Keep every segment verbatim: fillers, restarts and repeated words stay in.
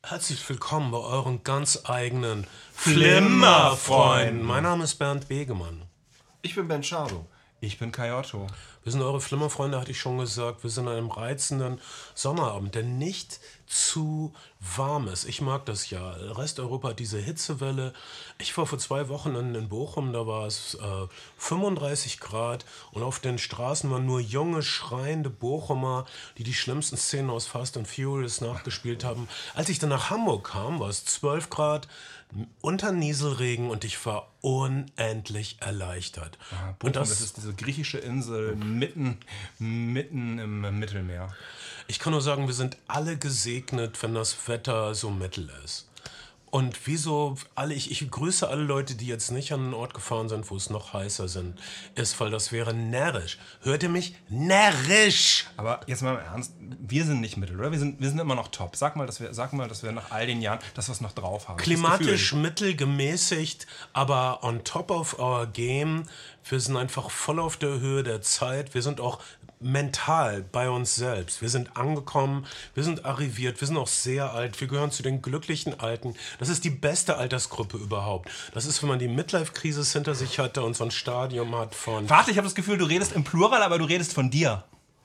Herzlich willkommen bei euren ganz eigenen Flimmerfreunden. Mein Name ist Bernd Begemann. Ich bin Ben Schardo. Ich bin Kai Otto. Wir sind eure Flimmerfreunde, hatte ich schon gesagt. Wir sind an einem reizenden Sommerabend, der nicht zu warm ist. Ich mag das ja. Resteuropa hat diese Hitzewelle. Ich war vor zwei Wochen in, in Bochum, da war es äh, fünfunddreißig Grad und auf den Straßen waren nur junge, schreiende Bochumer, die die schlimmsten Szenen aus Fast and Furious nachgespielt haben. Als ich dann nach Hamburg kam, war es zwölf Grad, unter Nieselregen und ich war unendlich erleichtert. Ah, Bochum, und das, das ist diese griechische Insel mitten, mitten im Mittelmeer. Ich kann nur sagen, wir sind alle gesegnet, wenn das Wetter so mittel ist. Und wieso alle, ich, ich grüße alle Leute, die jetzt nicht an einen Ort gefahren sind, wo es noch heißer sind, ist, weil das wäre närrisch. Hört ihr mich? Närrisch! Aber jetzt mal im Ernst, wir sind nicht mittel, oder? Wir sind, wir sind immer noch top. Sag mal, dass wir, sag mal, dass wir nach all den Jahren das was noch drauf haben. Klimatisch mittel, gemäßigt, aber on top of our game. Wir sind einfach voll auf der Höhe der Zeit. Wir sind auch mental bei uns selbst. Wir sind angekommen, wir sind arriviert, wir sind auch sehr alt. Wir gehören zu den glücklichen Alten. Das ist die beste Altersgruppe überhaupt. Das ist, wenn man die Midlife-Krise hinter sich hatte und so ein Stadium hat von... Warte, ich habe das Gefühl, du redest im Plural, aber du redest von dir.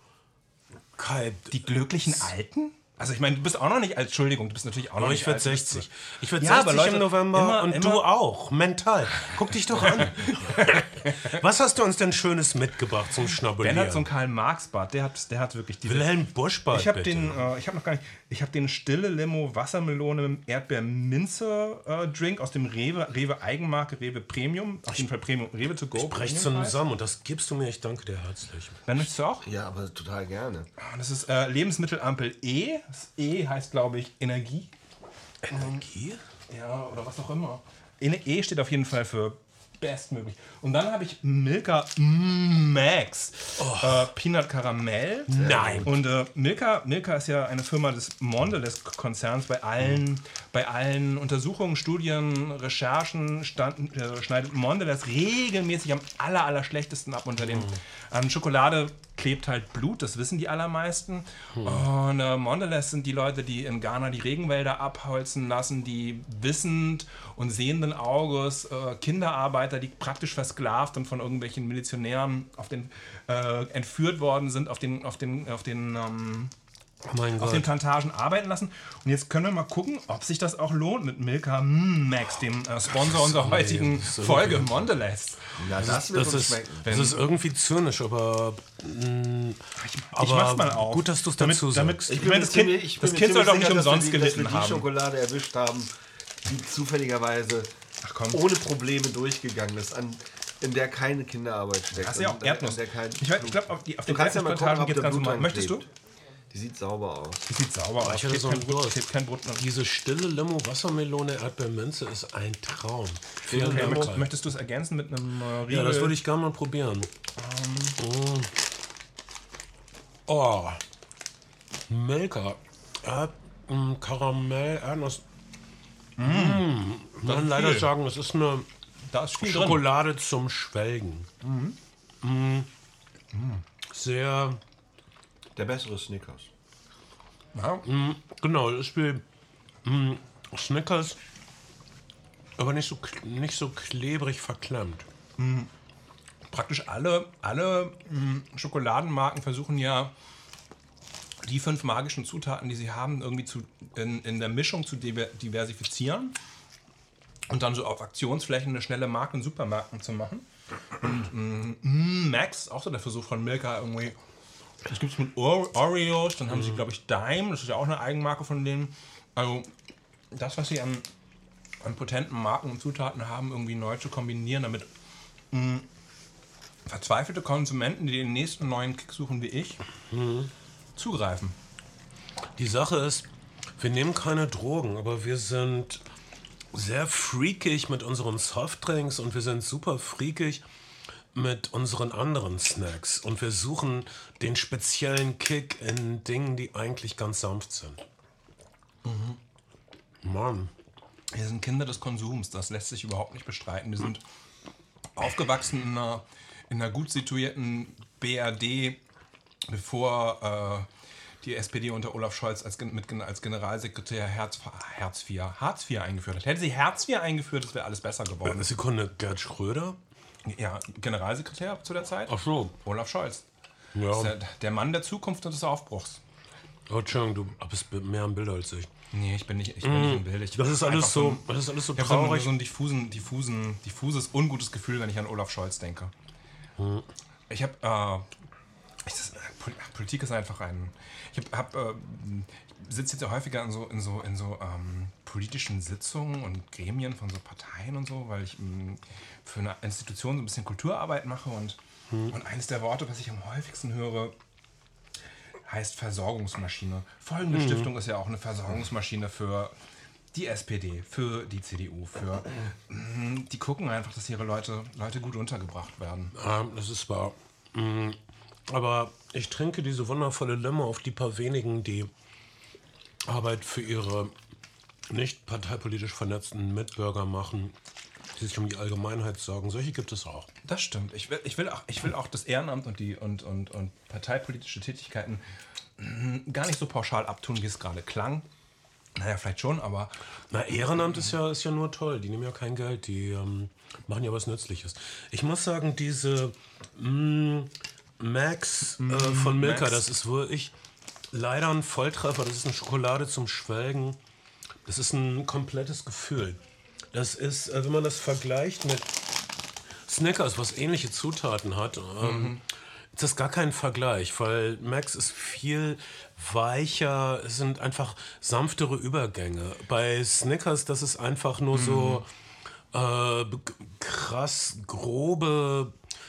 Kai, die glücklichen Alten? Also ich meine, du bist auch noch nicht alt, Entschuldigung, du bist natürlich auch noch oh, nicht ich werd alt. sechzig. Ich werde ja, sechzig Leute, im November immer, und immer, du auch, mental. Guck dich doch an. Was hast du uns denn Schönes mitgebracht zum Schnabulieren? Ben hat so einen Karl-Marx-Bart, der hat, der hat wirklich... Diese, Wilhelm Busch-Bart, Ich habe bitte. den, äh, ich habe noch gar nicht, ich habe den Stille Limo Wassermelone Erdbeer-Minze-Drink aus dem Rewe, Rewe Eigenmarke, Rewe Premium, auf jeden Fall Premium, Rewe to go. Brech zusammen und das gibst du mir, ich danke dir herzlich. Ben, möchtest du auch? Ja, aber total gerne. Das ist äh, Lebensmittelampel E. Das E heißt, glaube ich, Energie. Energie? Ja, oder was auch immer. E steht auf jeden Fall für bestmöglich. Und dann habe ich Milka Max. Oh. Äh, Peanut Karamell. Nein. Und äh, Milka, Milka ist ja eine Firma des Mondelez-Konzerns. Bei allen, mhm. bei allen Untersuchungen, Studien, Recherchen stand, äh, schneidet Mondelez regelmäßig am aller, aller schlechtesten ab unter den. Mhm. An Schokolade klebt halt Blut, das wissen die allermeisten. Hm. Und äh, Mondelez sind die Leute, die in Ghana die Regenwälder abholzen lassen, die wissend und sehenden Auges äh, Kinderarbeiter, die praktisch versklavt und von irgendwelchen Milizionären auf den, äh, entführt worden sind, auf den, auf den, auf den ähm, Oh mein auf Gott. den Plantagen arbeiten lassen. Und jetzt können wir mal gucken, ob sich das auch lohnt mit Milka Max, dem äh, Sponsor Ach, unserer heutigen so Folge, Mondelez. Na, das, das wird das uns ist, schmecken. das ist irgendwie zynisch, aber, mh, ich, aber ich mach's mal auf. gut, dass du es damit, dazu damit, sagst. Ich, ich meine, das Kind, ziemlich, das kind soll doch nicht sicher, umsonst dass wir die, gelitten dass wir die haben. Schokolade erwischt haben, die zufälligerweise Ach, komm. ohne Probleme durchgegangen ist, an, in der keine Kinderarbeit steckt. Das ist ja auch Erdnuss. Der kein Ich, ich glaube, auf, die, auf du den kannst ja mal gucken, ob geht der ganz normal. Blut Möchtest du? klebt. Die sieht sauber aus. Die sieht sauber aus. Ich hatte Klebt so kein einen Brot, Durst. klebt kein Brot. Diese stille Limo, Wassermelone, Erdbeerminze ist ein Traum. Vielen Okay, Dank. möchtest, Kai. möchtest du es ergänzen mit einem äh, Riegel? Ja, das würde ich gerne mal probieren. Um. Oh. Milka. Erd m, Karamell, Erdnuss. Mm. Mm. Man kann leider viel. sagen, es ist eine Da ist viel Schokolade drin. zum Schwelgen. Mhm. Mm. Mm. Sehr... Der bessere Snickers. Ja. Mm, genau, das ist wie mm, Snickers, aber nicht so, nicht so klebrig verklemmt. Mhm. Praktisch alle, alle mh, Schokoladenmarken versuchen ja, die fünf magischen Zutaten, die sie haben, irgendwie zu, in, in der Mischung zu diversifizieren und dann so auf Aktionsflächen eine schnelle Marke in Supermärkten zu machen. Und mh, Max, auch so der Versuch von Milka irgendwie. Das gibt es mit Oreos, dann haben sie, glaube ich, Dime, das ist ja auch eine Eigenmarke von denen. Also das, was sie an, an potenten Marken und Zutaten haben, irgendwie neu zu kombinieren, damit mh, verzweifelte Konsumenten, die den nächsten neuen Kick suchen wie ich, mhm. zugreifen. Die Sache ist, wir nehmen keine Drogen, aber wir sind sehr freakig mit unseren Softdrinks und wir sind super freakig mit unseren anderen Snacks und wir suchen den speziellen Kick in Dingen, die eigentlich ganz sanft sind. Mhm. Mann. Wir sind Kinder des Konsums, das lässt sich überhaupt nicht bestreiten. Wir sind aufgewachsen in einer, in einer gut situierten B R D, bevor äh, die S P D unter Olaf Scholz als, mit, als Generalsekretär Herz, Hartz vier, Hartz vier eingeführt hat. Hätte sie Hartz vier eingeführt, das wäre alles besser geworden. Sekunde, Gerd Schröder? Ja, Generalsekretär zu der Zeit. Ach so. Olaf Scholz. Ja. Das ist der, der Mann der Zukunft und des Aufbruchs. Oh, Entschuldigung, du bist mehr am Bilder als ich. Nee, ich bin nicht, ich bin nicht im Bild. Ich Das ist einfach alles so, ein- das ist alles so Ich habe so ein, traurig. so ein diffusen, diffusen, diffuses, ungutes Gefühl, wenn ich an Olaf Scholz denke. Hm. Ich habe, äh, ich, das, äh, Pol- Politik ist einfach ein. Ich habe, hab, äh, ich sitze jetzt ja häufiger in so, in so, in so ähm, politischen Sitzungen und Gremien von so Parteien und so, weil ich ähm, für eine Institution so ein bisschen Kulturarbeit mache und, Hm. und eines der Worte, was ich am häufigsten höre, heißt Versorgungsmaschine. Folgende Mhm. Stiftung ist ja auch eine Versorgungsmaschine für die S P D, für die C D U, für mm, die gucken einfach, dass ihre Leute, Leute gut untergebracht werden. Ja, das ist wahr. Mm, Aber ich trinke diese wundervolle Limo auf die paar wenigen, die Arbeit für ihre nicht parteipolitisch vernetzten Mitbürger machen, die sich um die Allgemeinheit sorgen. Solche gibt es auch. Das stimmt. Ich will, ich will, auch, ich will auch das Ehrenamt und die und, und, und parteipolitische Tätigkeiten mm, gar nicht so pauschal abtun, wie es gerade klang. Naja, vielleicht schon, aber Na, Ehrenamt ist ja, ist ja nur toll. Die nehmen ja kein Geld, die ähm, machen ja was Nützliches. Ich muss sagen, diese mm, Max äh, von Milka, Max. das ist wirklich leider ein Volltreffer. Das ist eine Schokolade zum Schwelgen. Das ist ein komplettes Gefühl. Das ist, äh, wenn man das vergleicht mit Snickers, was ähnliche Zutaten hat, ähm, ist das gar kein Vergleich, weil Max ist viel weicher, es sind einfach sanftere Übergänge. Bei Snickers, das ist einfach nur so äh, g- krass grobe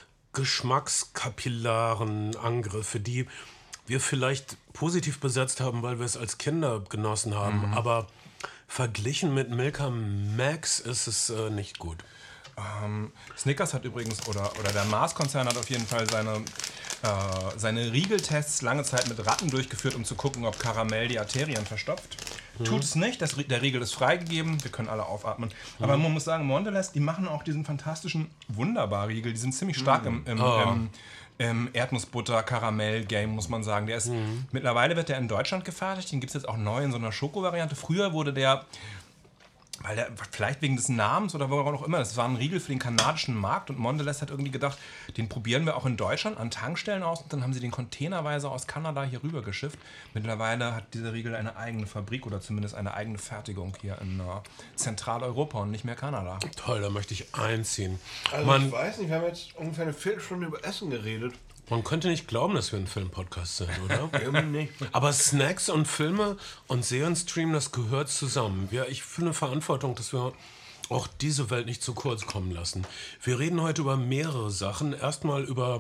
Geschmackskapillaren Angriffe, die wir vielleicht positiv besetzt haben, weil wir es als Kinder genossen haben, aber verglichen mit Milka Max ist es äh, nicht gut. Ähm, Snickers hat übrigens, oder, oder der Mars-Konzern hat auf jeden Fall seine, äh, seine Riegeltests lange Zeit mit Ratten durchgeführt, um zu gucken, ob Karamell die Arterien verstopft. Tut es nicht, das, der Riegel ist freigegeben, wir können alle aufatmen. Aber man muss sagen, Mondelez, die machen auch diesen fantastischen Wunderbar-Riegel, die sind ziemlich stark im, im, Oh. im, im Erdnussbutter-Karamell-Game, muss man sagen. Der ist, mittlerweile wird der in Deutschland gefertigt, den gibt es jetzt auch neu in so einer Schoko-Variante. Früher wurde der, weil der, vielleicht wegen des Namens oder warum auch immer, das war ein Riegel für den kanadischen Markt und Mondelez hat irgendwie gedacht, den probieren wir auch in Deutschland an Tankstellen aus und dann haben sie den containerweise aus Kanada hier rüber geschifft. Mittlerweile hat dieser Riegel eine eigene Fabrik oder zumindest eine eigene Fertigung hier in äh, Zentraleuropa und nicht mehr Kanada. Toll, da möchte ich einziehen. Also Man, ich weiß nicht, wir haben jetzt ungefähr eine Viertelstunde über Essen geredet. man könnte nicht glauben, dass wir ein Filmpodcast sind, oder? Irgendwie nicht. Aber Snacks und Filme und Serienstream, das gehört zusammen. Wir, ich fühle eine Verantwortung, dass wir auch diese Welt nicht zu kurz kommen lassen. Wir reden heute über mehrere Sachen. Erstmal über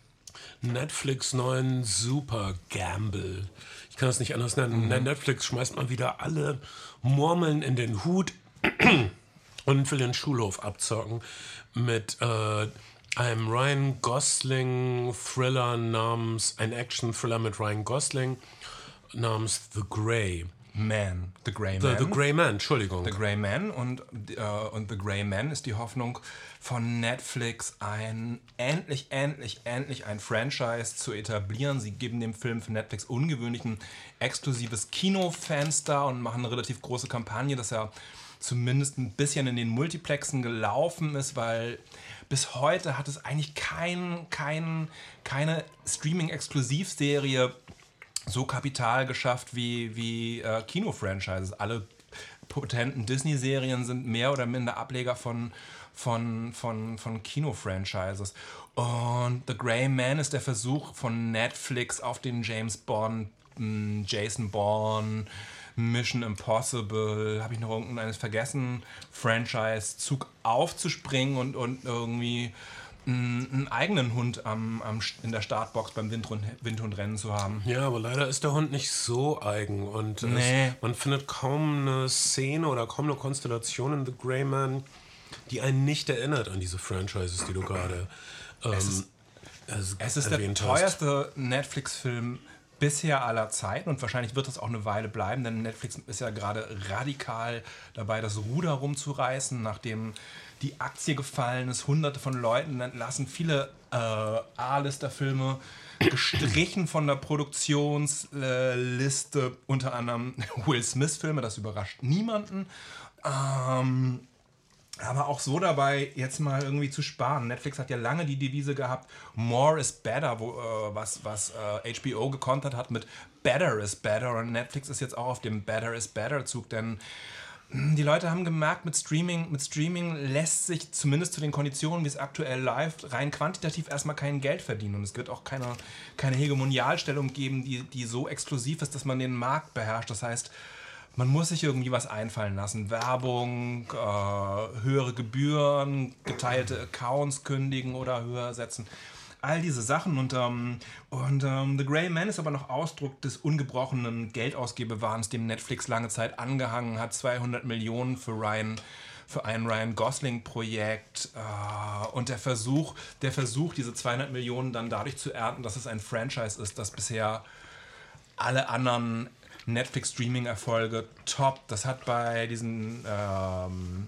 Netflix neuen Super Gamble. Ich kann das nicht anders nennen. Netflix schmeißt mal wieder alle Murmeln in den Hut und will den Schulhof abzocken mit äh, einem Ryan Gosling Thriller namens, ein Action-Thriller mit Ryan Gosling namens The Grey. Man, The Grey The, Man. The Grey Man, Entschuldigung. The Grey Man und, äh, und The Grey Man ist die Hoffnung von Netflix, ein endlich, endlich, endlich ein Franchise zu etablieren. Sie geben dem Film für Netflix ungewöhnlich ein exklusives Kinofenster und machen eine relativ große Kampagne, dass er zumindest ein bisschen in den Multiplexen gelaufen ist, weil bis heute hat es eigentlich kein, kein, keine Streaming-Exklusivserie so Kapital geschafft wie, wie äh, Kino-Franchises. Alle potenten Disney-Serien sind mehr oder minder Ableger von, von, von, von Kino-Franchises. Und The Grey Man ist der Versuch von Netflix auf den James Bond, mh, Jason Bourne, Mission Impossible, habe ich noch irgendeines vergessen, Franchise-Zug aufzuspringen und, und irgendwie einen eigenen Hund am, am, in der Startbox beim Windhund, Windhundrennen zu haben. Ja, aber leider ist der Hund nicht so eigen und Nee. es, man findet kaum eine Szene oder kaum eine Konstellation in The Grey Man, die einen nicht erinnert an diese Franchises, die du gerade ähm, Es ist, es es ist der erwähnt hast. teuerste Netflix-Film bisher aller Zeiten und wahrscheinlich wird das auch eine Weile bleiben, denn Netflix ist ja gerade radikal dabei, das Ruder rumzureißen, nachdem die Aktie gefallen ist, hunderte von Leuten entlassen, viele äh, A-Lister-Filme gestrichen von der Produktionsliste, unter anderem Will Smith-Filme, das überrascht niemanden. Ähm, aber auch so dabei, jetzt mal irgendwie zu sparen. Netflix hat ja lange die Devise gehabt, more is better, wo, äh, was, was äh, H B O gekontert hat mit better is better. Und Netflix ist jetzt auch auf dem better is better Zug, denn die Leute haben gemerkt, mit Streaming, mit Streaming lässt sich zumindest zu den Konditionen, wie es aktuell läuft, rein quantitativ erstmal kein Geld verdienen. Und es wird auch keine, keine Hegemonialstellung geben, die, die so exklusiv ist, dass man den Markt beherrscht. Das heißt, man muss sich irgendwie was einfallen lassen. Werbung, äh, höhere Gebühren, geteilte Accounts kündigen oder höher setzen. All diese Sachen. Und, ähm, und ähm, The Grey Man ist aber noch Ausdruck des ungebrochenen Geldausgebewahns, dem Netflix lange Zeit angehangen hat. zweihundert Millionen für Ryan, für ein Ryan Gosling-Projekt. Äh, und der Versuch, der Versuch, diese zweihundert Millionen dann dadurch zu ernten, dass es ein Franchise ist, das bisher alle anderen Netflix-Streaming-Erfolge top. Das hat bei diesen ähm,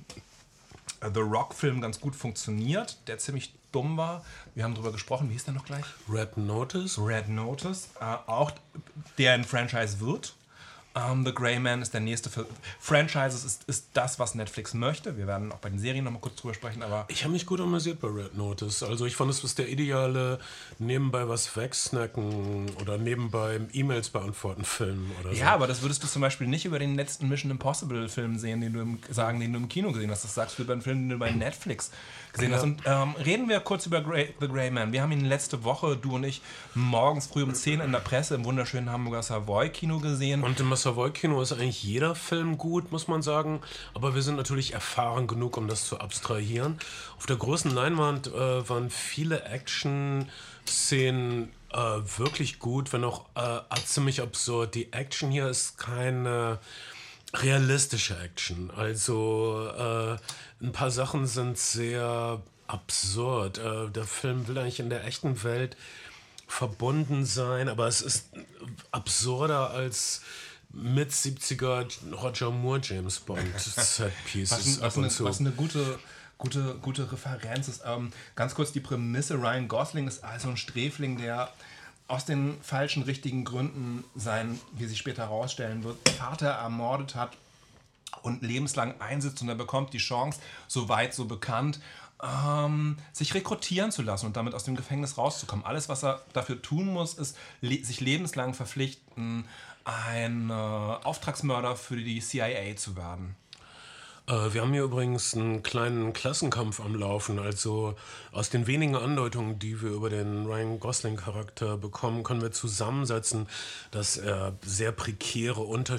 The Rock-Film ganz gut funktioniert, der ziemlich dumm war. Wir haben darüber gesprochen, wie hieß der noch gleich? Red Notice. Red Notice, äh, auch der ein Franchise wird. Um, The Grey Man ist der nächste. Für Franchises ist, ist das, was Netflix möchte. Wir werden auch bei den Serien noch mal kurz drüber sprechen, aber ich habe mich gut amüsiert bei Red Notice. Also ich fand, es ist der ideale nebenbei was wegsnacken oder nebenbei E-Mails beantworten Film oder so. Ja, aber das würdest du zum Beispiel nicht über den letzten Mission Impossible Film sehen, den du im, sagen, den du im Kino gesehen hast. Das sagst du über einen Film, den du bei Netflix gesehen ja. hast. Und ähm, reden wir kurz über Grey, The Grey Man. Wir haben ihn letzte Woche, du und ich, morgens früh um zehn in der Presse im wunderschönen Hamburger Savoy-Kino gesehen. Und im Savoy-Kino ist eigentlich jeder Film gut, muss man sagen. Aber wir sind natürlich erfahren genug, um das zu abstrahieren. Auf der großen Leinwand äh, waren viele Action-Szenen äh, wirklich gut, wenn auch äh, ziemlich absurd. Die Action hier ist keine realistische Action. Also äh, ein paar Sachen sind sehr absurd. Äh, der Film will eigentlich in der echten Welt verbunden sein, aber es ist absurder als mit siebziger Roger Moore James Bond Set Pieces was, was, eine, was eine gute gute gute Referenz ist. Ähm, ganz kurz die Prämisse: Ryan Gosling ist also ein Sträfling, der aus den falschen richtigen Gründen seinen, wie sich später herausstellen wird, Vater ermordet hat und lebenslang einsitzt, und er bekommt die Chance, so weit so bekannt, Ähm, sich rekrutieren zu lassen und damit aus dem Gefängnis rauszukommen. Alles, was er dafür tun muss, ist le- sich lebenslang verpflichten, ein äh, Auftragsmörder für die C I A zu werden. Äh, wir haben hier übrigens einen kleinen Klassenkampf am Laufen. Also aus den wenigen Andeutungen, die wir über den Ryan Gosling-Charakter bekommen, können wir zusammensetzen, dass er sehr prekäre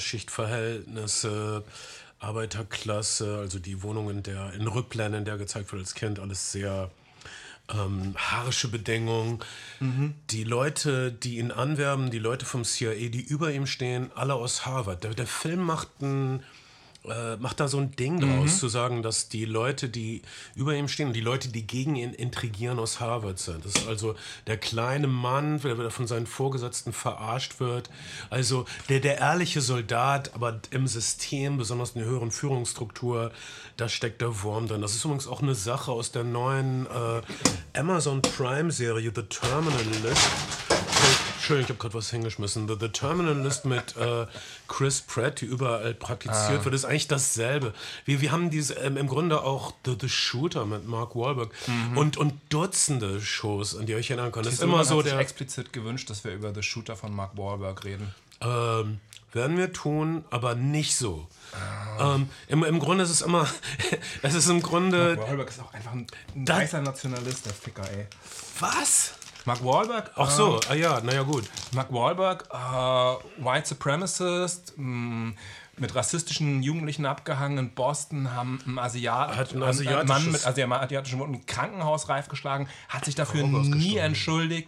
Unterschichtverhältnisse, Arbeiterklasse, also die Wohnung, in der in Rückblenden, in der gezeigt wird als Kind, alles sehr ähm, harsche Bedingungen. Mhm. Die Leute, die ihn anwerben, die Leute vom C I A, die über ihm stehen, alle aus Harvard. Der, der Film macht ein Äh, macht da so ein Ding draus, mhm. zu sagen, dass die Leute, die über ihm stehen, die Leute, die gegen ihn intrigieren, aus Harvard sind. Das ist also der kleine Mann, der von seinen Vorgesetzten verarscht wird. Also der, der ehrliche Soldat, aber im System, besonders in der höheren Führungsstruktur, da steckt der Wurm drin. Das ist übrigens auch eine Sache aus der neuen äh, Amazon Prime-Serie The Terminalist. Entschuldigung, ich habe gerade was hingeschmissen. The, The Terminalist mit äh, Chris Pratt, die überall praktiziert ah. wird, ist eigentlich dasselbe. Wir, wir haben diese, ähm, im Grunde auch The, The Shooter mit Mark Wahlberg mhm. und, und Dutzende Shows, an die ihr euch erinnern könnt. Das ist immer so hat sich der explizit gewünscht, dass wir über The Shooter von Mark Wahlberg reden. Ähm, werden wir tun, aber nicht so. Ah. Ähm, im, Im Grunde ist es immer, es ist im Grunde... Mark Wahlberg ist auch einfach ein, ein weißer Nationalist, der Ficker, ey. Was? Mark Wahlberg? Ach so, äh, ah ja, naja gut. Mark Wahlberg, äh, White Supremacist, mh, mit rassistischen Jugendlichen abgehangen in Boston, haben einen, Asiat hat ein einen Mann mit asiatischen Wurzeln im Krankenhaus reif geschlagen, hat sich dafür nie entschuldigt.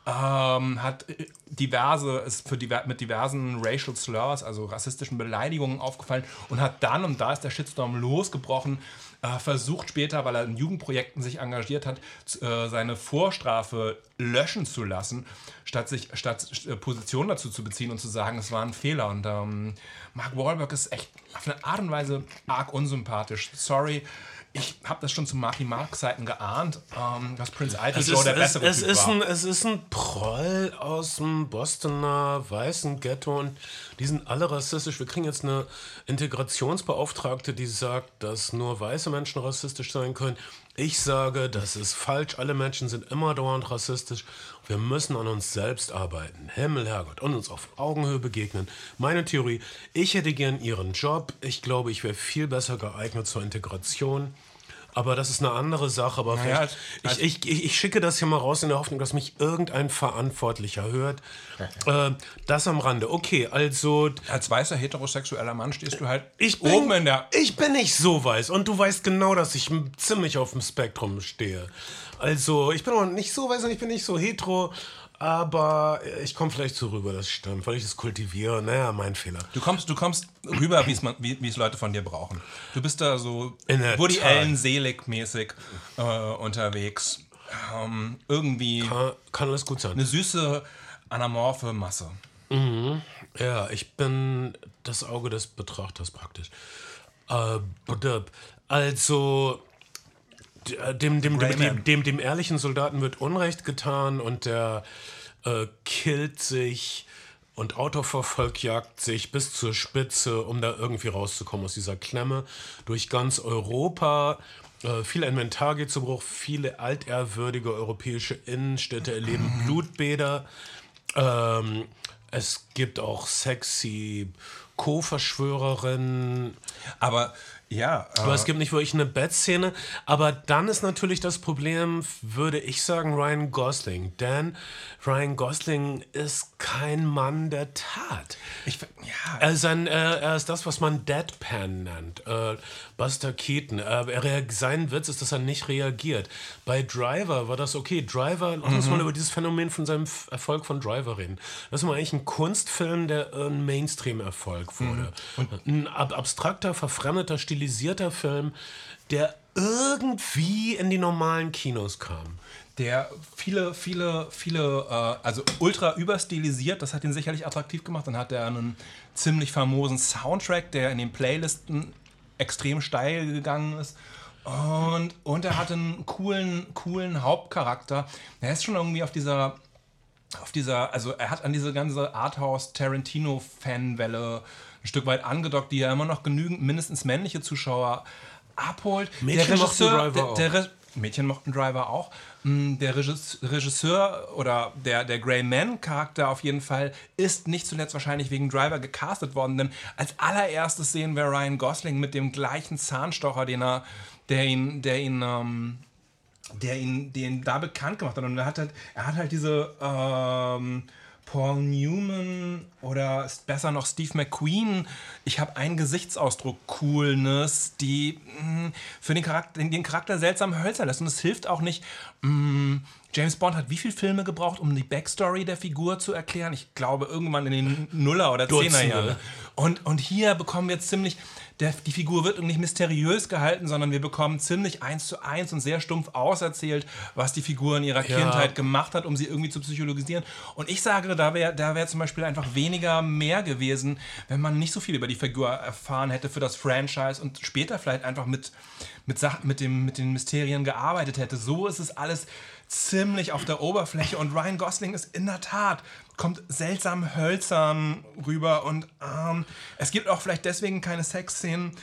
ähm, hat diverse, ist für diver, mit diversen Racial Slurs, also rassistischen Beleidigungen aufgefallen und hat dann, und da ist der Shitstorm losgebrochen, äh, versucht später, weil er in Jugendprojekten sich engagiert hat, äh, seine Vorstrafe löschen zu lassen, statt sich statt äh, Position dazu zu beziehen und zu sagen, es war ein Fehler. Und ähm, Mark Wahlberg ist echt auf eine Art und Weise arg unsympathisch. Sorry. Ich habe das schon zu Marky Mark Zeiten geahnt, ähm, dass Prince Idol so der bessere es, Typ ist war. Ein, es ist ein Proll aus dem Bostoner weißen Ghetto und die sind alle rassistisch. Wir kriegen jetzt eine Integrationsbeauftragte, die sagt, dass nur weiße Menschen rassistisch sein können. Ich sage, das ist falsch. Alle Menschen sind immer dauernd rassistisch. Wir müssen an uns selbst arbeiten. Himmel, Herrgott, und uns auf Augenhöhe begegnen. Meine Theorie, ich hätte gern ihren Job. Ich glaube, ich wäre viel besser geeignet zur Integration. Aber das ist eine andere Sache. Aber Naja, vielleicht, als- ich, ich, ich schicke das hier mal raus in der Hoffnung, dass mich irgendein Verantwortlicher hört. äh, das am Rande. Okay, also... Als weißer heterosexueller Mann stehst du halt Ich bin, oben in der... ich bin nicht so weiß und du weißt genau, dass ich m- ziemlich auf dem Spektrum stehe. Also, ich bin auch nicht so weiß und ich bin nicht so hetero, aber ich komme vielleicht so rüber, das stimmt, weil ich es kultiviere. Naja, mein Fehler. Du kommst, du kommst rüber, wie's man, wie wie es Leute von dir brauchen. Du bist da so In der Woody Tat. Allen selig-mäßig äh, unterwegs. Ähm, irgendwie Kann, kann alles gut sein. eine süße, anamorphe Masse. Ja, ich bin das Auge des Betrachters praktisch. Äh, badab. also, d- äh, dem, dem, dem, Grey dem, Man. dem, dem ehrlichen Soldaten wird Unrecht getan und der äh, killt sich und Autoverfolgjagt sich bis zur Spitze, um da irgendwie rauszukommen aus dieser Klemme. Durch ganz Europa. Äh, viel Inventar geht zu Bruch. Viele altehrwürdige europäische Innenstädte erleben Blutbäder. Ähm, es gibt auch sexy Co-Verschwörerinnen. Aber ja, äh, Aber es gibt nicht wirklich eine Bettszene. Aber dann ist natürlich das Problem, würde ich sagen, Ryan Gosling. Denn Ryan Gosling ist kein Mann der Tat. ich, ja, Er ist, ein, äh, er ist das, was man Deadpan nennt. Äh, Buster Keaton. Äh, er rea- sein Witz ist, dass er nicht reagiert. Bei Driver war das okay. Driver, lass uns mal über dieses Phänomen von seinem F- Erfolg von Driver reden. Das ist mal eigentlich ein Kunstfilm, der ein Mainstream-Erfolg wurde. Ein ab abstrakter, verfremdeter, stilisierter Film, der irgendwie in die normalen Kinos kam. der viele, viele, viele, äh, also ultra überstilisiert, das hat ihn sicherlich attraktiv gemacht. Dann hat er einen ziemlich famosen Soundtrack, der in den Playlisten extrem steil gegangen ist. Und, und er hatte einen coolen, coolen Hauptcharakter. Er ist schon irgendwie auf dieser, auf dieser, also er hat an diese ganze Arthouse-Tarantino-Fanwelle ein Stück weit angedockt, die ja immer noch genügend mindestens männliche Zuschauer abholt. Mädchen mochten Driver der, auch. der Re- Mädchen mochten Driver auch. Mm, Der Regis- Regisseur oder der, der Grey Man-Charakter auf jeden Fall ist nicht zuletzt wahrscheinlich wegen Driver gecastet worden, denn als allererstes sehen wir Ryan Gosling mit dem gleichen Zahnstocher, den er, der ihn, der ihn, ähm, der ihn, den da bekannt gemacht hat. Und er hat halt, er hat halt diese ähm, Paul Newman oder ist besser noch Steve McQueen. Ich habe einen Gesichtsausdruck Coolness, die mh, für den Charakter, den, den Charakter seltsam hölzern lässt. Und es hilft auch nicht. Mh, James Bond hat wie viele Filme gebraucht, um die Backstory der Figur zu erklären? Ich glaube, irgendwann in den Nuller- oder Dutzende. Zehnerjahren. Und, und hier bekommen wir jetzt ziemlich, der, die Figur wird nicht mysteriös gehalten, sondern wir bekommen ziemlich eins zu eins und sehr stumpf auserzählt, was die Figur in ihrer Ja. Kindheit gemacht hat, um sie irgendwie zu psychologisieren. Und ich sage, da wäre da wär zum Beispiel einfach weniger mehr gewesen, wenn man nicht so viel über die Figur erfahren hätte für das Franchise und später vielleicht einfach mit, mit, Sachen, mit, dem, mit den Mysterien gearbeitet hätte. So ist es alles ziemlich auf der Oberfläche und Ryan Gosling ist in der Tat, kommt seltsam hölzern rüber und ähm, es gibt auch vielleicht deswegen keine Sexszenen,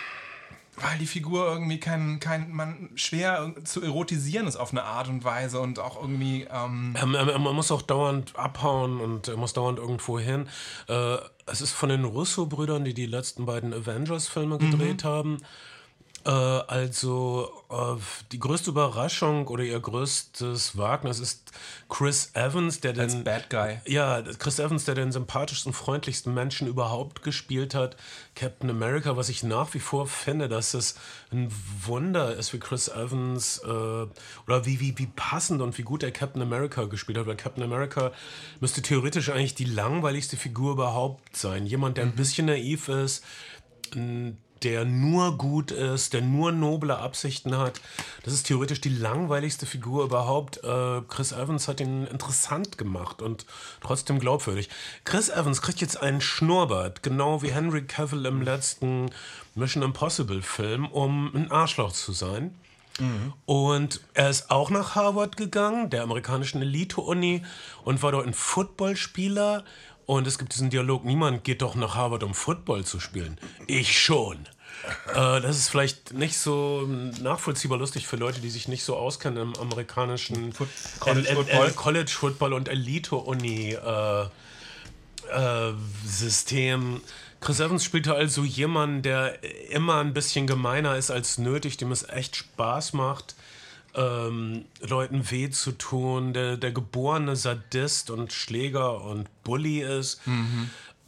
weil die Figur irgendwie kein, kein man schwer zu erotisieren ist auf eine Art und Weise und auch irgendwie ähm, Ähm, ähm, man muss auch dauernd abhauen und er muss dauernd irgendwo hin. Äh, es ist von den Russo-Brüdern, die die letzten beiden Avengers-Filme gedreht haben. Äh, also äh, die größte Überraschung oder ihr größtes Wagnis ist Chris Evans, der Als den Bad Guy. ja Chris Evans, der den sympathischsten, freundlichsten Menschen überhaupt gespielt hat, Captain America. Was ich nach wie vor finde, dass es ein Wunder ist, wie Chris Evans äh, oder wie, wie, wie passend und wie gut er Captain America gespielt hat. Weil Captain America müsste theoretisch eigentlich die langweiligste Figur überhaupt sein. Jemand, der ein bisschen naiv ist, ein der nur gut ist, der nur noble Absichten hat. Das ist theoretisch die langweiligste Figur überhaupt. Äh, Chris Evans hat ihn interessant gemacht und trotzdem glaubwürdig. Chris Evans kriegt jetzt einen Schnurrbart, genau wie Henry Cavill im letzten Mission Impossible Film, um ein Arschloch zu sein. Mhm. Und er ist auch nach Harvard gegangen, der amerikanischen Elite-Uni, und war dort ein Footballspieler. Und es gibt diesen Dialog, niemand geht doch nach Harvard, um Football zu spielen. Ich schon. äh, das ist vielleicht nicht so nachvollziehbar lustig für Leute, die sich nicht so auskennen im amerikanischen Foot- College El- El- Football. El- College Football und Elite-Uni äh, äh, System. Chris Evans spielte also jemanden, der immer ein bisschen gemeiner ist als nötig, dem es echt Spaß macht, Ähm, Leuten weh zu tun, der, der geborene Sadist und Schläger und Bully ist. Mhm.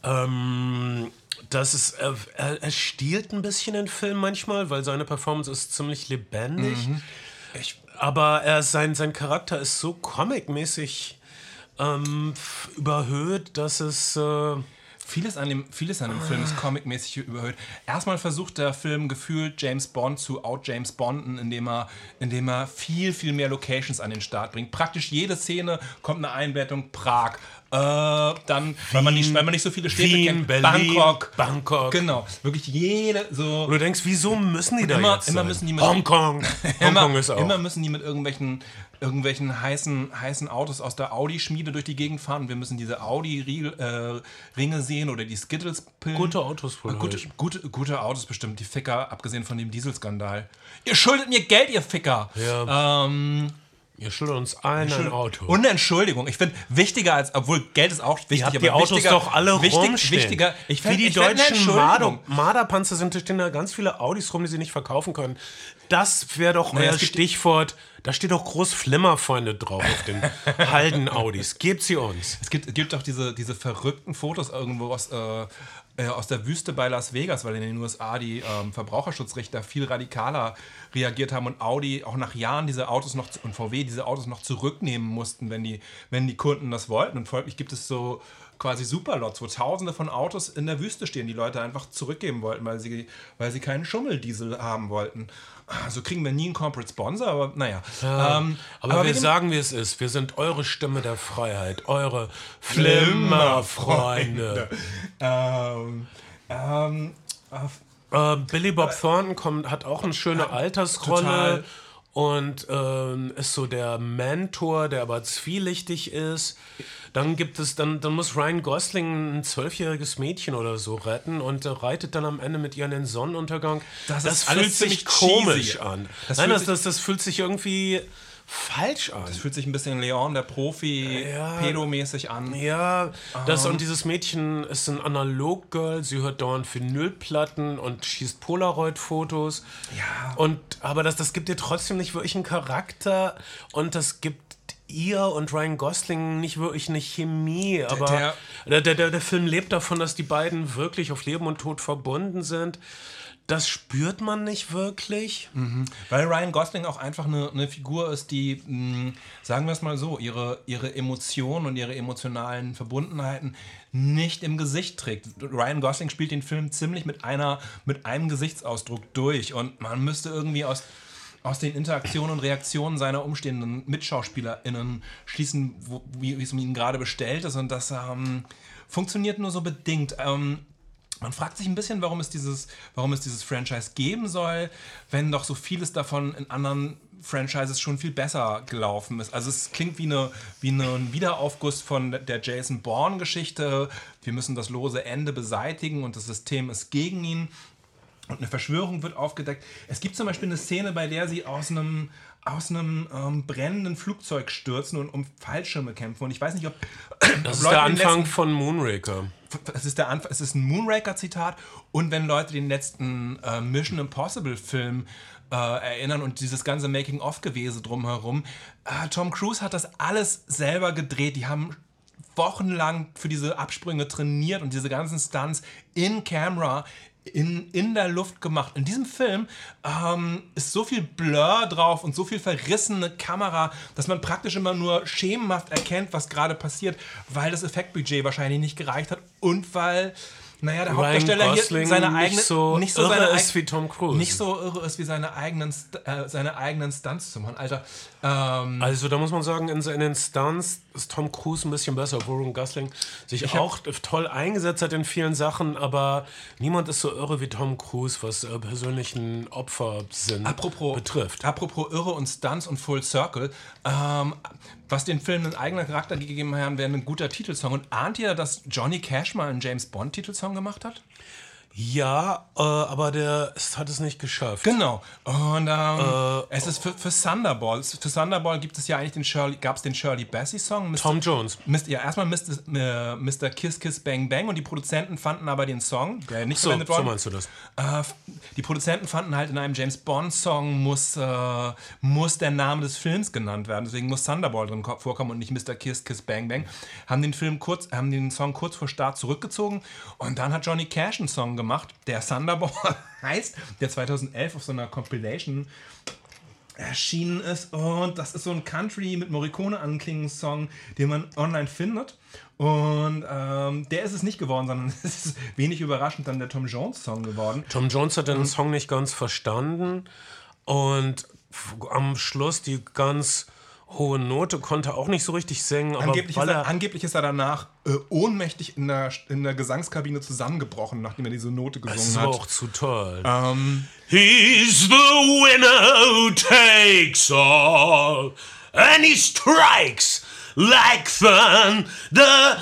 Ähm, das ist er, er, er stiehlt ein bisschen den Film manchmal, weil seine Performance ist ziemlich lebendig. Mhm. Ich, aber er, sein, sein Charakter ist so comicmäßig ähm, überhöht, dass es... Äh, Vieles an, dem, vieles an dem Film ist comicmäßig überhöht. Erstmal versucht der Film gefühlt James Bond zu out-James Bonden, indem er, indem er viel, viel mehr Locations an den Start bringt. Praktisch jede Szene kommt eine Einbettung, Prag. Äh, dann, Wien, weil, man nicht, weil man nicht so viele Städte Wien, kennt, Berlin, Bangkok. Bangkok. Genau, wirklich jede so... Und du denkst, wieso müssen die da immer, jetzt immer sein? müssen die mit, Hongkong. immer, Hongkong ist auch. Immer müssen die mit irgendwelchen, irgendwelchen heißen, heißen Autos aus der Audi-Schmiede durch die Gegend fahren. Wir müssen diese Audi-Ringe äh, sehen oder die Skittles-Pillen. Gute Autos wohl. Gute, gute, gute Autos bestimmt, die Ficker, abgesehen von dem Dieselskandal. Ihr schuldet mir Geld, ihr Ficker! Ja. Ähm, Ihr schuldet uns allen ein Auto. Und eine Entschuldigung. Ich finde, wichtiger als, obwohl Geld ist auch wichtig, Ihr habt aber die Autos wichtiger, doch alle wichtig, rumstehen. Wichtiger, ich Wie fänd, die ich fänd eine deutschen Entschuldigung. Marder- Marderpanzer sind, da stehen da ganz viele Audis rum, die sie nicht verkaufen können. Das wäre doch Naja, euer es gibt- Stichwort. Da steht doch groß Flimmerfreunde drauf auf den Halden-Audis. Gebt sie uns. Es gibt, es gibt auch diese, diese verrückten Fotos irgendwo aus, äh, äh, aus der Wüste bei Las Vegas, weil in den U S A die ähm, Verbraucherschutzrichter viel radikaler reagiert haben und Audi auch nach Jahren diese Autos noch zu, und V W diese Autos noch zurücknehmen mussten, wenn die, wenn die Kunden das wollten. Und folglich gibt es so quasi Superlots, wo Tausende von Autos in der Wüste stehen, die Leute einfach zurückgeben wollten, weil sie, weil sie keinen Schummeldiesel haben wollten. So kriegen wir nie einen Corporate Sponsor, aber naja. Ja, ähm, aber, aber wir sagen, wie es ist. Wir sind eure Stimme der Freiheit, eure Flimmerfreunde. ähm, ähm, Äh, Billy Bob Thornton kommt, hat auch eine schöne Altersrolle total. und ähm, ist so der Mentor, der aber zwielichtig ist. Dann gibt es, dann, dann muss Ryan Gosling ein zwölfjähriges Mädchen oder so retten und äh, reitet dann am Ende mit ihr in den Sonnenuntergang. Das Das, ist alles fühlt sich ziemlich komisch cheesy. an. Das Nein, fühlt das, sich- das, das fühlt sich irgendwie falsch an. Es fühlt sich ein bisschen Leon, der Profi, Ja. pedomäßig an. Ja, das und dieses Mädchen ist ein Analog-Girl, sie hört dauernd Vinylplatten und schießt Polaroid-Fotos. Ja. Und, aber das, das gibt ihr trotzdem nicht wirklich einen Charakter und das gibt ihr und Ryan Gosling nicht wirklich eine Chemie. Aber der, der, der, der Film lebt davon, dass die beiden wirklich auf Leben und Tod verbunden sind. Das spürt man nicht wirklich. Weil Ryan Gosling auch einfach eine, eine Figur ist, die, mh, sagen wir es mal so, ihre, ihre Emotionen und ihre emotionalen Verbundenheiten nicht im Gesicht trägt. Ryan Gosling spielt den Film ziemlich mit, einer, mit einem Gesichtsausdruck durch und man müsste irgendwie aus, aus den Interaktionen und Reaktionen seiner umstehenden MitschauspielerInnen schließen, wo, wie wie es um ihn gerade bestellt ist und das ähm, funktioniert nur so bedingt. Ähm, Man fragt sich ein bisschen, warum es, dieses, warum es dieses Franchise geben soll, wenn doch so vieles davon in anderen Franchises schon viel besser gelaufen ist. Also es klingt wie, eine, wie ein Wiederaufguss von der Jason Bourne-Geschichte. Wir müssen das lose Ende beseitigen und das System ist gegen ihn. Und eine Verschwörung wird aufgedeckt. Es gibt zum Beispiel eine Szene, bei der sie aus einem, aus einem ähm, brennenden Flugzeug stürzen und um Fallschirme kämpfen. Und ich weiß nicht, ob... Das ob ist Leute der den Anfang letzten- von Moonraker. es ist der Anfang, es ist ein Moonraker-Zitat und wenn Leute den letzten äh, Mission Impossible-Film äh, erinnern und dieses ganze Making-of-Gewese drumherum, äh, Tom Cruise hat das alles selber gedreht, die haben wochenlang für diese Absprünge trainiert und diese ganzen Stunts in Camera, in, in der Luft gemacht. In diesem Film ähm, ist so viel Blur drauf und so viel verrissene Kamera, dass man praktisch immer nur schemenhaft erkennt, was gerade passiert, weil das Effektbudget wahrscheinlich nicht gereicht hat und weil, naja, der Hauptdarsteller hier seine eigene, nicht so, nicht so irre seine ist wie Tom Cruise. Nicht so irre ist wie seine eigenen, äh, seine eigenen Stunts zu machen. Alter, ähm, Also da muss man sagen, in seinen Stunts ist Tom Cruise ein bisschen besser, obwohl Ryan Gosling sich auch toll eingesetzt hat in vielen Sachen, aber niemand ist so irre wie Tom Cruise, was äh, persönlichen Opfersinn apropos, betrifft. Apropos Irre und Stunts und Full Circle, ähm, was den Film einen eigenen Charakter gegeben hat, wäre ein guter Titelsong. Und ahnt ihr, dass Johnny Cash mal einen James Bond Titelsong gemacht hat? Ja, äh, aber der es hat es nicht geschafft. Genau. Und ähm, Äh, es ist für, für Thunderball. Für Thunderball gibt es ja eigentlich den Shirley, gab es den Shirley Bassey Song. Mister Tom Jones. Mister Ja, erstmal Mister Äh, Mister Kiss Kiss Bang Bang und die Produzenten fanden aber den Song, der nicht So, verwendet so worden. meinst du das? Äh, die Produzenten fanden halt, in einem James Bond Song muss, äh, muss der Name des Films genannt werden. Deswegen muss Thunderball drin ko- vorkommen und nicht Mister Kiss Kiss Bang Bang. Haben den Film kurz, haben den Song kurz vor Start zurückgezogen und dann hat Johnny Cash einen Song gemacht, der Thunderball heißt, der zweitausendelf auf so einer Compilation erschienen ist und das ist so ein Country mit Morricone anklingenden Song, den man online findet und ähm, der ist es nicht geworden, sondern es ist wenig überraschend dann der Tom Jones Song geworden. Tom Jones hat den Song nicht ganz verstanden und f- am Schluss die ganz hohe Note konnte er auch nicht so richtig singen. Aber Angeblich ist, weil er, er, angeblich ist er danach äh, ohnmächtig in der, in der Gesangskabine zusammengebrochen, nachdem er diese Note das gesungen ist hat. aber auch zu toll. Ähm, He's the winner who takes all, and he strikes like thunderball.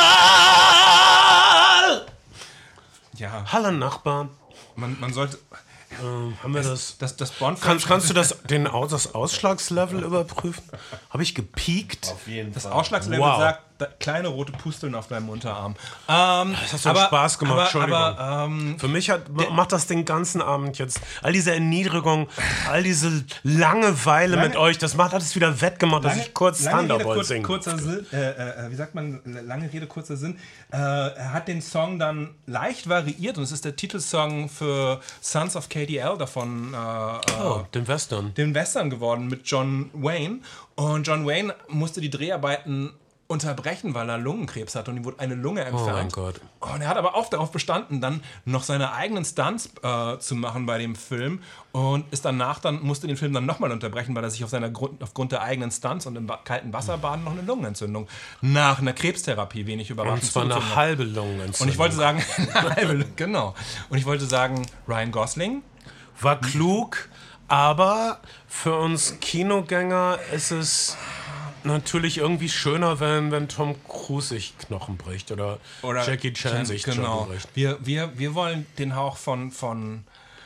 ja, Hallo Nachbarn, man, man sollte... ähm, haben wir das? Das, das Bond Kannst, kannst du das, den, Aus- das Ausschlagslevel überprüfen? Habe ich gepiekt? Auf jeden Das Fall. Ausschlagslevel Wow. sagt, da, kleine rote Pusteln auf deinem Unterarm. Ähm, Das hat so einen Spaß gemacht, aber, Entschuldigung. Aber, ähm, Für mich hat, macht das den ganzen Abend jetzt. All diese Erniedrigung, all diese Langeweile Lange- mit euch, das macht alles wieder wettgemacht, dass ich kurz lange Rede, Thunderball kurz, singe. kurzer Sinn, äh, äh, wie sagt man, lange Rede, kurzer Sinn. Äh, er hat den Song dann leicht variiert und es ist der Titelsong für Sons of K D L davon, äh, Oh, den Western. den Western geworden mit John Wayne. Und John Wayne musste die Dreharbeiten unterbrechen, weil er Lungenkrebs hatte und ihm wurde eine Lunge Oh mein entfernt. Gott. Und er hat aber auch darauf bestanden, dann noch seine eigenen Stunts äh, zu machen bei dem Film und ist danach dann, musste den Film dann nochmal unterbrechen, weil er sich auf seiner Grund, aufgrund der eigenen Stunts und im ba- kalten Wasserbaden noch eine Lungenentzündung nach einer Krebstherapie, wenig überraschend. Und zwar eine zugezogen hat. halbe Lungenentzündung. Und ich wollte sagen, eine halbe, genau. Und ich wollte sagen, Ryan Gosling, War klug, aber für uns Kinogänger ist es natürlich irgendwie schöner, wenn, wenn Tom Cruise sich Knochen bricht oder, oder Jackie Chan sich genau. Knochen bricht. Wir, wir, wir wollen den Hauch von, von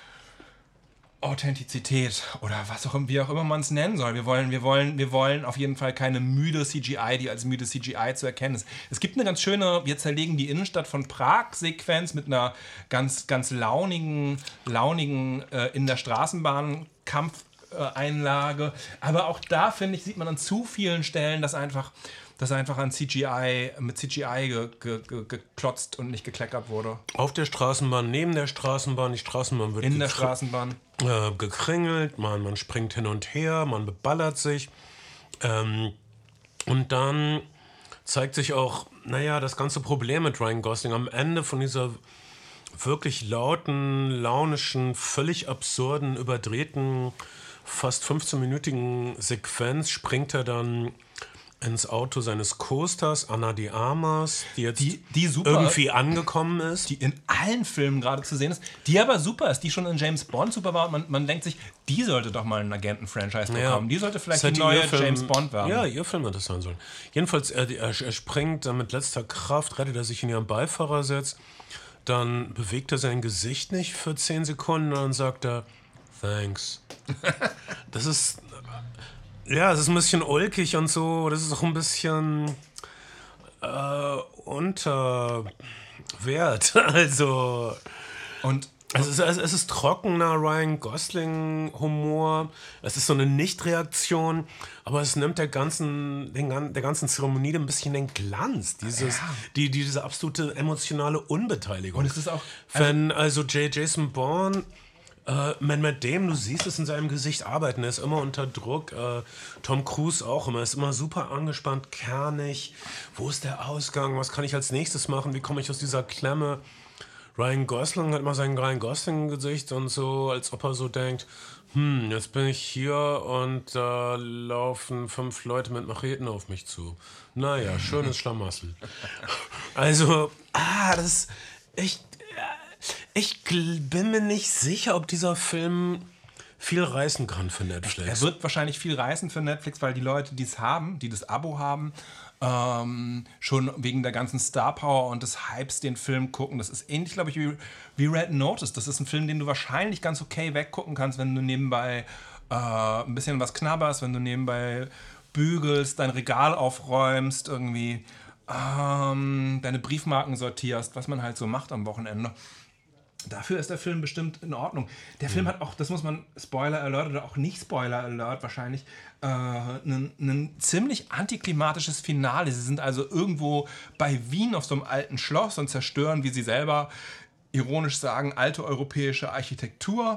Authentizität oder was auch immer, wie auch immer man es nennen soll. Wir wollen, wir, wollen, wir wollen auf jeden Fall keine müde C G I, die als müde C G I zu erkennen ist. Es gibt eine ganz schöne, wir zerlegen die Innenstadt von Prag-Sequenz mit einer ganz, ganz launigen, launigen äh, in der Straßenbahn Kampf Einlage. Aber auch da, finde ich, sieht man an zu vielen Stellen, dass einfach, dass einfach an C G I, mit C G I ge, ge, ge, geklotzt und nicht gekleckert wurde. Auf der Straßenbahn, neben der Straßenbahn, die Straßenbahn wird In der gekr- Straßenbahn. äh, gekringelt, man, man springt hin und her, man beballert sich. Ähm, und dann zeigt sich auch, naja, das ganze Problem mit Ryan Gosling. Am Ende von dieser wirklich lauten, launischen, völlig absurden, überdrehten, fast fünfzehnminütigen Sequenz springt er dann ins Auto seines Co-Stars, Ana de Armas, die jetzt Die- die super- irgendwie angekommen ist. Die in allen Filmen gerade zu sehen ist, die aber super ist, die schon in James Bond super war und man, man denkt sich, die sollte doch mal einen Agenten-Franchise bekommen. Die sollte vielleicht Das die hätte neue ihr Film- James Bond werden. Ja, ihr Film hätte es sein sollen. Jedenfalls, er, er, er springt dann mit letzter Kraft, rettet er sich in ihren Beifahrersitz, dann bewegt er sein Gesicht nicht für zehn Sekunden und dann sagt er, thanks. Das ist, ja, es ist ein bisschen ulkig und so, das ist auch ein bisschen äh, unter, wert. Also... Und Es ist, es ist trockener Ryan Gosling-Humor. Es ist so eine Nicht-Reaktion, aber es nimmt der ganzen, den, der ganzen Zeremonie ein bisschen den Glanz. Dieses, Ja. die, diese absolute emotionale Unbeteiligung. Und es ist auch- Wenn also J. Jason Bourne, äh, man mit dem, du siehst es in seinem Gesicht arbeiten, er ist immer unter Druck. Äh, Tom Cruise auch immer, er ist immer super angespannt, kernig. Wo ist der Ausgang? Was kann ich als nächstes machen? Wie komme ich aus dieser Klemme? Ryan Gosling hat mal sein Ryan Gosling-Gesicht und so, als ob er so denkt, hm, jetzt bin ich hier und da laufen fünf Leute mit Macheten auf mich zu. Naja, schönes Schlamassel. Also, ah, das, ich, ich gl- bin mir nicht sicher, ob dieser Film viel reißen kann für Netflix. er wird wahrscheinlich viel reißen für Netflix, weil die Leute, die es haben, die das Abo haben, ähm, schon wegen der ganzen Star Power und des Hypes den Film gucken. Das ist ähnlich, glaube ich, wie, wie Red Notice. Das ist ein Film, den du wahrscheinlich ganz okay weggucken kannst, wenn du nebenbei äh, ein bisschen was knabberst, wenn du nebenbei bügelst, dein Regal aufräumst, irgendwie ähm, deine Briefmarken sortierst, was man halt so macht am Wochenende. Dafür ist der Film bestimmt in Ordnung. Der Film hat auch, das muss man, Spoiler Alert oder auch nicht Spoiler Alert wahrscheinlich, äh, ein ziemlich antiklimatisches Finale. Sie sind also irgendwo bei Wien auf so einem alten Schloss und zerstören, wie sie selber ironisch sagen, alte europäische Architektur.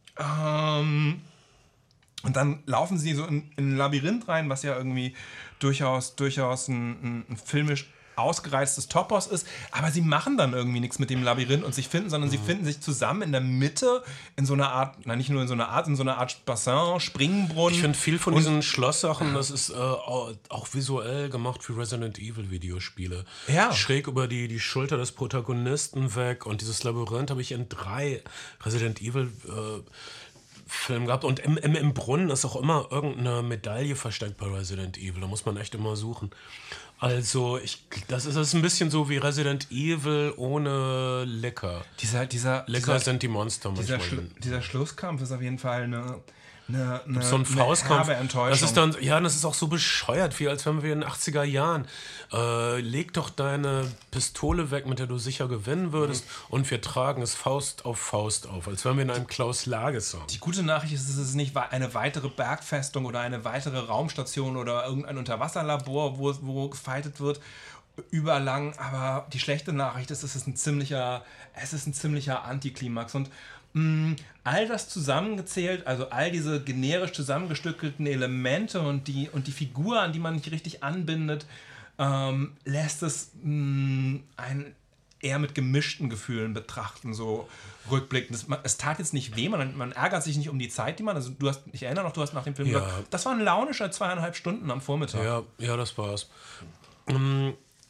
Ähm, und dann laufen sie so in, in ein Labyrinth rein, was ja irgendwie durchaus, durchaus ein, ein, ein filmisch ausgereiztes Topos ist, aber sie machen dann irgendwie nichts mit dem Labyrinth und sich finden, sondern sie finden sich zusammen in der Mitte in so einer Art, na nicht nur in so einer Art, in so einer Art Bassin, Springbrunnen. Ich finde viel von Und- diesen Schlosssachen, das ist äh, auch, auch visuell gemacht wie Resident Evil Videospiele. Ja. Schräg über die, die Schulter des Protagonisten weg und dieses Labyrinth habe ich in drei Resident Evil äh, Filmen gehabt und im, im, im Brunnen ist auch immer irgendeine Medaille versteckt bei Resident Evil, da muss man echt immer suchen. Also, ich, das, ist, das ist ein bisschen so wie Resident Evil ohne Lecker. Dieser, dieser, Lecker dieser, sind die Monster dieser, manchmal. Schlu- dieser Schlusskampf ist auf jeden Fall eine, eine, eine, So ein eine Faustkampf. herbe Enttäuschung. Das ist dann, ja, das ist auch so bescheuert, wie als wenn wir in den achtziger Jahren. Äh, leg doch deine Pistole weg, mit der du sicher gewinnen würdest, Mhm. und wir tragen es Faust auf Faust auf, als wären wir in einem Klaus-Lage-Song. Die gute Nachricht ist, es ist nicht wa- eine weitere Bergfestung oder eine weitere Raumstation oder irgendein Unterwasserlabor, wo, wo gefightet wird, überlang. Aber die schlechte Nachricht ist, es ist ein ziemlicher, es ist ein ziemlicher Antiklimax. Und mh, all das zusammengezählt, also all diese generisch zusammengestückelten Elemente und die, und die Figur, an die man nicht richtig anbindet, ähm, lässt es mh, ein eher mit gemischten Gefühlen betrachten, so rückblickend. Das, man, es tat jetzt nicht weh, man, man ärgert sich nicht um die Zeit, die man, also du hast, ich erinnere noch, du hast nach dem Film Ja. gesagt, das waren launische zweieinhalb Stunden am Vormittag. Ja, ja, das war's. Ähm,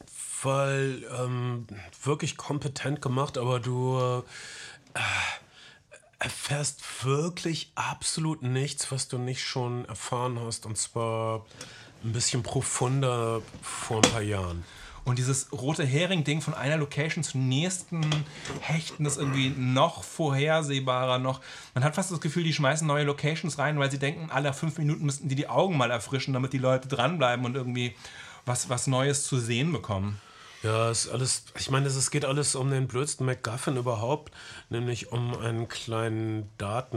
weil ähm, wirklich kompetent gemacht, aber du äh, erfährst wirklich absolut nichts, was du nicht schon erfahren hast, und zwar ein bisschen profunder vor ein paar Jahren. Und dieses rote Hering-Ding von einer Location zur nächsten hechten das irgendwie noch vorhersehbarer, noch. Man hat fast das Gefühl, die schmeißen neue Locations rein, weil sie denken, alle fünf Minuten müssten die die Augen mal erfrischen, damit die Leute dranbleiben und irgendwie was, was Neues zu sehen bekommen. Ja, ist alles, ich meine, es geht alles um den blödsten MacGuffin überhaupt, nämlich um einen kleinen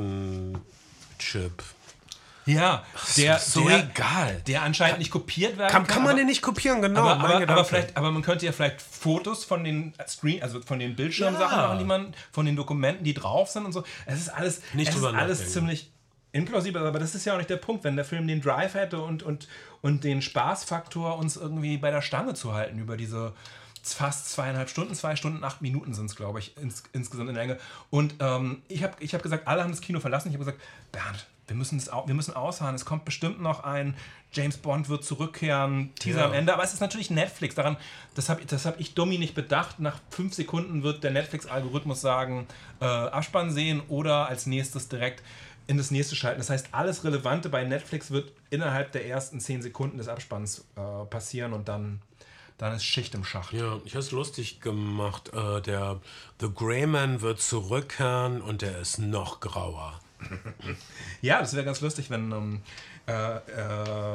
Datenchip. Ja, der, ist so der, egal. der anscheinend nicht kopiert werden Kann, kann man aber, den nicht kopieren, genau. aber, mein aber, Gedanke. aber, vielleicht, aber man könnte ja vielleicht Fotos von den Screen, also von den Bildschirmsachen Ja. machen, die man, von den Dokumenten, die drauf sind und so. Es ist alles, Nicht es ist drüber alles nachdenken. ziemlich implausibel, aber das ist ja auch nicht der Punkt, wenn der Film den Drive hätte und, und, und den Spaßfaktor, uns irgendwie bei der Stange zu halten über diese fast zweieinhalb Stunden, zwei Stunden, acht Minuten sind es, glaube ich, ins, insgesamt in der Länge. Und ähm, ich habe ich hab gesagt, alle haben das Kino verlassen. Ich habe gesagt, Bernd, wir müssen, das, au- wir müssen ausharren. Es kommt bestimmt noch ein James Bond wird zurückkehren, Teaser Ja. am Ende. Aber es ist natürlich Netflix. Daran, das habe das hab ich dummi nicht bedacht. Nach fünf Sekunden wird der Netflix-Algorithmus sagen, äh, Abspann sehen oder als nächstes direkt in das nächste schalten. Das heißt, alles Relevante bei Netflix wird innerhalb der ersten zehn Sekunden des Abspanns äh, passieren und dann, dann ist Schicht im Schacht. Ja, ich habe es lustig gemacht. Äh, der The Grey Man wird zurückkehren und er ist noch grauer. Ja, das wäre ganz lustig, wenn ähm, äh, äh,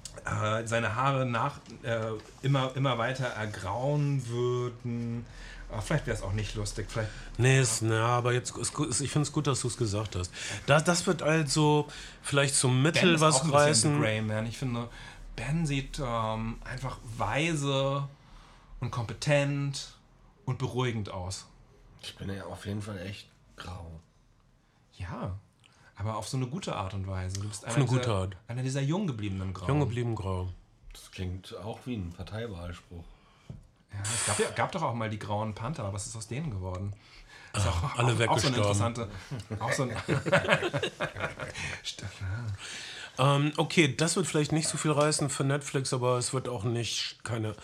äh, seine Haare nach, äh, immer, immer weiter ergrauen würden. Aber vielleicht wäre es auch nicht lustig. Vielleicht. Nee, ist, na, aber jetzt ist gut, ich finde es gut, dass du es gesagt hast. Das, das wird also vielleicht so mittel Ben ist was auch ein reißen. bisschen Grey Man. Ich finde, Ben sieht ähm, einfach weise und kompetent und beruhigend aus. Ich bin ja auf jeden Fall echt grau. Ja, aber auf so eine gute Art und Weise. Du bist einer, eine dieser, gute Art. einer dieser jung gebliebenen Grauen. Jung geblieben grau. Das klingt auch wie ein Parteiwahlspruch. Ja, es gab, ja, gab doch auch mal die grauen Panther, aber was ist aus denen geworden? Ist Ach, auch, alle auch, auch so eine weggestorben. interessante. Auch so ein Ähm, okay, das wird vielleicht nicht so viel reißen für Netflix, aber es wird auch nicht keine.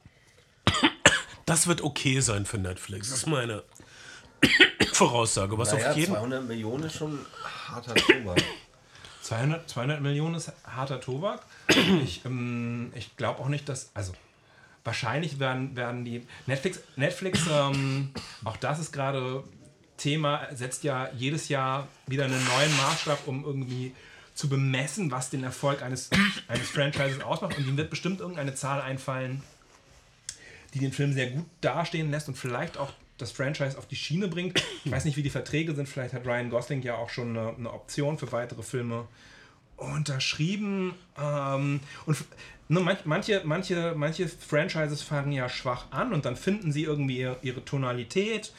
Das wird okay sein für Netflix. Das ist meine Voraussage. Was Naja, auf jeden zweihundert Millionen ist schon harter Tobak. zweihundert, zweihundert Millionen ist harter Tobak. Ich, ähm, ich glaube auch nicht, dass. Also, wahrscheinlich werden, werden die. Netflix, Netflix ähm, auch das ist gerade Thema, setzt ja jedes Jahr wieder einen neuen Maßstab, um irgendwie zu bemessen, was den Erfolg eines, eines Franchises ausmacht. Und ihm wird bestimmt irgendeine Zahl einfallen, die den Film sehr gut dastehen lässt und vielleicht auch das Franchise auf die Schiene bringt. Ich weiß nicht, wie die Verträge sind. Vielleicht hat Ryan Gosling ja auch schon eine, eine Option für weitere Filme unterschrieben. Ähm, und ne, manch, manche, manche, manche Franchises fangen ja schwach an und dann finden sie irgendwie ihre, ihre Tonalität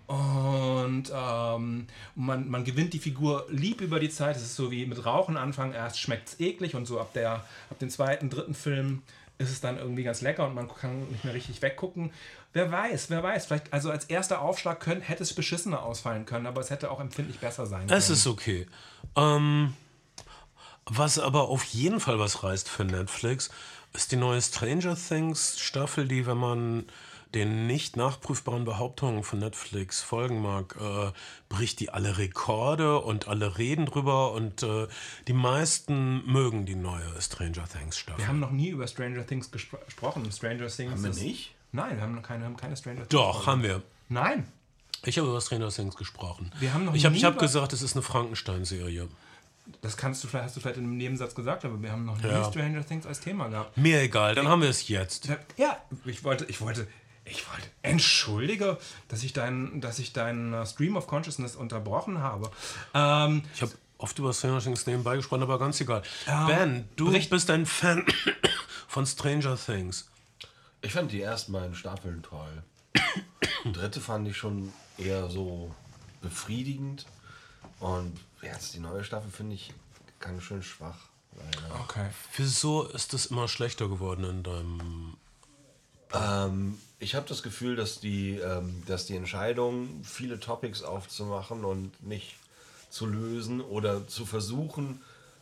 und ähm, man, man gewinnt die Figur lieb über die Zeit. Es ist so wie mit Rauchen anfangen. Erst schmeckt es eklig und so ab, der, ab dem zweiten, dritten Film ist es dann irgendwie ganz lecker und man kann nicht mehr richtig weggucken. Wer weiß, wer weiß. Vielleicht, also als erster Aufschlag können, hätte es beschissener ausfallen können, aber es hätte auch empfindlich besser sein können. Es ist okay. Ähm, was aber auf jeden Fall was reißt für Netflix, ist die neue Stranger Things Staffel, die, wenn man den nicht nachprüfbaren Behauptungen von Netflix folgen mag, äh, bricht die alle Rekorde und alle reden drüber und äh, die meisten mögen die neue Stranger Things Staffel. Wir haben noch nie über Stranger Things gespro- gesprochen. Stranger Things Haben wir ist, nicht? Nein, wir haben noch keine, haben keine Stranger Things. Doch, Folge. haben wir. Nein. Ich habe über Stranger Things gesprochen. Wir haben noch ich habe nie ich hab über- gesagt, es ist eine Frankenstein-Serie. Das kannst du vielleicht, hast du vielleicht in einem Nebensatz gesagt, aber wir haben noch nie Ja. Stranger Things als Thema gehabt. Mir egal, dann haben wir es jetzt. Ja, ich wollte, ich wollte, ich wollte, entschuldige, dass ich deinen, dass ich deinen uh, Stream of Consciousness unterbrochen habe. Ähm, Ich habe oft über Stranger Things nebenbei gesprochen, aber ganz egal. Ähm, Ben, du Bericht- bist ein Fan von Stranger Things. Ich fand die ersten beiden Staffeln toll. Die dritte fand ich schon eher so befriedigend. Und jetzt die neue Staffel finde ich ganz schön schwach. Leider. okay. Wieso ist es immer schlechter geworden in deinem... Ähm, ich habe das Gefühl, dass die, ähm, dass die Entscheidung, viele Topics aufzumachen und nicht zu lösen oder zu versuchen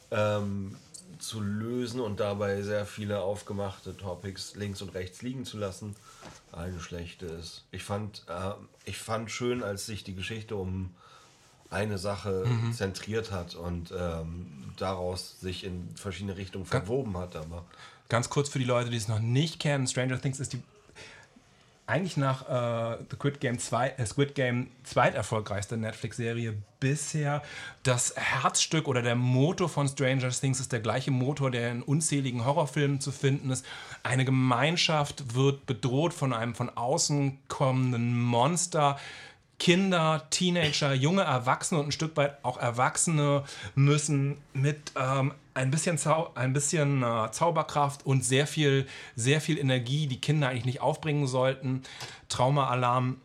ähm, zu lösen und dabei sehr viele aufgemachte Topics links und rechts liegen zu lassen, eine schlechte ist. Ich fand, äh, ich fand schön, als sich die Geschichte um eine Sache mhm. zentriert hat und ähm, daraus sich in verschiedene Richtungen verwoben hat, aber Ganz kurz für die Leute, die es noch nicht kennen, Stranger Things ist die eigentlich nach äh, The Squid Game, zwei, äh, Squid Game zweiterfolgreichste Netflix-Serie bisher. Das Herzstück oder der Motor von Stranger Things ist der gleiche Motor, der in unzähligen Horrorfilmen zu finden ist. Eine Gemeinschaft wird bedroht von einem von außen kommenden Monster. Kinder, Teenager, junge Erwachsene und ein Stück weit auch Erwachsene müssen mit ähm, ein bisschen, Zau- ein bisschen äh, Zauberkraft und sehr viel, sehr viel Energie, die Kinder eigentlich nicht aufbringen sollten, Trauma-Alarm,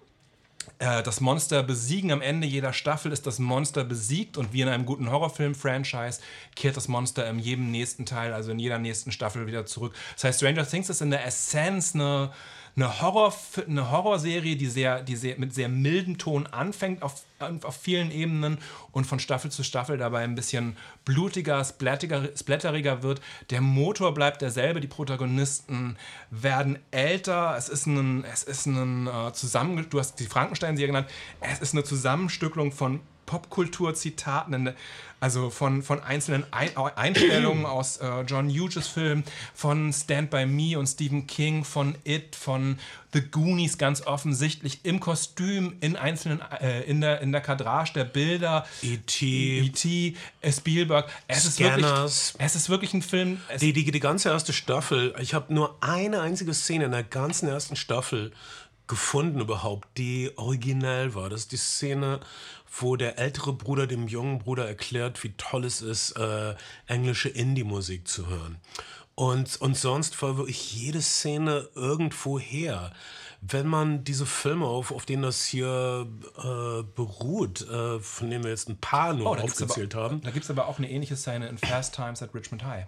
äh, das Monster besiegen. Am Ende jeder Staffel ist das Monster besiegt und wie in einem guten Horrorfilm-Franchise kehrt das Monster in jedem nächsten Teil, also in jeder nächsten Staffel wieder zurück. Das heißt, Stranger Things ist in der Essenz eine Eine, Horror, eine Horrorserie, die, sehr, die sehr, mit sehr mildem Ton anfängt auf, auf vielen Ebenen und von Staffel zu Staffel dabei ein bisschen blutiger, splatteriger, splatteriger wird. Der Motor bleibt derselbe, die Protagonisten werden älter. Es ist ein, es ist ein äh, Zusammen, du hast die Frankenstein-Serie genannt, es ist eine Zusammenstückelung von Popkultur-Zitaten, also von, von einzelnen Ein- Einstellungen aus äh, John Hughes Film, von Stand By Me und Stephen King, von It, von The Goonies ganz offensichtlich, im Kostüm, in einzelnen, äh, in der, in der Kadrage der Bilder, E T, E T, äh, Spielberg. Es ist, wirklich, Scanners. es ist wirklich ein Film. Es Die, die, die ganze erste Staffel, ich habe nur eine einzige Szene in der ganzen ersten Staffel gefunden überhaupt, die originell war. Das ist die Szene, wo der ältere Bruder dem jungen Bruder erklärt, wie toll es ist, äh, englische Indie-Musik zu hören. Und, und sonst war wirklich jede Szene irgendwo her. Wenn man diese Filme, auf, auf denen das hier äh, beruht, äh, von denen wir jetzt ein paar nur Oh, da gibt's aufgezählt aber, haben. Da gibt es aber auch eine ähnliche Szene in Fast Times at Richmond High.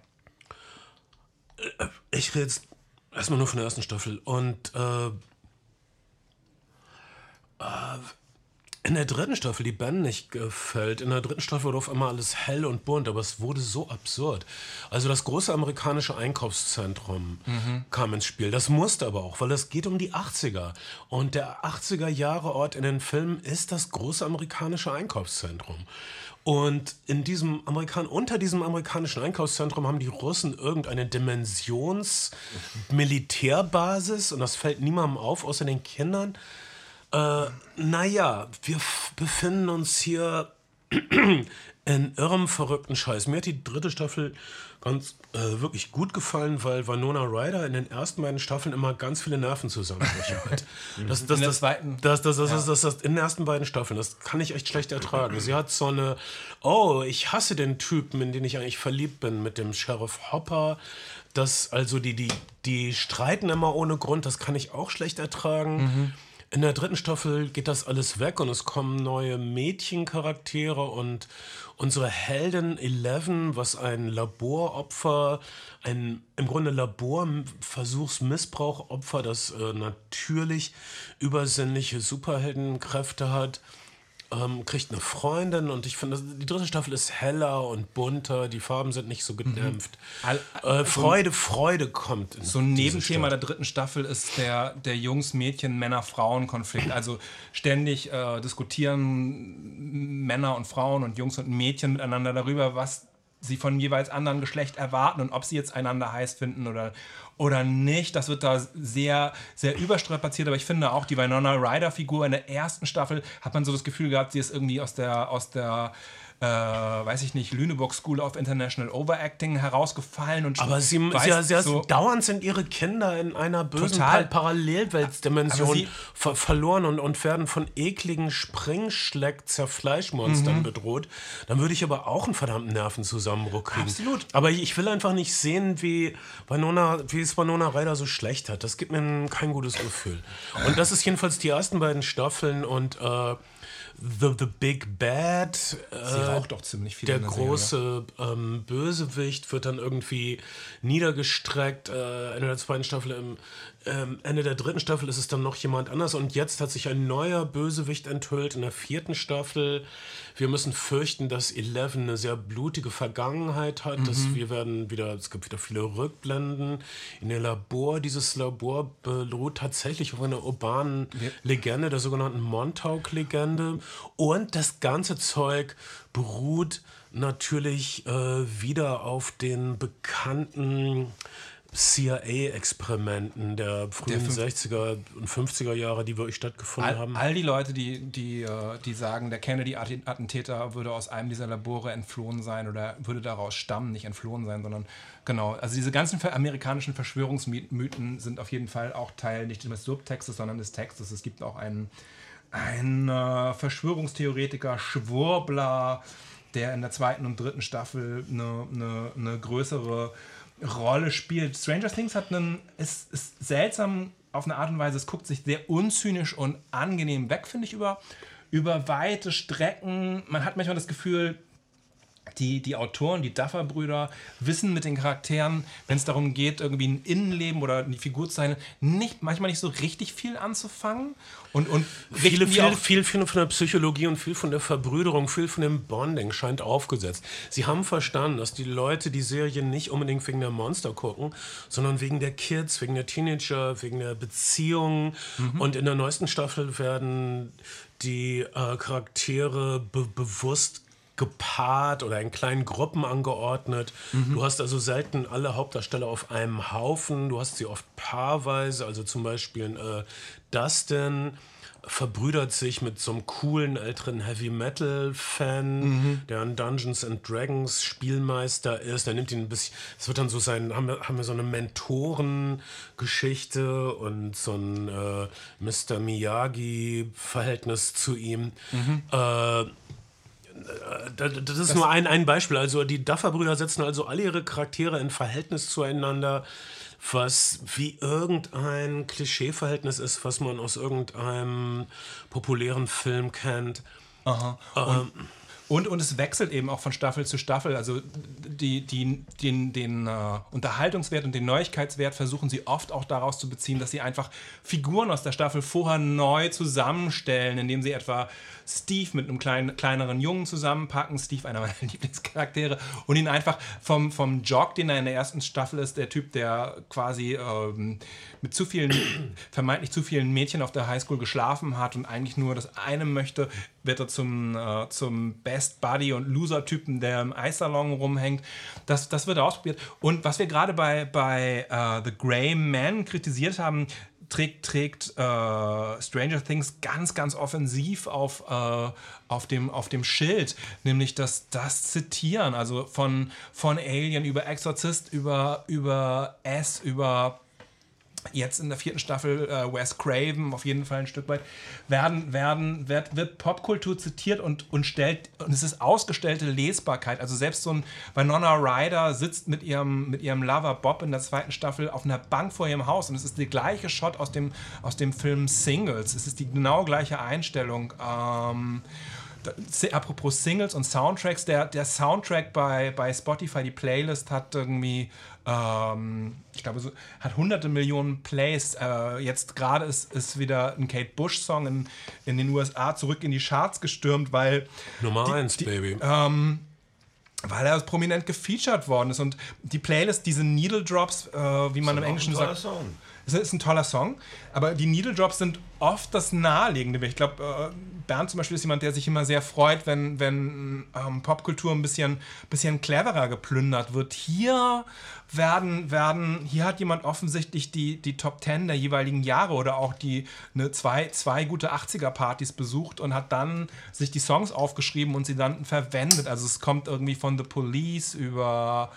Ich rede jetzt erstmal nur von der ersten Staffel. Und äh, äh, in der dritten Staffel, die Ben nicht gefällt, in der dritten Staffel wurde auf einmal alles hell und bunt, aber es wurde so absurd. Also das große amerikanische Einkaufszentrum mhm. kam ins Spiel. Das musste aber auch, weil es geht um die achtziger. Und der achtziger-Jahre-Ort in den Filmen ist das große amerikanische Einkaufszentrum. Und in diesem Amerikan- unter diesem amerikanischen Einkaufszentrum haben die Russen irgendeine Dimensions-Militärbasis und das fällt niemandem auf, außer den Kindern. Äh, naja, wir f- befinden uns hier in irrem verrückten Scheiß. Mir hat die dritte Staffel ganz äh, wirklich gut gefallen, weil Winona Ryder in den ersten beiden Staffeln immer ganz viele Nervenzusammenbrüche hat. Das, das, In der das, zweiten? das, das, das, Ja. das, das, das, in den ersten beiden Staffeln, das kann ich echt schlecht ertragen. Sie hat so eine, oh, ich hasse den Typen, in den ich eigentlich verliebt bin, mit dem Sheriff Hopper. Das, also die, die, die streiten immer ohne Grund, das kann ich auch schlecht ertragen. Mhm. In der dritten Staffel geht das alles weg und es kommen neue Mädchencharaktere und unsere Heldin Eleven, was ein Laboropfer, ein im Grunde Laborversuchsmissbrauchopfer, das äh, natürlich übersinnliche Superheldenkräfte hat, ähm, kriegt eine Freundin und ich finde, die dritte Staffel ist heller und bunter, die Farben sind nicht so gedämpft. All- Äh, Freude, Freude kommt in So ein diese Nebenthema Stadt. der dritten Staffel ist der, der Jungs-Mädchen-Männer-Frauen-Konflikt. Also ständig äh, diskutieren Männer und Frauen und Jungs und Mädchen miteinander darüber, was sie von jeweils anderen Geschlecht erwarten und ob sie jetzt einander heiß finden oder, oder nicht. Das wird da sehr, sehr überstrapaziert, aber ich finde auch die Winona Ryder-Figur in der ersten Staffel hat man so das Gefühl gehabt, sie ist irgendwie aus der, aus der äh, weiß ich nicht, Lüneburg School of International Overacting herausgefallen. Und Aber sie, weiß, sie, sie so, dauernd sind ihre Kinder in einer bösen Total. Pa- Parallelweltdimension Aber sie- ver verloren und, und werden von ekligen Springschleck-Zerfleischmonstern Mhm. bedroht. Dann würde ich aber auch einen verdammten Nervenzusammenbruch kriegen. Absolut. Aber ich will einfach nicht sehen, wie, Winona, wie es Winona Ryder so schlecht hat. Das gibt mir kein gutes Gefühl. Und das ist jedenfalls die ersten beiden Staffeln und äh, The, The Big Bad, sie äh, raucht auch ziemlich viel der in der Serie. große ähm, Bösewicht wird dann irgendwie niedergestreckt. Äh, Ende der zweiten Staffel, im ähm, Ende der dritten Staffel ist es dann noch jemand anders. Und jetzt hat sich ein neuer Bösewicht enthüllt in der vierten Staffel. Wir müssen fürchten, dass Eleven eine sehr blutige Vergangenheit hat. Mhm. Dass wir werden wieder, es gibt wieder viele Rückblenden in ihr Labor. Dieses Labor beruht tatsächlich auf einer urbanen Ja. Legende, der sogenannten Montauk-Legende. Und das ganze Zeug beruht natürlich äh, wieder auf den bekannten C I A-Experimenten der frühen fünf- sechziger und fünfziger Jahre, die wirklich stattgefunden All, haben. all die Leute, die, die, äh, die sagen, der Kennedy-Attentäter würde aus einem dieser Labore entflohen sein oder würde daraus stammen, nicht entflohen sein, sondern genau. Also diese ganzen ver- amerikanischen Verschwörungsmythen sind auf jeden Fall auch Teil nicht des Subtextes, sondern des Textes. Es gibt auch einen, einen äh, Verschwörungstheoretiker, Schwurbler, der in der zweiten und dritten Staffel eine, eine, eine größere Rolle spielt. Stranger Things hat einen, ist, ist seltsam auf eine Art und Weise, es guckt sich sehr unzynisch und angenehm weg, finde ich, über, über weite Strecken. Man hat manchmal das Gefühl, die, die Autoren, die Duffer-Brüder, wissen mit den Charakteren, wenn es darum geht, irgendwie ein Innenleben oder die Figur zu sein, nicht, manchmal nicht so richtig viel anzufangen. Und, und Viele, richten die viel, auch- viel, viel von der Psychologie und viel von der Verbrüderung, viel von dem Bonding scheint aufgesetzt. Sie haben verstanden, dass die Leute die Serie nicht unbedingt wegen der Monster gucken, sondern wegen der Kids, wegen der Teenager, wegen der Beziehungen. Mhm. Und in der neuesten Staffel werden die äh, Charaktere be bewusst gepaart oder in kleinen Gruppen angeordnet. Mhm. Du hast also selten alle Hauptdarsteller auf einem Haufen. Du hast sie oft paarweise, also zum Beispiel äh, Dustin verbrüdert sich mit so einem coolen älteren Heavy-Metal-Fan, mhm. der ein Dungeons and Dragons Spielmeister ist. Der nimmt ihn ein bisschen, es wird dann so sein, haben wir, haben wir so eine Mentorengeschichte und so ein äh, Mister Miyagi-Verhältnis zu ihm. Mhm. Äh, Das ist das nur ein, ein Beispiel. Also die Duffer-Brüder setzen also alle ihre Charaktere in Verhältnis zueinander, was wie irgendein Klischeeverhältnis ist, was man aus irgendeinem populären Film kennt. Aha. Und, ähm, und, und es wechselt eben auch von Staffel zu Staffel. Also die, die, den, den uh, Unterhaltungswert und den Neuigkeitswert versuchen sie oft auch daraus zu beziehen, dass sie einfach Figuren aus der Staffel vorher neu zusammenstellen, indem sie etwa Steve mit einem kleinen, kleineren Jungen zusammenpacken, Steve, einer meiner Lieblingscharaktere, und ihn einfach vom, vom Jock, den er in der ersten Staffel ist, der Typ, der quasi ähm, mit zu vielen, vermeintlich zu vielen Mädchen auf der Highschool geschlafen hat und eigentlich nur das eine möchte, wird er zum, äh, zum Best Buddy und Loser-Typen, der im Eissalon rumhängt. Das, das wird ausprobiert. Und was wir gerade bei, bei uh, The Grey Man kritisiert haben, trägt, trägt äh, Stranger Things ganz, ganz offensiv auf, äh, auf, dem, auf dem Schild, nämlich das, das Zitieren, also von, von Alien über Exorcist, über, über S, über jetzt in der vierten Staffel äh, Wes Craven, auf jeden Fall ein Stück weit, werden, werden, wird, wird Popkultur zitiert und, und stellt, und es ist ausgestellte Lesbarkeit. Also selbst so ein Winona Ryder sitzt mit ihrem, mit ihrem Lover Bob in der zweiten Staffel auf einer Bank vor ihrem Haus und es ist der gleiche Shot aus dem, aus dem Film Singles. Es ist die genau gleiche Einstellung. Ähm, Apropos Singles und Soundtracks, der, der Soundtrack bei, bei Spotify, die Playlist hat irgendwie, ähm, ich glaube, so, hat hunderte Millionen Plays. Äh, jetzt gerade ist, ist wieder ein Kate Bush-Song in, in den U S A zurück in die Charts gestürmt, weil Nummer die, eins, die, Baby. Ähm, weil er prominent gefeatured worden ist. Und die Playlist, diese Needle Drops, äh, wie man im Englischen sagt, Song. es ist ein toller Song, aber die Needle Drops sind oft das Naheliegende. Ich glaube, äh, Bernd zum Beispiel ist jemand, der sich immer sehr freut, wenn, wenn ähm, Popkultur ein bisschen, bisschen cleverer geplündert wird. Hier werden, werden, hier hat jemand offensichtlich die, die Top Ten der jeweiligen Jahre oder auch die ne, zwei, zwei gute achtziger-Partys besucht und hat dann sich die Songs aufgeschrieben und sie dann verwendet. Also es kommt irgendwie von The Police über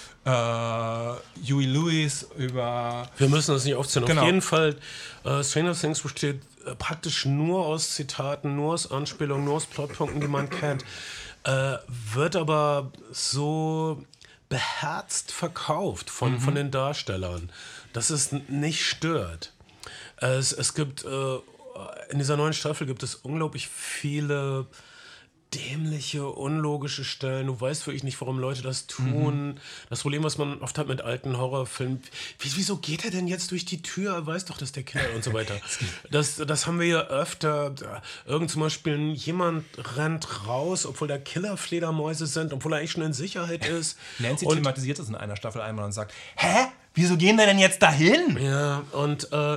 Uh, Huey Lewis, über... Wir müssen das nicht aufzählen. Genau. Auf jeden Fall, uh, Stranger Things besteht uh, praktisch nur aus Zitaten, nur aus Anspielungen, nur aus Plotpunkten, die man kennt. Uh, wird aber so beherzt verkauft von, mhm. von den Darstellern, dass es n- nicht stört. Es, es gibt, uh, in dieser neuen Staffel gibt es unglaublich viele dämliche, unlogische Stellen. Du weißt wirklich nicht, warum Leute das tun. Mhm. Das Problem, was man oft hat mit alten Horrorfilmen, wieso geht er denn jetzt durch die Tür? Er weiß doch, dass der Killer und so weiter. Das, das haben wir ja öfter. Irgend zum Beispiel, jemand rennt raus, obwohl da Killer-Fledermäuse sind, obwohl er eigentlich schon in Sicherheit ist. Nancy und thematisiert das in einer Staffel einmal und sagt, hä? Wieso gehen wir denn jetzt dahin? Ja, und äh,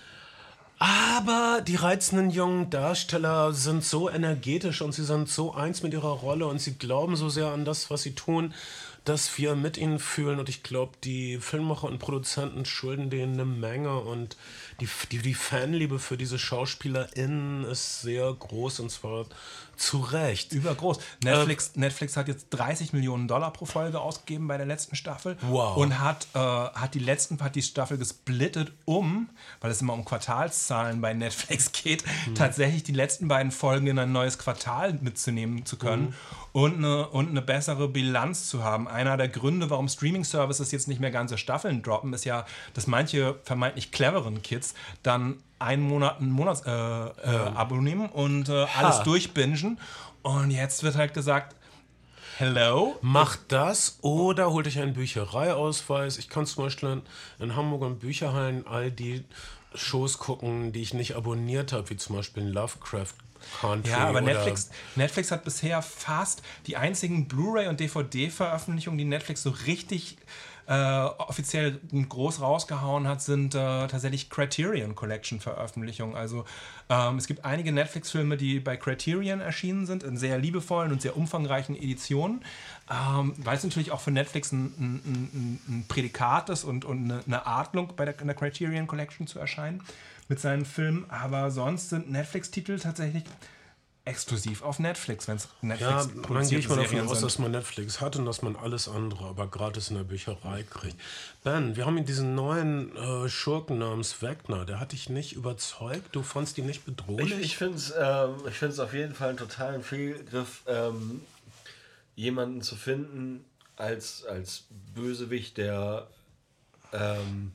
aber die reizenden jungen Darsteller sind so energetisch und sie sind so eins mit ihrer Rolle und sie glauben so sehr an das, was sie tun, dass wir mit ihnen fühlen. Und ich glaube, die Filmemacher und Produzenten schulden denen eine Menge. Und die, die, die Fanliebe für diese SchauspielerInnen ist sehr groß und zwar zu Recht. Übergroß. Netflix, äh, Netflix hat jetzt dreißig Millionen Dollar pro Folge ausgegeben bei der letzten Staffel. Wow. Und hat, äh, hat die letzten hat die Staffel gesplittet um, weil es immer um Quartalszahlen bei Netflix geht, mhm. tatsächlich die letzten beiden Folgen in ein neues Quartal mitzunehmen zu können. Mhm. Und eine, und eine bessere Bilanz zu haben. Einer der Gründe, warum Streaming-Services jetzt nicht mehr ganze Staffeln droppen, ist ja, dass manche vermeintlich cleveren Kids dann einen Monat ein Monats äh, äh, ähm. Abo nehmen und äh, alles durchbingen. Und jetzt wird halt gesagt, hello? Macht das oder holt euch einen Büchereiausweis. Ich kann zum Beispiel in Hamburg in Bücherhallen all die Shows gucken, die ich nicht abonniert habe, wie zum Beispiel Lovecraft Country. Ja, aber Netflix, Netflix hat bisher fast die einzigen Blu-ray- und D V D-Veröffentlichungen, die Netflix so richtig äh, offiziell groß rausgehauen hat, sind äh, tatsächlich Criterion Collection Veröffentlichungen. Also ähm, es gibt einige Netflix-Filme, die bei Criterion erschienen sind, in sehr liebevollen und sehr umfangreichen Editionen, ähm, weil es natürlich auch für Netflix ein, ein, ein, ein Prädikat ist und, und eine, eine Adlung bei der, in der Criterion Collection zu erscheinen mit seinen Filmen. Aber sonst sind Netflix-Titel tatsächlich exklusiv auf Netflix, wenn es Netflix Ja, dann gehe ich mal davon Serien aus, sind. dass man Netflix hat und dass man alles andere aber gratis in der Bücherei kriegt. Ben, wir haben hier diesen neuen äh, Schurken namens Wegner. Der hat dich nicht überzeugt? Du fandst ihn nicht bedrohlich? Ich, ich finde es ähm, ich find's auf jeden Fall einen totalen Fehlgriff, ähm, jemanden zu finden als, als Bösewicht, der ähm,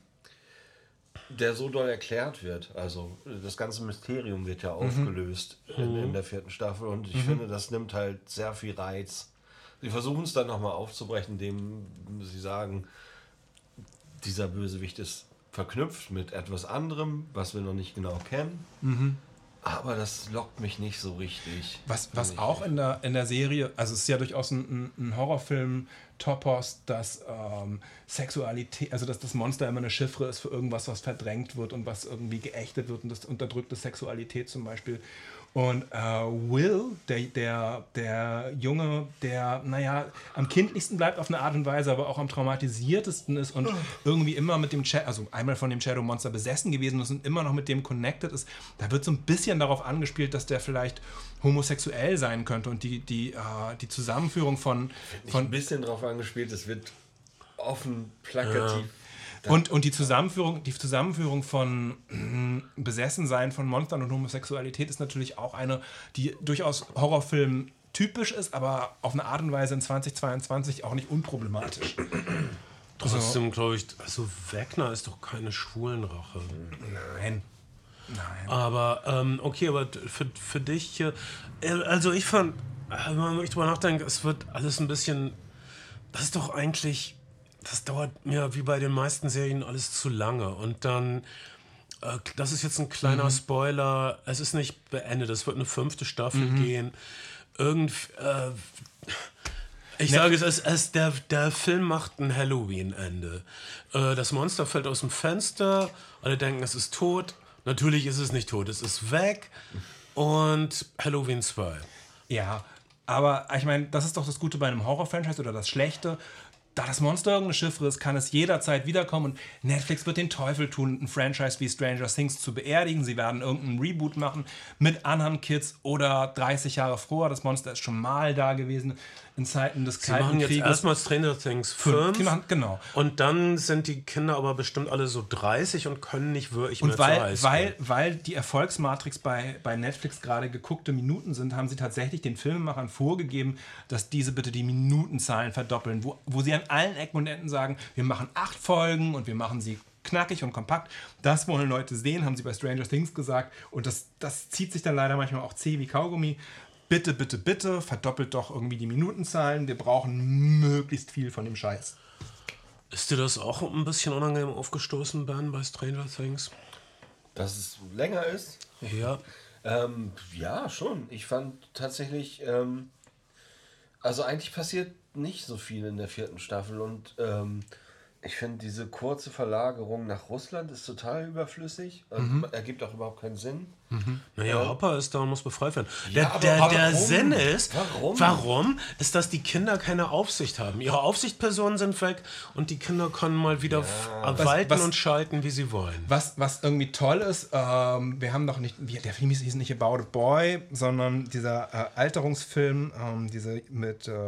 der so doll erklärt wird. Also das ganze Mysterium wird ja aufgelöst mhm. in, in der vierten Staffel und ich mhm. finde, das nimmt halt sehr viel Reiz. Sie versuchen es dann nochmal aufzubrechen, indem sie sagen, dieser Bösewicht ist verknüpft mit etwas anderem, was wir noch nicht genau kennen. Mhm. Aber das lockt mich nicht so richtig. Was, was auch in der, in der Serie, also es ist ja durchaus ein, ein Horrorfilm-Topos, dass ähm, Sexualität, also dass das Monster immer eine Chiffre ist für irgendwas, was verdrängt wird und was irgendwie geächtet wird und das unterdrückte Sexualität zum Beispiel. Und äh, Will, der, der, der Junge, der, naja, am kindlichsten bleibt auf eine Art und Weise, aber auch am traumatisiertesten ist und irgendwie immer mit dem, Cha- also einmal von dem Shadow Monster besessen gewesen ist und immer noch mit dem connected ist, da wird so ein bisschen darauf angespielt, dass der vielleicht homosexuell sein könnte und die, die, äh, die Zusammenführung von... Nicht von ein bisschen darauf angespielt, es wird offen, plakativ... Ja. Und, und die Zusammenführung, die Zusammenführung von mh, Besessensein von Monstern und Homosexualität ist natürlich auch eine, die durchaus Horrorfilm typisch ist, aber auf eine Art und Weise in zweitausendzweiundzwanzig auch nicht unproblematisch. Trotzdem glaube ich, also Wegner ist doch keine Schwulenrache. Nein. Nein. Aber, ähm, okay, aber für, für dich, äh, also ich fand, wenn man wirklich drüber nachdenkt, es wird alles ein bisschen, das ist doch eigentlich... Das dauert mir wie bei den meisten Serien alles zu lange. Und dann, äh, das ist jetzt ein kleiner mhm. Spoiler, es ist nicht beendet, es wird eine fünfte Staffel mhm. gehen. Irgend, äh, ich Net- sage es, es, es der, der Film macht ein Halloween-Ende. Äh, das Monster fällt aus dem Fenster, alle denken, es ist tot. Natürlich ist es nicht tot, es ist weg. Und Halloween zwei. Ja, aber ich meine, das ist doch das Gute bei einem Horror-Franchise oder das Schlechte. Da das Monster irgendeine Chiffre ist, kann es jederzeit wiederkommen und Netflix wird den Teufel tun, ein Franchise wie Stranger Things zu beerdigen. Sie werden irgendeinen Reboot machen mit anderen Kids oder dreißig Jahre früher. Das Monster ist schon mal da gewesen in Zeiten des Sie Kalten machen jetzt Krieges. erstmal Stranger Things fünf. Sie machen, genau. Und dann sind die Kinder aber bestimmt alle so dreißig und können nicht wirklich und mehr weil, zur Highschool. weil, weil die Erfolgsmatrix bei, bei Netflix gerade geguckte Minuten sind, haben sie tatsächlich den Filmemachern vorgegeben, dass diese bitte die Minutenzahlen verdoppeln, wo, wo sie an allen Ecken und Enden sagen, wir machen acht Folgen und wir machen sie knackig und kompakt. Das wollen Leute sehen, haben sie bei Stranger Things gesagt. Und das, das zieht sich dann leider manchmal auch zäh wie Kaugummi. Bitte, bitte, bitte, verdoppelt doch irgendwie die Minutenzahlen. Wir brauchen möglichst viel von dem Scheiß. Ist dir das auch ein bisschen unangenehm aufgestoßen, Ben, bei Stranger Things? Dass es länger ist? Ja. Ähm, ja, schon. Ich fand tatsächlich, ähm, also eigentlich passiert nicht so viel in der vierten Staffel und ähm, ich finde diese kurze Verlagerung nach Russland ist total überflüssig. Also mhm. ergibt auch überhaupt keinen Sinn. Mhm. Naja, Ja. Hopper ist da und muss befreit werden. Ja, Der, aber der, der warum? Sinn ist, Warum? warum ist, dass die Kinder keine Aufsicht haben. Ihre Aufsichtspersonen sind weg und die Kinder können mal wieder Ja. f- walten Was- was- und schalten, wie sie wollen. Was, was irgendwie toll ist, ähm, wir haben doch nicht, wie, der Film hieß nicht About a Boy, sondern dieser äh, Alterungsfilm, ähm, diese mit äh,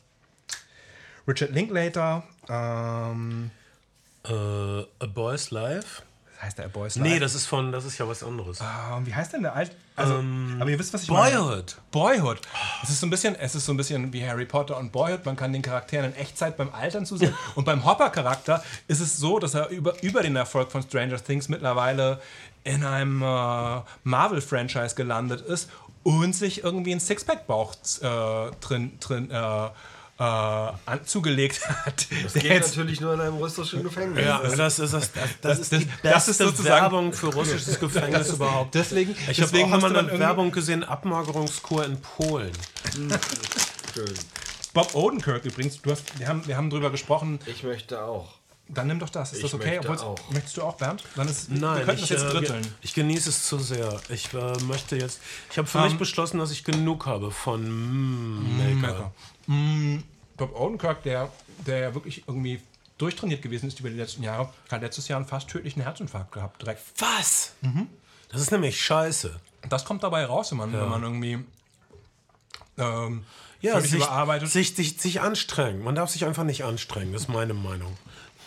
Richard Linklater, ähm, Äh, A Boy's Life? heißt der A Boy's Nee, Life? das ist von, das ist ja was anderes. Ähm, wie heißt denn der Alt? Also, Ähm, aber ihr wisst, was ich meine. Boyhood. Boyhood. Es ist so ein bisschen, es ist so ein bisschen wie Harry Potter und Boyhood. Man kann den Charakteren in Echtzeit beim Altern zusehen. Und beim Hopper-Charakter ist es so, dass er über, über den Erfolg von Stranger Things mittlerweile in einem äh, Marvel-Franchise gelandet ist und sich irgendwie einen Sixpack-Bauch äh, drin, drin äh, äh, an, zugelegt hat. Das geht natürlich nur in einem russischen Gefängnis. Ja, das ist, das, das, das ist die das- beste das ist sozusagen- Werbung für russisches Gefängnis überhaupt. Deswegen, Ich habe deswegen auch musste mal man eine irgendwie- Werbung gesehen, Abmagerungskur in Polen. Schön. Bob Odenkirk übrigens, du hast, wir, haben, wir haben drüber gesprochen. Ich möchte auch. Dann nimm doch das. Ist Ich das okay? möchte auch. Möchtest du auch, Bernd? Dann ist, wir Nein, könnten ich, das jetzt äh, dritteln. ge- ich genieße es zu sehr. Ich äh, möchte jetzt. Ich habe für Um, mich beschlossen, dass ich genug habe von mm, Maker. Mm, Bob Odenkirk, der, der ja wirklich irgendwie durchtrainiert gewesen ist über die letzten Jahre, hat letztes Jahr einen fast tödlichen Herzinfarkt gehabt. Direkt. Was? Das ist nämlich scheiße. Das kommt dabei raus, wenn man, wenn man irgendwie ähm, Ja, völlig sich, überarbeitet. sich, sich, sich anstrengen. Man darf sich einfach nicht anstrengen, das ist meine Meinung.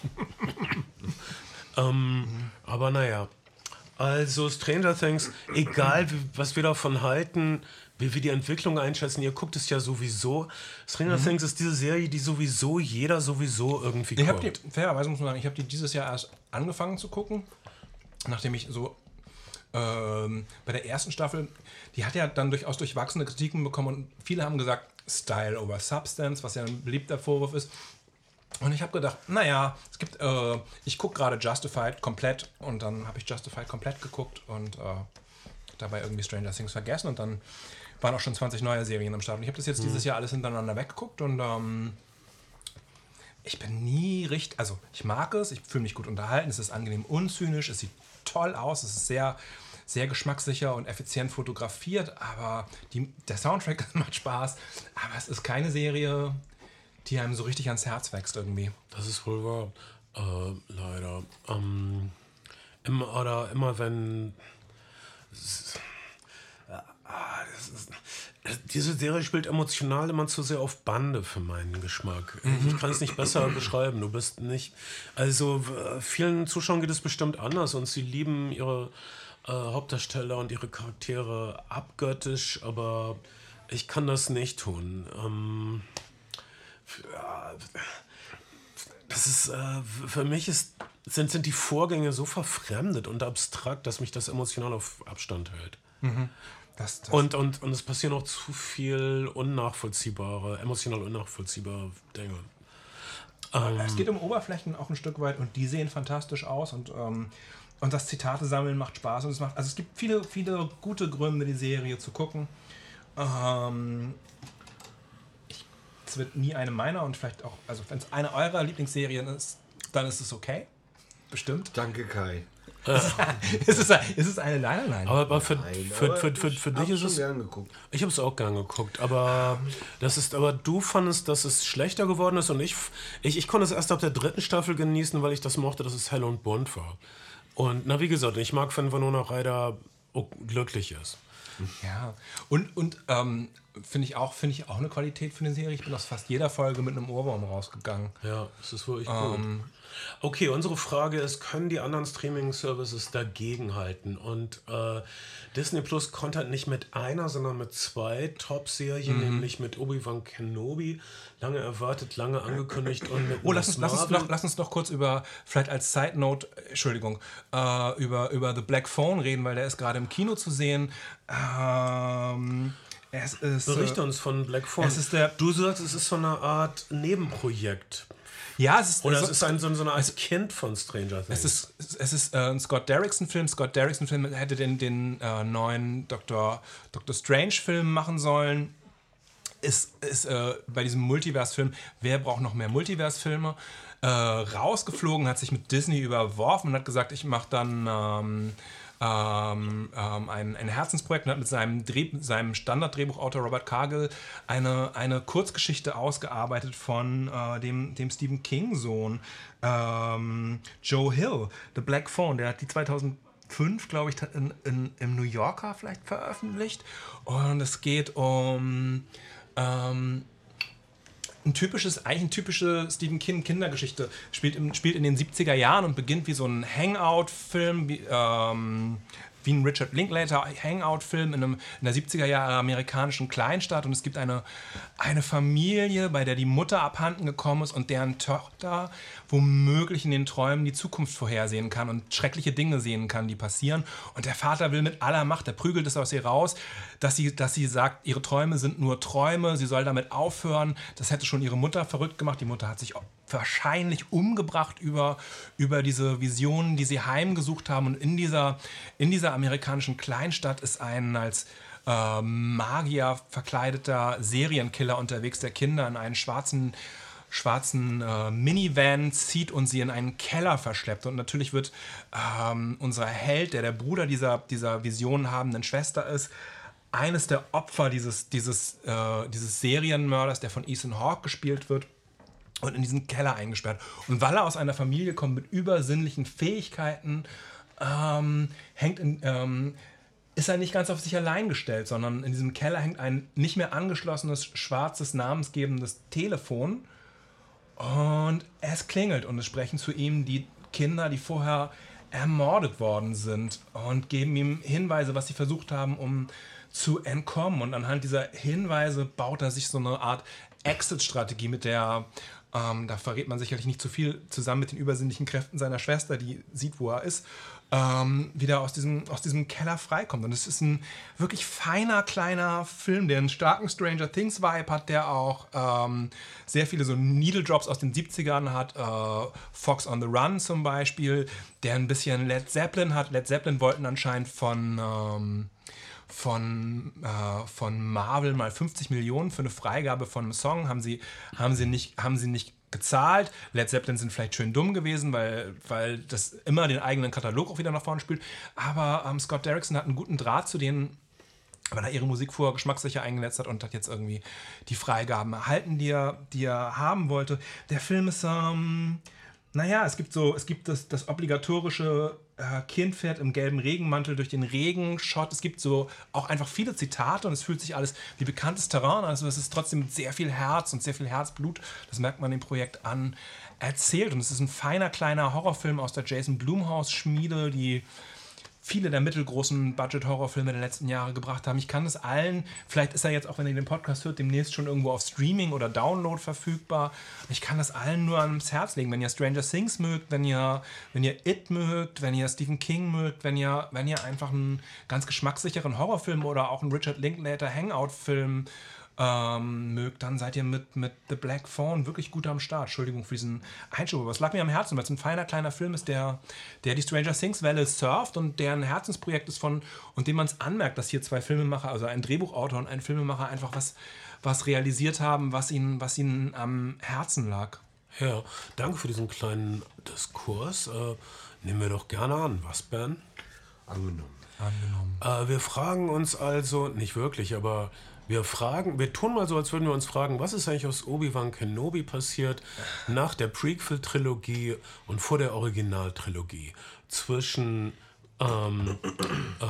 ähm, aber naja. Also Stranger Things, egal wie, was wir davon halten, wie wir die Entwicklung einschätzen, ihr guckt es ja sowieso. Stranger Mhm. Things ist diese Serie, die sowieso jeder sowieso irgendwie Ich habe guckt. die, fairerweise muss man sagen, ich habe die dieses Jahr erst angefangen zu gucken, nachdem ich so ähm, bei der ersten Staffel, die hat ja dann durchaus durchwachsene Kritiken bekommen und viele haben gesagt, Style over Substance, was ja ein beliebter Vorwurf ist. Und ich habe gedacht, naja, es gibt, äh, ich gucke gerade Justified komplett und dann habe ich Justified komplett geguckt und äh, dabei irgendwie Stranger Things vergessen und dann waren auch schon zwanzig neue Serien am Start. Und ich habe das jetzt dieses Jahr alles hintereinander weggeguckt und ähm, ich bin nie richtig, also ich mag es, ich fühle mich gut unterhalten, es ist angenehm unzynisch, es sieht toll aus, es ist sehr, sehr geschmackssicher und effizient fotografiert, aber die, der Soundtrack macht Spaß, aber es ist keine Serie, die einem so richtig ans Herz wächst irgendwie. Das ist wohl wahr. Äh, leider. Ähm, immer, oder immer wenn. Ah, das ist, diese Serie spielt emotional immer zu sehr auf Bande für meinen Geschmack. Ich kann es nicht besser beschreiben. Du bist nicht. Also w- vielen Zuschauern geht es bestimmt anders und sie lieben ihre äh, Hauptdarsteller und ihre Charaktere abgöttisch, aber ich kann das nicht tun. Ähm, ja, das ist, äh, für mich ist, sind, sind die Vorgänge so verfremdet und abstrakt, dass mich das emotional auf Abstand hält. Das, das Und, und, und es passieren auch zu viel unnachvollziehbare, emotional unnachvollziehbare Dinge. Es geht um Oberflächen auch ein Stück weit und die sehen fantastisch aus und, ähm, und das Zitate sammeln macht Spaß und es macht, also es gibt viele, viele gute Gründe, die Serie zu gucken. Ähm, ich, es wird nie eine meiner und vielleicht auch, also wenn es eine eurer Lieblingsserien ist, dann ist es okay. Bestimmt. Danke, Kai. es, ist, es ist eine Nein, nein. Aber, aber für, Nein, für, aber für, für, ich für hab's dich ist schon es. gern geguckt. Ich habe es auch gern geguckt, aber das ist, aber du fandest, dass es schlechter geworden ist und ich, ich, ich konnte es erst ab der dritten Staffel genießen, weil ich das mochte, dass es hell und bunt war. Und na, wie gesagt, ich mag, wenn Winona Ryder auch glücklich ist. Ja, und, und ähm, finde ich, auch, find ich auch eine Qualität für eine Serie. Ich bin aus fast jeder Folge mit einem Ohrwurm rausgegangen. Ja, es ist wirklich gut. Okay, unsere Frage ist, können die anderen Streaming-Services dagegenhalten? Und äh, Disney Plus konnte halt nicht mit einer, sondern mit zwei Top-Serien, nämlich mit Obi-Wan Kenobi, lange erwartet, lange angekündigt und mit Oh, lass uns, Miss lass, uns Marvel. noch, lass uns noch kurz über, vielleicht als Side Note, äh, Entschuldigung, äh, über, über The Black Phone reden, weil der ist gerade im Kino zu sehen. Ähm, es ist, Berichte äh, uns von Black Phone. es ist der- du sagst, es ist so eine Art Nebenprojekt. ja, es ist, Oder so, es ist ein, so, so eine Art Kind von Stranger Things. es ist, es ist äh, ein Scott Derrickson-Film. Scott Derrickson-Film hätte den, den äh, neuen Doktor Doktor Strange-Film machen sollen. Ist, ist äh, bei diesem Multiverse-Film, wer braucht noch mehr Multiverse-Filme, äh, rausgeflogen, hat sich mit Disney überworfen und hat gesagt, ich mache dann ähm, ähm, ähm, ein, ein Herzensprojekt und hat mit seinem, Dreh, seinem Standard-Drehbuchautor Robert Cargill eine, eine Kurzgeschichte ausgearbeitet von äh, dem, dem Stephen King-Sohn ähm, Joe Hill, The Black Phone, der hat die zweitausendfünf, glaube ich, in, in, im New Yorker vielleicht veröffentlicht und es geht um ähm, ein typisches, eigentlich eine typische Stephen King Kindergeschichte, spielt, im, spielt in den siebziger Jahren und beginnt wie so ein Hangout-Film, wie, ähm, wie ein Richard Linklater Hangout-Film in, einem, in der siebziger Jahre amerikanischen Kleinstadt und es gibt eine, eine Familie, bei der die Mutter abhanden gekommen ist und deren Tochter womöglich in den Träumen die Zukunft vorhersehen kann und schreckliche Dinge sehen kann, die passieren und der Vater will mit aller Macht, der prügelt es aus ihr raus, dass sie, dass sie sagt, ihre Träume sind nur Träume, sie soll damit aufhören, das hätte schon ihre Mutter verrückt gemacht, die Mutter hat sich wahrscheinlich umgebracht über, über diese Visionen, die sie heimgesucht haben und in dieser, in dieser amerikanischen Kleinstadt ist ein als äh, Magier verkleideter Serienkiller unterwegs, der Kinder in einen schwarzen schwarzen äh, Minivan zieht und sie in einen Keller verschleppt. Und natürlich wird ähm, unser Held, der der Bruder dieser, dieser Visionen habenden Schwester ist, eines der Opfer dieses, dieses, äh, dieses Serienmörders, der von Ethan Hawke gespielt wird und in diesen Keller eingesperrt. Und weil er aus einer Familie kommt mit übersinnlichen Fähigkeiten, ähm, hängt in, ähm, ist er nicht ganz auf sich allein gestellt, sondern in diesem Keller hängt ein nicht mehr angeschlossenes, schwarzes, namensgebendes Telefon. Und es klingelt und es sprechen zu ihm die Kinder, die vorher ermordet worden sind und geben ihm Hinweise, was sie versucht haben, um zu entkommen. Und anhand dieser Hinweise baut er sich so eine Art Exit-Strategie, mit der, ähm, da verrät man sicherlich nicht zu viel, zusammen mit den übersinnlichen Kräften seiner Schwester, die sieht, wo er ist, ähm, wieder aus diesem, aus diesem Keller freikommt. Und es ist ein wirklich feiner, kleiner Film, der einen starken Stranger Things-Vibe hat, der auch ähm, sehr viele so Needle-Drops aus den siebzigern hat, äh, Fox on the Run zum Beispiel, der ein bisschen Led Zeppelin hat. Led Zeppelin wollten anscheinend von... Ähm, Von, äh, von Marvel mal fünfzig Millionen für eine Freigabe von einem Song, haben sie, haben sie, nicht, haben sie nicht gezahlt. Led Zeppelin sind vielleicht schön dumm gewesen, weil, weil das immer den eigenen Katalog auch wieder nach vorne spielt. Aber ähm, Scott Derrickson hat einen guten Draht zu denen, weil er ihre Musik vorher geschmackssicher eingesetzt hat und hat jetzt irgendwie die Freigaben erhalten, die er, die er haben wollte. Der Film ist, ähm, naja, es gibt so, es gibt das, das obligatorische äh, Kind fährt im gelben Regenmantel durch den Regenshot. Es gibt so auch einfach viele Zitate und es fühlt sich alles wie bekanntes Terrain. Also es ist trotzdem sehr viel Herz und sehr viel Herzblut. Das merkt man dem Projekt an. Erzählt. Und es ist ein feiner, kleiner Horrorfilm aus der Jason Blumhouse-Schmiede, die viele der mittelgroßen Budget-Horrorfilme der letzten Jahre gebracht haben. Ich kann es allen, vielleicht ist er jetzt auch, wenn ihr den Podcast hört, demnächst schon irgendwo auf Streaming oder Download verfügbar. Ich kann das allen nur ans Herz legen. Wenn ihr Stranger Things mögt, wenn ihr, wenn ihr It mögt, wenn ihr Stephen King mögt, wenn ihr, wenn ihr einfach einen ganz geschmackssicheren Horrorfilm oder auch einen Richard Linklater Hangout-Film Ähm, mögt, dann seid ihr mit, mit The Black Phone wirklich gut am Start. Entschuldigung für diesen Einschub, aber es lag mir am Herzen, weil es ein feiner, kleiner Film ist, der, der die Stranger Things-Welle surft und der ein Herzensprojekt ist von, und dem man es anmerkt, dass hier zwei Filmemacher, also ein Drehbuchautor und ein Filmemacher einfach was, was realisiert haben, was ihnen, was ihnen am Herzen lag. Ja, danke für diesen kleinen Diskurs. Äh, nehmen wir doch gerne an. Was, Ben? Angenommen. Angenommen. Äh, wir fragen uns also, nicht wirklich, aber wir fragen, wir tun mal so, als würden wir uns fragen, was ist eigentlich aus Obi-Wan Kenobi passiert nach der Prequel-Trilogie und vor der Originaltrilogie? Zwischen ähm, äh,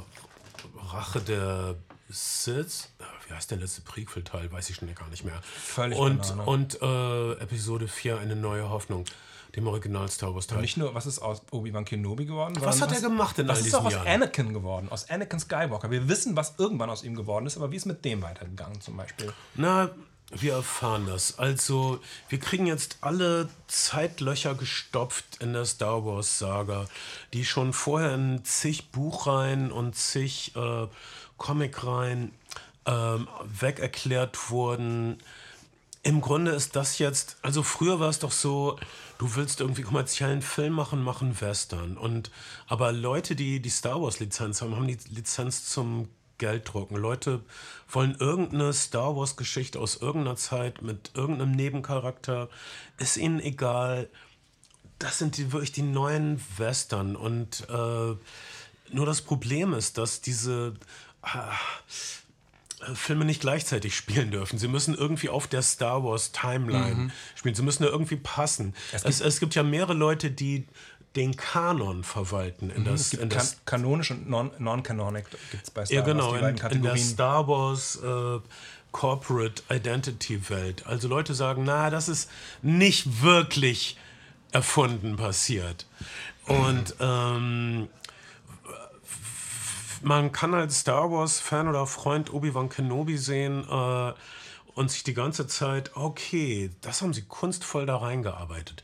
Rache der Sith, wie heißt der letzte Prequel-Teil, weiß ich schon gar nicht mehr. Völlig und Banane. und äh, Episode vier, eine neue Hoffnung, dem Original Star Wars Teil. Und nicht nur, was ist aus Obi-Wan Kenobi geworden? Was sondern hat er gemacht in all Was ist diesen auch aus Jahren? Anakin geworden? Aus Anakin Skywalker. Wir wissen, was irgendwann aus ihm geworden ist, aber wie ist mit dem weitergegangen zum Beispiel? Na, wir erfahren das. Also, wir kriegen jetzt alle Zeitlöcher gestopft in der Star Wars-Saga, die schon vorher in zig Buchreihen und zig äh, Comicreihen ähm, wegerklärt wurden. Im Grunde ist das jetzt, also früher war es doch so, du willst irgendwie kommerziellen Film machen, machen Western. Und, aber Leute, die die Star Wars-Lizenz haben, haben die Lizenz zum Gelddrucken. Leute wollen irgendeine Star Wars-Geschichte aus irgendeiner Zeit mit irgendeinem Nebencharakter. Ist ihnen egal. Das sind die, wirklich die neuen Western. Und äh, nur das Problem ist, dass diese äh, Filme nicht gleichzeitig spielen dürfen. Sie müssen irgendwie auf der Star Wars Timeline mhm. spielen. Sie müssen da irgendwie passen. Es gibt, es, es gibt ja mehrere Leute, die den Kanon verwalten. In das, es gibt in das, kan- kanonisch und non- non-canonic gibt es bei Star ja, genau, Wars, die beiden in, in Kategorien. der Star Wars äh, Corporate Identity Welt. Also Leute sagen, na, das ist nicht wirklich erfunden passiert. Und ähm, man kann als Star Wars-Fan oder Freund Obi-Wan Kenobi sehen äh, und sich die ganze Zeit, okay, das haben sie kunstvoll da reingearbeitet.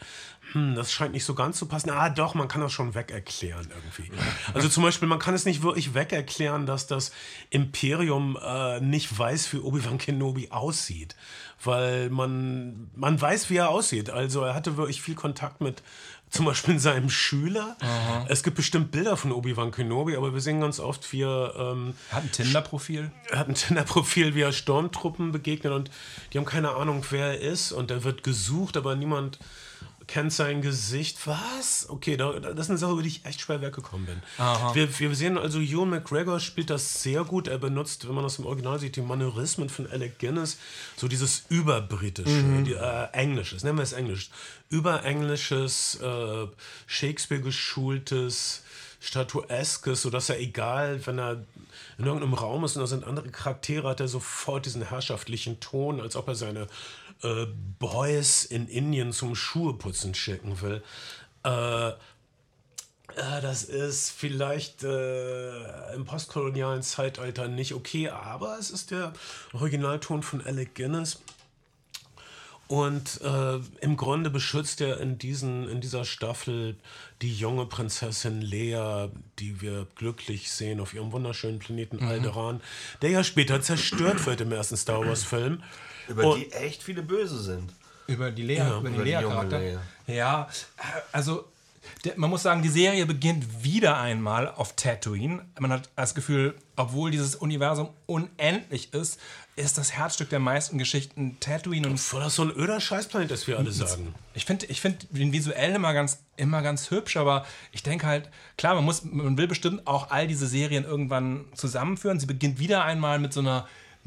hm, das scheint nicht so ganz zu passen. Ah, doch, man kann das schon weg erklären irgendwie. Also zum Beispiel, man kann es nicht wirklich weg erklären, dass das Imperium äh, nicht weiß, wie Obi-Wan Kenobi aussieht. Weil man, man weiß, wie er aussieht. Also er hatte wirklich viel Kontakt mit zum Beispiel seinem Schüler. Aha. Es gibt bestimmt Bilder von Obi-Wan Kenobi, aber wir sehen ganz oft, wie er... Ähm, hat ein Tinder-Profil. Er hat ein Tinder-Profil, wie er Sturmtruppen begegnet und die haben keine Ahnung, wer er ist. Und er wird gesucht, aber niemand kennt sein Gesicht. Was? Okay, da, das ist eine Sache, über die ich echt schwer weggekommen bin. Wir, wir sehen also, Ewan McGregor spielt das sehr gut. Er benutzt, wenn man das im Original sieht, die Mannerismen von Alec Guinness. So dieses Überbritische, mhm. die, äh, Englisches, nennen wir es Englisch. Überenglisches, äh, Shakespeare-geschultes, Statueskes, sodass er egal, wenn er in irgendeinem Raum ist und da sind andere Charaktere, hat er sofort diesen herrschaftlichen Ton, als ob er seine äh, Boys in Indien zum Schuheputzen schicken will. Äh, äh, das ist vielleicht äh, im postkolonialen Zeitalter nicht okay, aber es ist der Originalton von Alec Guinness. Und äh, im Grunde beschützt er in, diesen, in dieser Staffel die junge Prinzessin Leia, die wir glücklich sehen auf ihrem wunderschönen Planeten mhm. Alderaan, der ja später zerstört wird im ersten Star Wars-Film. Über Und, die echt viele Böse sind. Über die Leia, ja, über, über die Leia-Charakter. Leia. Ja, also der, man muss sagen, die Serie beginnt wieder einmal auf Tatooine. Man hat das Gefühl, obwohl dieses Universum unendlich ist, ist das Herzstück der meisten Geschichten Tatooine. Und voll das so ein öder Scheißplanet, das wir alle sagen. Ich finde ich find den visuell immer ganz, immer ganz hübsch, aber ich denke halt, klar, man, muss, man will bestimmt auch all diese Serien irgendwann zusammenführen. Sie beginnt wieder einmal mit so einer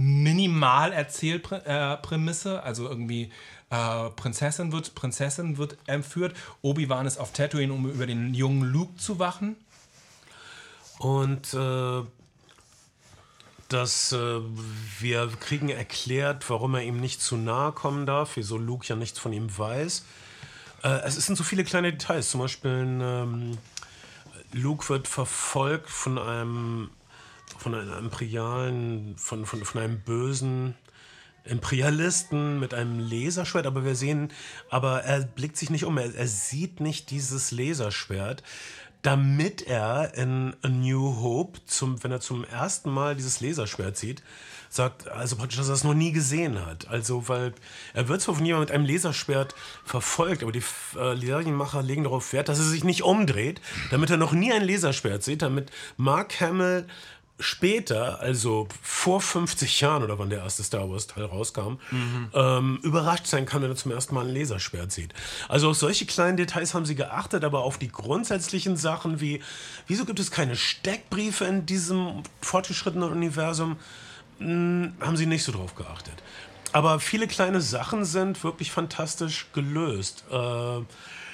Minimal-Erzählprämisse, also irgendwie äh, Prinzessin wird, Prinzessin wird entführt, Obi-Wan ist auf Tatooine, um über den jungen Luke zu wachen. Und äh, dass äh, wir kriegen erklärt, warum er ihm nicht zu nahe kommen darf, wieso Luke ja nichts von ihm weiß. Äh, es sind so viele kleine Details, zum Beispiel ähm, Luke wird verfolgt von einem von einem imperialen, von, von, von einem bösen Imperialisten mit einem Laserschwert, aber wir sehen, aber er blickt sich nicht um, er, er sieht nicht dieses Laserschwert, damit er in A New Hope, zum, wenn er zum ersten Mal dieses Laserschwert sieht, sagt, also praktisch, dass er es noch nie gesehen hat. Also, weil er wird zwar von jemandem mit einem Laserschwert verfolgt, aber die äh, Serienmacher legen darauf Wert, dass er sich nicht umdreht, damit er noch nie ein Laserschwert sieht, damit Mark Hamill später, also vor fünfzig Jahren oder wann der erste Star Wars Teil rauskam, mhm. ähm, überrascht sein kann, wenn er zum ersten Mal ein Laserschwert sieht. Also auf solche kleinen Details haben sie geachtet, aber auf die grundsätzlichen Sachen wie, wieso gibt es keine Steckbriefe in diesem fortgeschrittenen Universum, mh, haben sie nicht so drauf geachtet. Aber viele kleine Sachen sind wirklich fantastisch gelöst. Äh,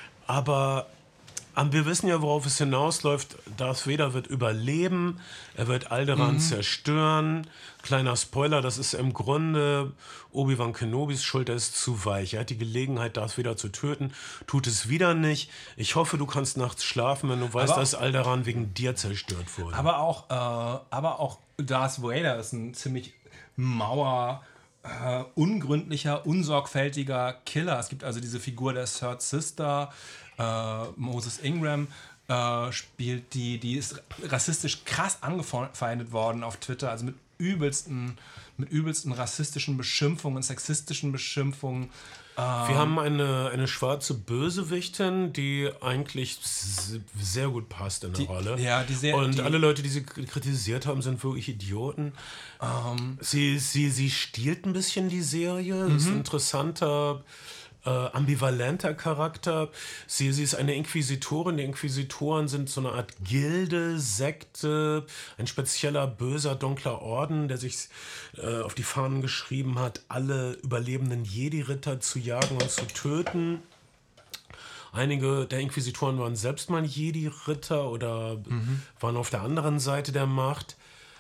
aber wir wissen ja, worauf es hinausläuft. Darth Vader wird überleben, er wird Alderaan mhm. zerstören. Kleiner Spoiler, das ist im Grunde Obi-Wan Kenobis Schuld, er ist zu weich. Er hat die Gelegenheit, Darth Vader zu töten, tut es wieder nicht. Ich hoffe, du kannst nachts schlafen, wenn du weißt, aber dass Alderaan wegen dir zerstört wurde. Aber auch, äh, aber auch Darth Vader ist ein ziemlich mauer... Uh, ungründlicher, unsorgfältiger Killer. Es gibt also diese Figur der Third Sister, uh, Moses Ingram uh, spielt die, die ist rassistisch krass angefeindet worden auf Twitter, also mit übelsten, mit übelsten rassistischen Beschimpfungen, sexistischen Beschimpfungen. Wir haben eine, eine schwarze Bösewichtin, die eigentlich sehr gut passt in der die, Rolle. Ja, die sehr, Und die, alle Leute, die sie kritisiert haben, sind wirklich Idioten. Ähm, sie, sie, sie stiehlt ein bisschen die Serie. Mhm. Ist ein interessanter, äh, ambivalenter Charakter. Sie, sie ist eine Inquisitorin. Die Inquisitoren sind so eine Art Gilde, Sekte, ein spezieller, böser, dunkler Orden, der sich äh, auf die Fahnen geschrieben hat, alle überlebenden Jedi-Ritter zu jagen und zu töten. Einige der Inquisitoren waren selbst mal Jedi-Ritter oder mhm. waren auf der anderen Seite der Macht.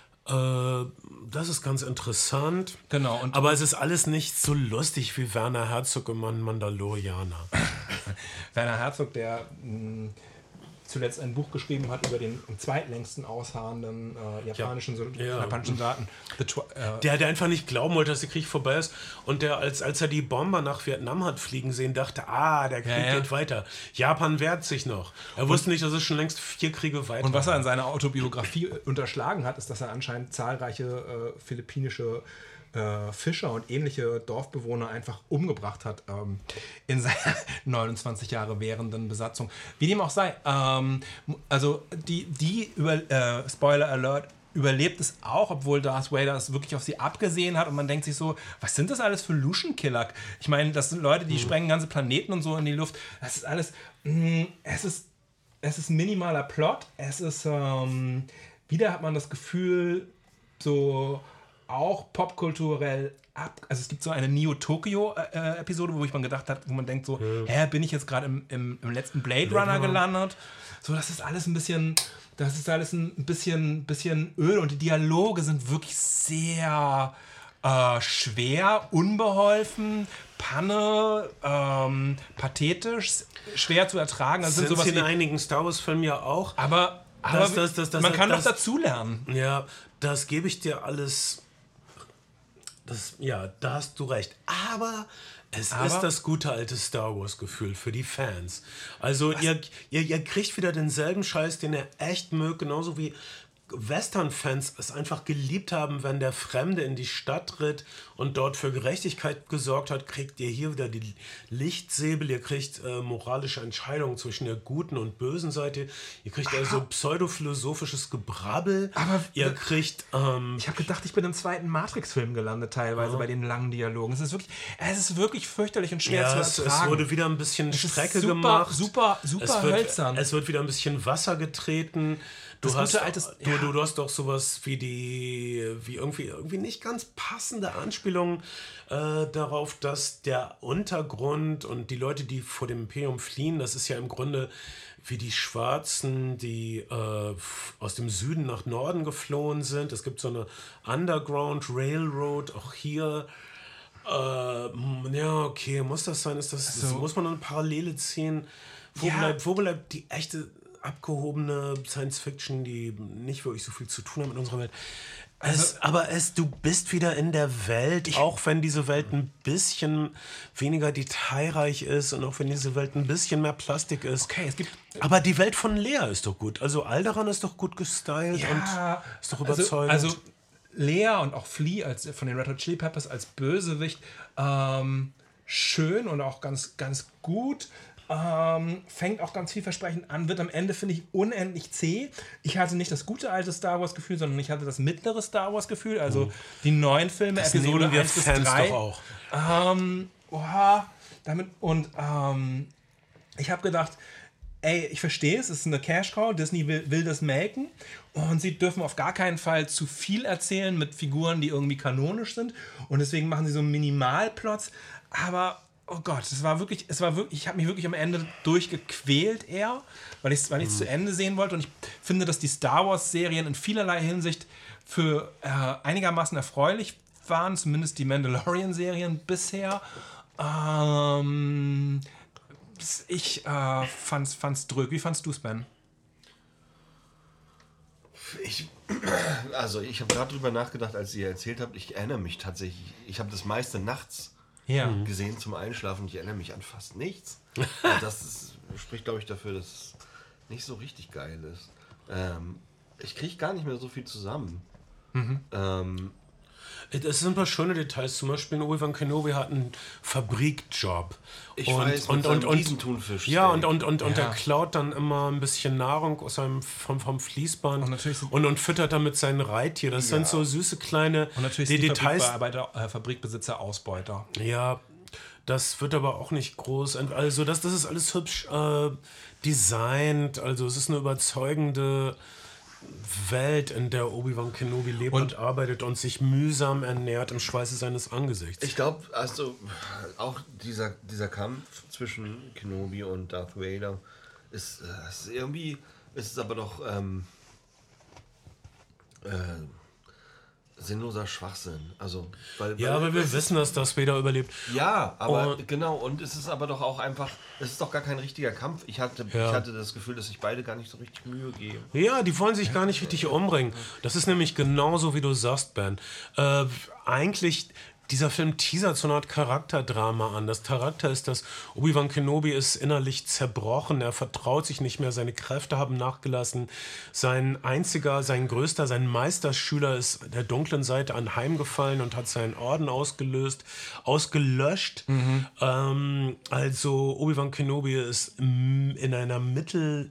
Das ist ganz interessant. Genau. Und aber es ist alles nicht so lustig wie Werner Herzog und Mandalorianer. Werner Herzog, der mh, zuletzt ein Buch geschrieben hat über den am zweitlängsten ausharrenden äh, japanischen, Ja. so, Ja. japanischen Soldaten. The Twi- äh, Der, der einfach nicht glauben wollte, dass der Krieg vorbei ist. Und der, als, als er die Bomber nach Vietnam hat fliegen sehen, dachte, ah, der Krieg Ja, ja. geht weiter. Japan wehrt sich noch. Er wusste nicht, dass es schon längst vier Kriege weiter Und was er in seiner Autobiografie unterschlagen hat, ist, dass er anscheinend zahlreiche äh, philippinische äh, Fischer und ähnliche Dorfbewohner einfach umgebracht hat ähm, in seiner neunundzwanzig Jahre währenden Besatzung. Wie dem auch sei. Ähm, also die, die über äh, Spoiler Alert überlebt es auch, obwohl Darth Vader es wirklich auf sie abgesehen hat und man denkt sich so, was sind das alles für Luschen-Killer? Ich meine, das sind Leute, die mhm. sprengen ganze Planeten und so in die Luft. Das ist alles, mh, es ist es ist minimaler Plot, es ist ähm, wieder hat man das Gefühl, so auch popkulturell ab. Also es gibt so eine Neo-Tokyo-Episode, wo ich mal gedacht habe, wo man denkt so, ja. hä, bin ich jetzt gerade im, im, im letzten Blade Runner gelandet? So, das ist alles ein bisschen, das ist alles ein bisschen, bisschen Öl und die Dialoge sind wirklich sehr äh, schwer, unbeholfen, Panne, ähm, pathetisch, schwer zu ertragen. Also sind sind sowas sie in wie, einigen Star Wars-Filmen ja auch. aber aber Das- das- das- das- man kann das- doch dazulernen. Ja, das gebe ich dir alles. Das, ja, da hast du recht. Aber es Aber- ist das gute alte Star Wars-Gefühl für die Fans. Also ihr, ihr, ihr kriegt wieder denselben Scheiß, den ihr echt mögt, genauso wie Western-Fans es einfach geliebt haben, wenn der Fremde in die Stadt ritt und dort für Gerechtigkeit gesorgt hat, kriegt ihr hier wieder die Lichtsäbel, ihr kriegt äh, moralische Entscheidungen zwischen der guten und bösen Seite, ihr kriegt also pseudophilosophisches Gebrabbel, Aber- ihr kriegt ähm, Ich habe gedacht, ich bin im zweiten Matrix-Film gelandet, teilweise bei den langen Dialogen. Es ist wirklich, es ist wirklich fürchterlich und schwer ja, zu es, ertragen. es wurde wieder ein bisschen Es ist Strecke super, gemacht. super, super es wird, hölzern. Es wird wieder ein bisschen Wasser getreten. Du Das hast, gute altes- du, ja. du, du hast doch sowas wie die, wie irgendwie, irgendwie nicht ganz passende Anspielung äh, darauf, dass der Untergrund und die Leute, die vor dem Imperium fliehen, das ist ja im Grunde wie die Schwarzen, die äh, f- aus dem Süden nach Norden geflohen sind. Es gibt so eine Underground Railroad, auch hier. Äh, ja, okay, muss das sein? Ist das, das So. muss man eine Parallele ziehen? Wo, Ja. bleibt, wo bleibt die echte abgehobene Science-Fiction, die nicht wirklich so viel zu tun hat mit unserer Welt? Es, aber es, du bist wieder in der Welt, auch wenn diese Welt ein bisschen weniger detailreich ist und auch wenn diese Welt ein bisschen mehr Plastik ist. Okay, es gibt- aber die Welt von Lea ist doch gut. Also Alderaan ist doch gut gestylt und ist doch überzeugend. Also, also Lea und auch Flea als, von den Red Hot Chili Peppers als Bösewicht ähm, schön und auch ganz, ganz gut. Ähm, fängt auch ganz vielversprechend an, wird am Ende, finde ich, unendlich zäh. Ich hatte nicht das gute alte Star Wars Gefühl, sondern ich hatte das mittlere Star Wars Gefühl, also die neuen Filme, das Episode nehmen wir eins bis Fans drei. doch auch. Ähm, oha, damit und ähm, ich habe gedacht, ey, ich verstehe es, es ist eine Cash Cow, Disney will, will das melken und sie dürfen auf gar keinen Fall zu viel erzählen mit Figuren, die irgendwie kanonisch sind und deswegen machen sie so Minimalplots, aber oh Gott, es war wirklich, es war wirklich, ich habe mich wirklich am Ende durchgequält eher, weil ich es weil ich's zu Ende sehen wollte und ich finde, dass die Star Wars Serien in vielerlei Hinsicht für äh, einigermaßen erfreulich waren, zumindest die Mandalorian-Serien bisher. Ähm, ich äh, fand's, fand's drück. Wie fandst du es, Ben? Ich, also ich habe gerade drüber nachgedacht, als ihr erzählt habt, ich erinnere mich tatsächlich, ich habe das meiste nachts Ja. gesehen zum Einschlafen und ich erinnere mich an fast nichts. Und das ist, spricht, glaube ich, dafür, dass es nicht so richtig geil ist. Ähm, ich kriege gar nicht mehr so viel zusammen. Mhm. Ähm, Es sind ein paar schöne Details. Zum Beispiel Obi-Wan Kenobi hat einen Fabrikjob. Ich und, weiß, mit und, seinem und, und Riesenthunfisch. Ja, und, und, und, und Ja. er klaut dann immer ein bisschen Nahrung aus seinem, vom, vom Fließband Und natürlich sind- und, und füttert damit sein Reittier. Das sind so süße kleine Und natürlich die sind die Details. Fabrikbearbeiter, äh, Fabrikbesitzer Ausbeuter. Ja, das wird aber auch nicht groß. Also das, das ist alles hübsch äh, designt. Also es ist eine überzeugende Welt, in der Obi-Wan Kenobi lebt und, Und- arbeitet und sich mühsam ernährt im Schweiße seines Angesichts. Ich glaube, also auch dieser, dieser Kampf zwischen Kenobi und Darth Vader ist, äh, ist irgendwie, ist es aber doch ähm, äh, sinnloser Schwachsinn. Also, weil, Ja, weil aber wir wissen, dass das Vader überlebt. Ja, aber Und- genau, und es ist aber doch auch einfach, es ist doch gar kein richtiger Kampf. Ich hatte, Ja. ich hatte das Gefühl, dass sich beide gar nicht so richtig Mühe geben. Ja, die wollen sich gar nicht richtig umbringen. Das ist nämlich genauso, wie du sagst, Ben. Äh, eigentlich, dieser Film teasert so eine Art Charakterdrama an. Das Charakter ist, dass Obi-Wan Kenobi ist innerlich zerbrochen. Er vertraut sich nicht mehr. Seine Kräfte haben nachgelassen. Sein einziger, sein größter, sein Meisterschüler ist der dunklen Seite anheimgefallen und hat seinen Orden ausgelöst, ausgelöscht. Ähm, also Obi-Wan Kenobi ist mm, in einer mittel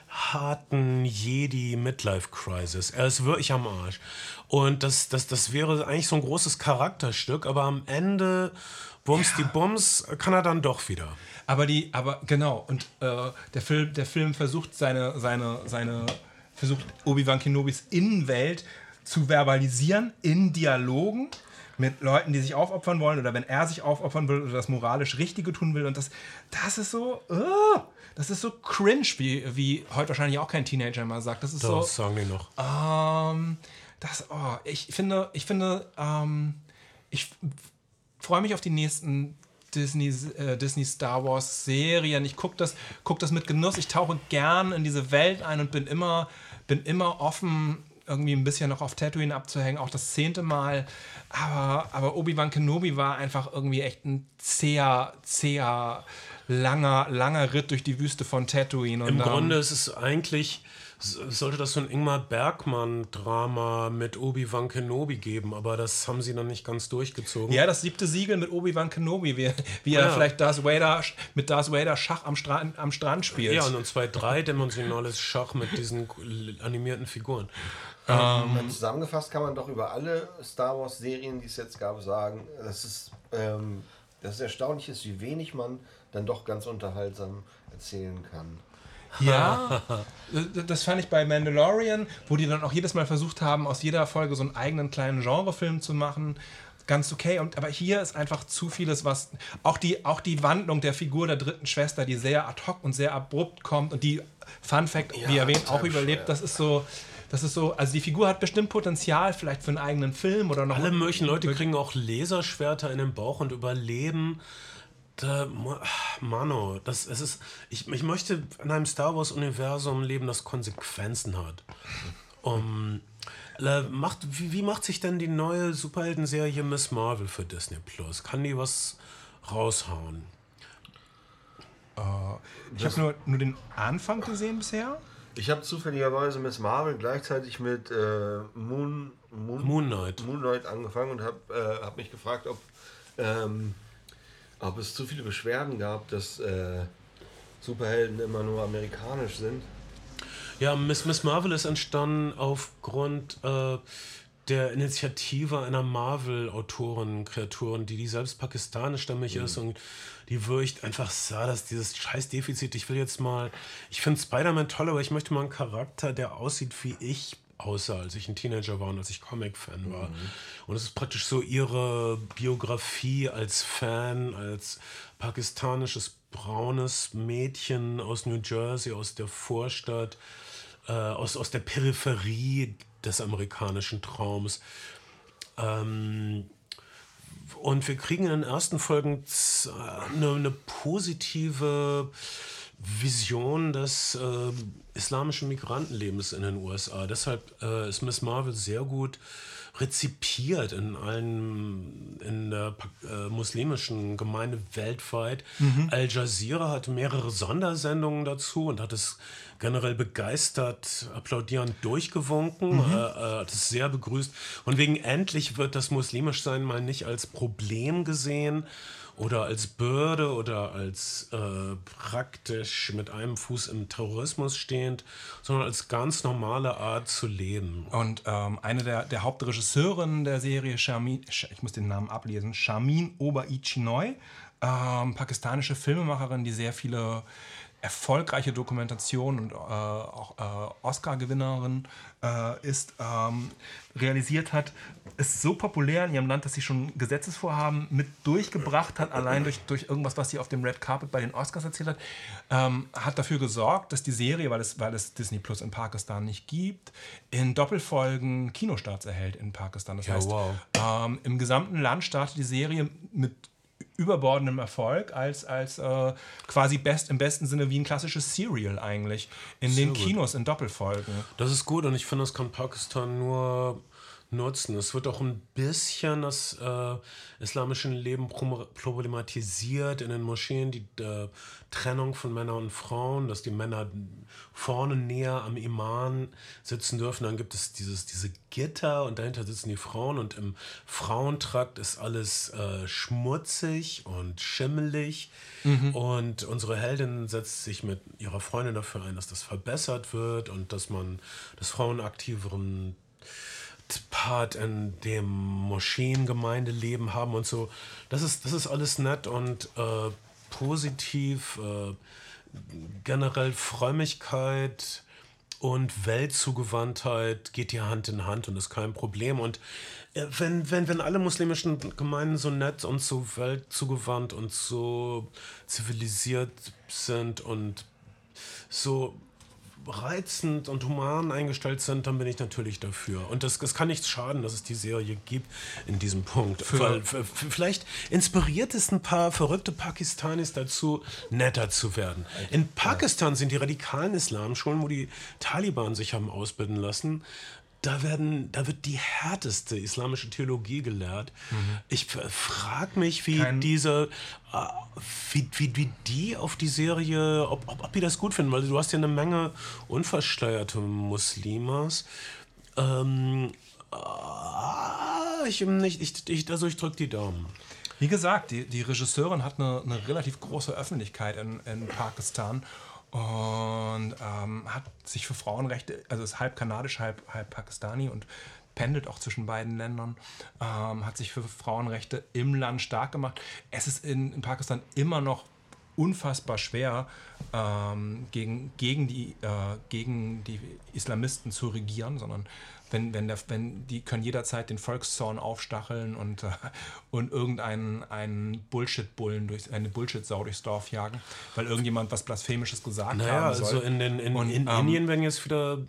harten Jedi-Midlife-Crisis. Er ist wirklich am Arsch. Und das, das, das wäre eigentlich so ein großes Charakterstück, aber am Ende, Bums die Bums, kann er dann doch wieder. Aber die, aber genau, und äh, der Film, der Film versucht seine, seine, seine, versucht Obi-Wan Kenobis Innenwelt zu verbalisieren in Dialogen mit Leuten, die sich aufopfern wollen oder wenn er sich aufopfern will oder das moralisch Richtige tun will. Und das, das ist so, uh, das ist so cringe, wie, wie heute wahrscheinlich auch kein Teenager mal sagt. Das ist Das so, sagen die noch. ähm, das, oh, ich finde, ich finde, ähm, ich freue mich auf die nächsten Disney, äh, Disney Star Wars Serien. Ich gucke das, guck das mit Genuss. Ich tauche gern in diese Welt ein und bin immer, bin immer offen, irgendwie ein bisschen noch auf Tatooine abzuhängen, auch das zehnte Mal. Aber, aber Obi-Wan Kenobi war einfach irgendwie echt ein zäher, zäher, langer, langer Ritt durch die Wüste von Tatooine. Und Im ähm, Grunde ist es eigentlich, sollte das so ein Ingmar Bergmann-Drama mit Obi-Wan Kenobi geben, aber das haben sie dann nicht ganz durchgezogen. Ja, das siebte Siegel mit Obi-Wan Kenobi, wie, wie er Ja. vielleicht Darth Vader, mit Darth Vader Schach am Strand, am Strand spielt. Ja, und zwar dreidimensionales Schach mit diesen animierten Figuren. Ähm, Zusammengefasst kann man doch über alle Star Wars Serien, die es jetzt gab, sagen, dass es, ähm, dass es erstaunlich ist, wie wenig man dann doch ganz unterhaltsam erzählen kann. Ja, das fand ich bei Mandalorian, wo die dann auch jedes Mal versucht haben, aus jeder Folge so einen eigenen kleinen Genrefilm zu machen. Ganz okay, und, aber hier ist einfach zu vieles, was. Auch die, auch die Wandlung der Figur der dritten Schwester, die sehr ad hoc und sehr abrupt kommt und die, Fun Fact, Ja, wie erwähnt, total auch überlebt, das ist so. Das ist so, also die Figur hat bestimmt Potenzial, vielleicht für einen eigenen Film oder noch. Alle möglichen Leute kriegen auch Laserschwerter in den Bauch und überleben. Da, Mano, das, es ist, ich, ich möchte in einem Star Wars-Universum leben, das Konsequenzen hat. Um, äh, macht, wie, wie macht sich denn die neue Superhelden-Serie Miss Marvel für Disney Plus? Kann die was raushauen? Ich habe nur, nur den Anfang gesehen bisher. Ich habe zufälligerweise Miss Marvel gleichzeitig mit äh, Moon, Moon, Moon Knight. Moon Knight angefangen und habe äh, hab mich gefragt, ob, ähm, ob es zu viele Beschwerden gab, dass äh, Superhelden immer nur amerikanisch sind. Ja, Miss, Miss Marvel ist entstanden aufgrund äh, der Initiative einer Marvel-Autorin, Kreaturin, die, die selbst pakistanischstämmig Mhm. ist und die wirklich einfach sah, dass dieses scheiß Defizit, ich will jetzt mal, ich finde Spider-Man toll, aber ich möchte mal einen Charakter, der aussieht wie ich aussah, als ich ein Teenager war und als ich Comic-Fan war. Und es ist praktisch so ihre Biografie als Fan, als pakistanisches braunes Mädchen aus New Jersey, aus der Vorstadt, äh, aus, aus der Peripherie des amerikanischen Traums. Ähm, und wir kriegen in den ersten Folgen z- eine, eine positive Vision des äh, islamischen Migrantenlebens in den U S A. Deshalb äh, ist Miss Marvel sehr gut rezipiert in allen, in der äh, muslimischen Gemeinde weltweit. Al Jazeera hat mehrere Sondersendungen dazu und hat es generell begeistert, applaudierend durchgewunken, äh, äh, hat es sehr begrüßt. Und wegen endlich wird das Muslimischsein mal nicht als Problem gesehen oder als Bürde oder als äh, praktisch mit einem Fuß im Terrorismus stehend, sondern als ganz normale Art zu leben. Und ähm, eine der, der Hauptregisseurinnen der Serie, Shamin, ich muss den Namen ablesen, Shamin Ober-i Chinoy, ähm, pakistanische Filmemacherin, die sehr viele, erfolgreiche Dokumentation und äh, auch äh, Oscar-Gewinnerin äh, ist, ähm, realisiert hat, ist so populär in ihrem Land, dass sie schon Gesetzesvorhaben mit durchgebracht hat, allein durch, durch irgendwas, was sie auf dem Red Carpet bei den Oscars erzählt hat, ähm, hat dafür gesorgt, dass die Serie, weil es, weil es Disney Plus in Pakistan nicht gibt, in Doppelfolgen Kinostarts erhält in Pakistan. Das Ja, heißt, wow. ähm, im gesamten Land startet die Serie mit überbordendem Erfolg als, als äh, quasi best, im besten Sinne wie ein klassisches Serial eigentlich in Sehr den gut. Kinos in Doppelfolgen. Das ist gut und ich finde, das kann Pakistan nur nutzen. Es wird auch ein bisschen das äh, islamische Leben prom- problematisiert in den Moscheen, die äh, Trennung von Männern und Frauen, dass die Männer vorne näher am Imam sitzen dürfen. Dann gibt es dieses, diese Gitter und dahinter sitzen die Frauen und im Frauentrakt ist alles äh, schmutzig und schimmelig. Und unsere Heldin setzt sich mit ihrer Freundin dafür ein, dass das verbessert wird und dass man das frauenaktiveren Part in dem Moscheengemeindeleben haben und so. Das ist, das ist alles nett und äh, positiv. Äh, generell Frömmigkeit und Weltzugewandtheit geht hier Hand in Hand und ist kein Problem. Und äh, wenn, wenn, wenn alle muslimischen Gemeinden so nett und so weltzugewandt und so zivilisiert sind und so reizend und human eingestellt sind, dann bin ich natürlich dafür. Und das, das kann nichts schaden, dass es die Serie gibt in diesem Punkt. Weil f- f- vielleicht inspiriert es ein paar verrückte Pakistanis dazu, netter zu werden. In Pakistan sind die radikalen Islamschulen, wo die Taliban sich haben ausbilden lassen, da, werden, da wird die härteste islamische Theologie gelehrt. Ich f- frage mich, wie Kein- diese, äh, wie, wie, wie die auf die Serie, ob, ob, ob die das gut finden, weil du hast ja eine Menge unversteuerte Muslimas. Ähm, ah, ich, ich, ich, ich, also ich drücke die Daumen. Wie gesagt, die, die Regisseurin hat eine, eine relativ große Öffentlichkeit in, in Pakistan und ähm, hat sich für Frauenrechte, also ist halb kanadisch, halb, halb pakistani und pendelt auch zwischen beiden Ländern, ähm, hat sich für Frauenrechte im Land stark gemacht. Es ist in, in Pakistan immer noch unfassbar schwer, ähm, gegen, gegen, die, äh, gegen die Islamisten zu regieren, sondern wenn, wenn, der, wenn die können jederzeit den Volkszorn aufstacheln und, äh, und irgendeinen einen Bullshit-Bullen, durch, eine Bullshit-Sau durchs Dorf jagen, weil irgendjemand was Blasphemisches gesagt Naja, haben soll. also in, den, in, Und, in ähm, Indien werden jetzt wieder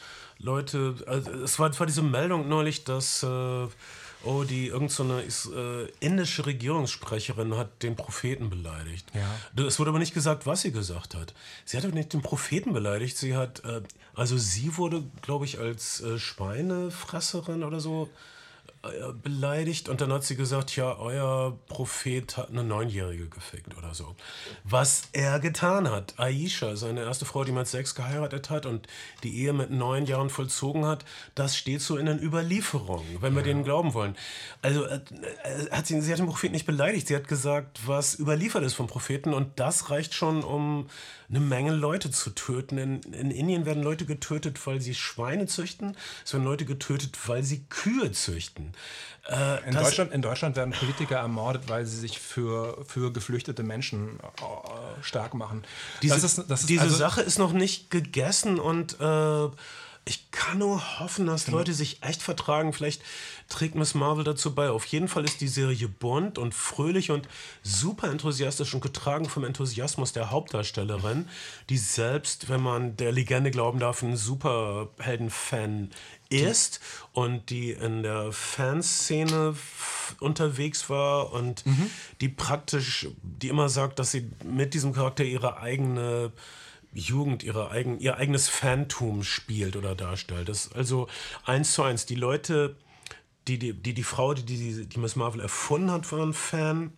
Leute, also es war, es war diese Meldung neulich, dass äh, oh, die irgend so eine is- äh, indische Regierungssprecherin hat den Propheten beleidigt. Ja. Es wurde aber nicht gesagt, was sie gesagt hat. Sie hat aber nicht den Propheten beleidigt, sie hat, äh, also sie wurde, glaube ich, als äh, Schweinefresserin oder so äh, beleidigt und dann hat sie gesagt, ja, euer Prophet hat eine Neunjährige gefickt oder so. Was er getan hat. Aisha, seine erste Frau, die mit sechs geheiratet hat und die Ehe mit neun Jahren vollzogen hat, das steht so in den Überlieferungen, wenn wir denen glauben wollen. Also äh, äh, hat sie, sie hat den Propheten nicht beleidigt, sie hat gesagt, was überliefert ist vom Propheten und das reicht schon, um eine Menge Leute zu töten. In, in Indien werden Leute getötet, weil sie Schweine züchten. Es werden Leute getötet, weil sie Kühe züchten. Äh, In das- Deutschland, in Deutschland werden Politiker ermordet, weil sie sich für, für geflüchtete Menschen äh, stark machen. Diese, das ist, das ist diese also, Sache ist noch nicht gegessen und äh, ich kann nur hoffen, dass Leute sich echt vertragen. Vielleicht trägt Miss Marvel dazu bei. Auf jeden Fall ist die Serie bunt und fröhlich und super enthusiastisch und getragen vom Enthusiasmus der Hauptdarstellerin, die selbst, wenn man der Legende glauben darf, ein Superhelden-Fan ist und die in der Fanszene f- unterwegs war und die praktisch, die immer sagt, dass sie mit diesem Charakter ihre eigene Jugend, ihre eigen, ihr eigenes Phantom spielt oder darstellt. Das ist also eins zu eins. Die Leute, die die, die, die Frau, die, die die Miss Marvel erfunden hat, war ein Fan.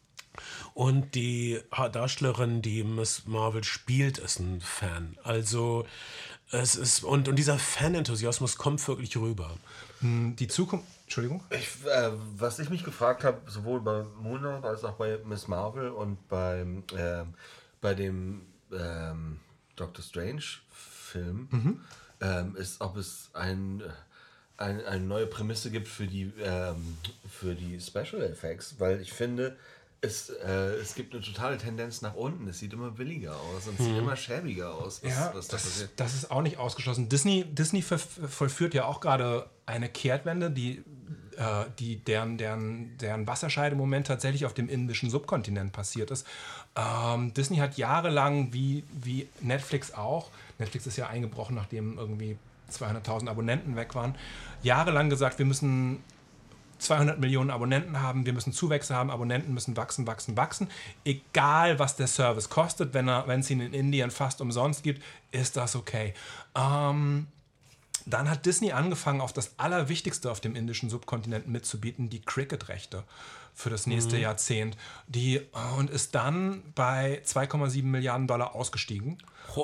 Und die Ha- Darstellerin, die Miss Marvel spielt, ist ein Fan. Also es ist, und, und dieser Fan-Enthusiasmus kommt wirklich rüber. die Zukunft. Entschuldigung? Ich, äh, was ich mich gefragt habe, sowohl bei Moon Knight als auch bei Miss Marvel und beim, ähm, bei dem ähm, Doctor Strange-Film, ähm, ist, ob es ein, ein, eine neue Prämisse gibt für die, ähm, für die Special Effects, weil ich finde, Es, äh, es gibt eine totale Tendenz nach unten. Es sieht immer billiger aus und es sieht immer schäbiger aus. Was, Ja, was da das, passiert. das ist auch nicht ausgeschlossen. Disney, Disney ver- vollführt ja auch gerade eine Kehrtwende, die, äh, die deren, deren, deren Wasserscheide im Moment tatsächlich auf dem indischen Subkontinent passiert ist. Ähm, Disney hat jahrelang, wie, wie Netflix auch, Netflix ist ja eingebrochen, nachdem irgendwie zweihunderttausend Abonnenten weg waren, jahrelang gesagt, wir müssen zweihundert Millionen Abonnenten haben, wir müssen Zuwächse haben, Abonnenten müssen wachsen, wachsen, wachsen. Egal, was der Service kostet, wenn er, wenn es ihn in Indien fast umsonst gibt, ist das okay. Ähm, dann hat Disney angefangen, auf das Allerwichtigste auf dem indischen Subkontinent mitzubieten, die Cricket-Rechte für das nächste mhm. Jahrzehnt. Die, und ist dann bei zwei Komma sieben Milliarden Dollar ausgestiegen.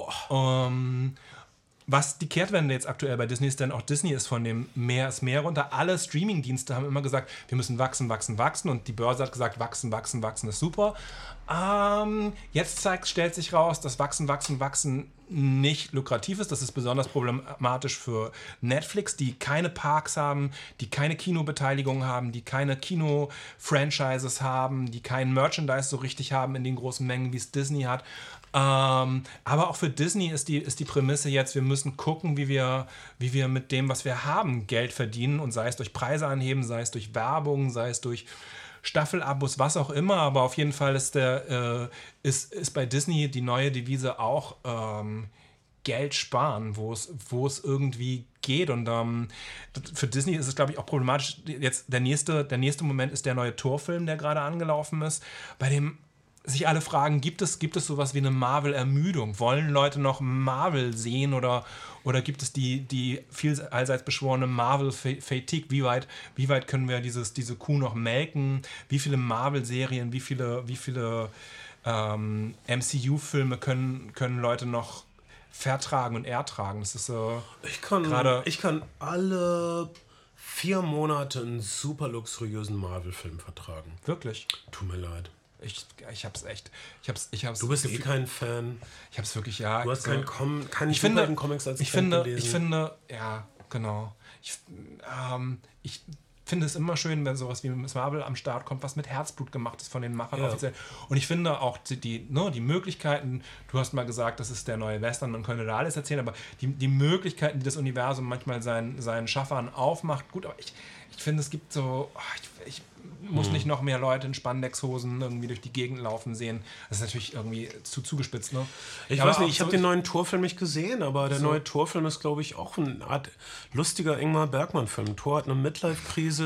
Ähm, Was die Kehrtwende jetzt aktuell bei Disney ist, denn auch Disney ist von dem Mehr ist mehr runter. Alle Streaming-Dienste haben immer gesagt, wir müssen wachsen, wachsen, wachsen. Und die Börse hat gesagt, wachsen, wachsen, wachsen ist super. Ähm, jetzt zeigt, stellt sich raus, dass wachsen, wachsen, wachsen nicht lukrativ ist. Das ist besonders problematisch für Netflix, die keine Parks haben, die keine Kinobeteiligung haben, die keine Kino-Franchises haben, die kein Merchandise so richtig haben in den großen Mengen, wie es Disney hat. Ähm, aber auch für Disney ist die, ist die Prämisse jetzt, wir müssen gucken, wie wir, wie wir mit dem, was wir haben, Geld verdienen. Und sei es durch Preise anheben, sei es durch Werbung, sei es durch Staffelabos, was auch immer. Aber auf jeden Fall ist, der, äh, ist, ist bei Disney die neue Devise auch ähm, Geld sparen, wo es, wo es irgendwie geht. Und ähm, für Disney ist es, glaube ich, auch problematisch. Jetzt der nächste, der nächste Moment ist der neue Torfilm, der gerade angelaufen ist, bei dem sich alle fragen, gibt es, gibt es sowas wie eine Marvel-Ermüdung? Wollen Leute noch Marvel sehen oder, oder gibt es die, die viel allseits beschworene Marvel-Fatigue? Wie weit, wie weit können wir dieses, diese Kuh noch melken? Wie viele Marvel-Serien, wie viele, wie viele ähm, M C U-Filme können, können Leute noch vertragen und ertragen? Das ist so ich kann, gerade... Ich kann alle vier Monate einen super luxuriösen Marvel-Film vertragen. Wirklich? Tut mir leid. Ich, ich hab's echt. Ich hab's, ich hab's du bist gefühl, eh kein Fan. Ich hab's wirklich, ja. Du hast so, keinen Com- keine ich finde, Comics als ich Fan finde, gelesen. Ich finde, ja, genau. Ich, ähm, ich finde es immer schön, wenn sowas wie Miss Marvel am Start kommt, was mit Herzblut gemacht ist von den Machern ja. offiziell. Und ich finde auch die, die, ne, die Möglichkeiten, du hast mal gesagt, das ist der neue Western, man könnte da alles erzählen, aber die, die Möglichkeiten, die das Universum manchmal seinen, seinen Schaffern aufmacht, gut, aber ich, ich finde, es gibt so, oh, ich, ich muss hm. nicht noch mehr Leute in Spandexhosen irgendwie durch die Gegend laufen sehen. Das ist natürlich irgendwie zu zugespitzt, ne? Ich aber weiß nicht, ich so habe den neuen Torfilm nicht gesehen, aber der so. neue Torfilm ist, glaube ich, auch eine Art lustiger Ingmar Bergmann-Film. Thor hat eine Midlife-Krise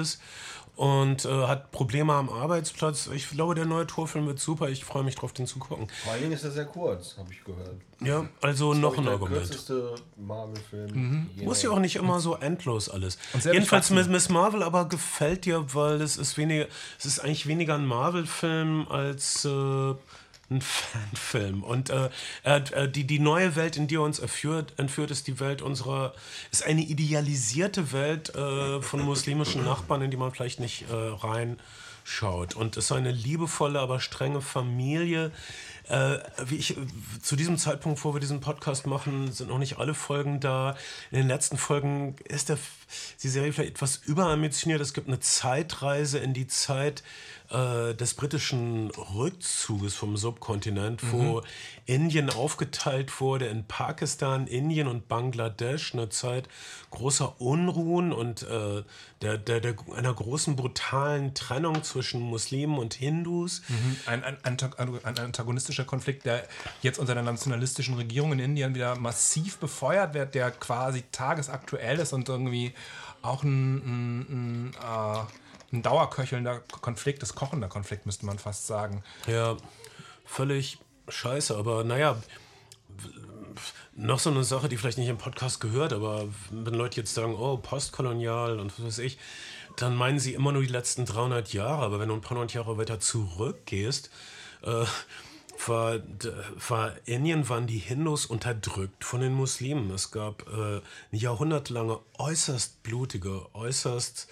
und äh, hat Probleme am Arbeitsplatz. Ich glaube, der neue Torfilm wird super. Ich freue mich drauf, den zu gucken. Vor allen Dingen ist er sehr kurz, habe ich gehört. Ja, also das noch ist, ein der Argument. kürzeste Marvel-Film. Mhm. Muss ja auch nicht immer so endlos alles. sehr Jedenfalls beschwachsen. Miss Marvel aber gefällt dir, weil es ist weniger, es ist eigentlich weniger ein Marvel-Film als äh, ein Fanfilm. Und äh, äh, die, die neue Welt, in die er uns erführt, entführt, ist die Welt unserer, ist eine idealisierte Welt äh, von muslimischen Nachbarn, in die man vielleicht nicht äh, reinschaut. Und es ist eine liebevolle, aber strenge Familie. Äh, wie ich, zu diesem Zeitpunkt, wo wir diesen Podcast machen, sind noch nicht alle Folgen da. In den letzten Folgen ist der, die Serie vielleicht etwas überambitioniert. Es gibt eine Zeitreise in die Zeit äh, des britischen Rückzuges vom Subkontinent, mhm. wo Indien aufgeteilt wurde in Pakistan, Indien und Bangladesch. Eine Zeit großer Unruhen und äh, der, der, der, einer großen brutalen Trennung zwischen Muslimen und Hindus. Mhm. Ein, ein, ein antagonistischer Konflikt, der jetzt unter der nationalistischen Regierung in Indien wieder massiv befeuert wird, der quasi tagesaktuell ist und irgendwie auch ein, ein, ein, äh, ein dauerköchelnder Konflikt ist, kochender Konflikt, müsste man fast sagen. Ja, völlig scheiße, aber naja, noch so eine Sache, die vielleicht nicht im Podcast gehört, aber wenn Leute jetzt sagen, oh, postkolonial und was weiß ich, dann meinen sie immer nur die letzten dreihundert Jahre, aber wenn du ein paar hundert Jahre weiter zurückgehst, äh, war, war Indien waren die Hindus unterdrückt von den Muslimen. Es gab äh, eine jahrhundertelange, äußerst blutige, äußerst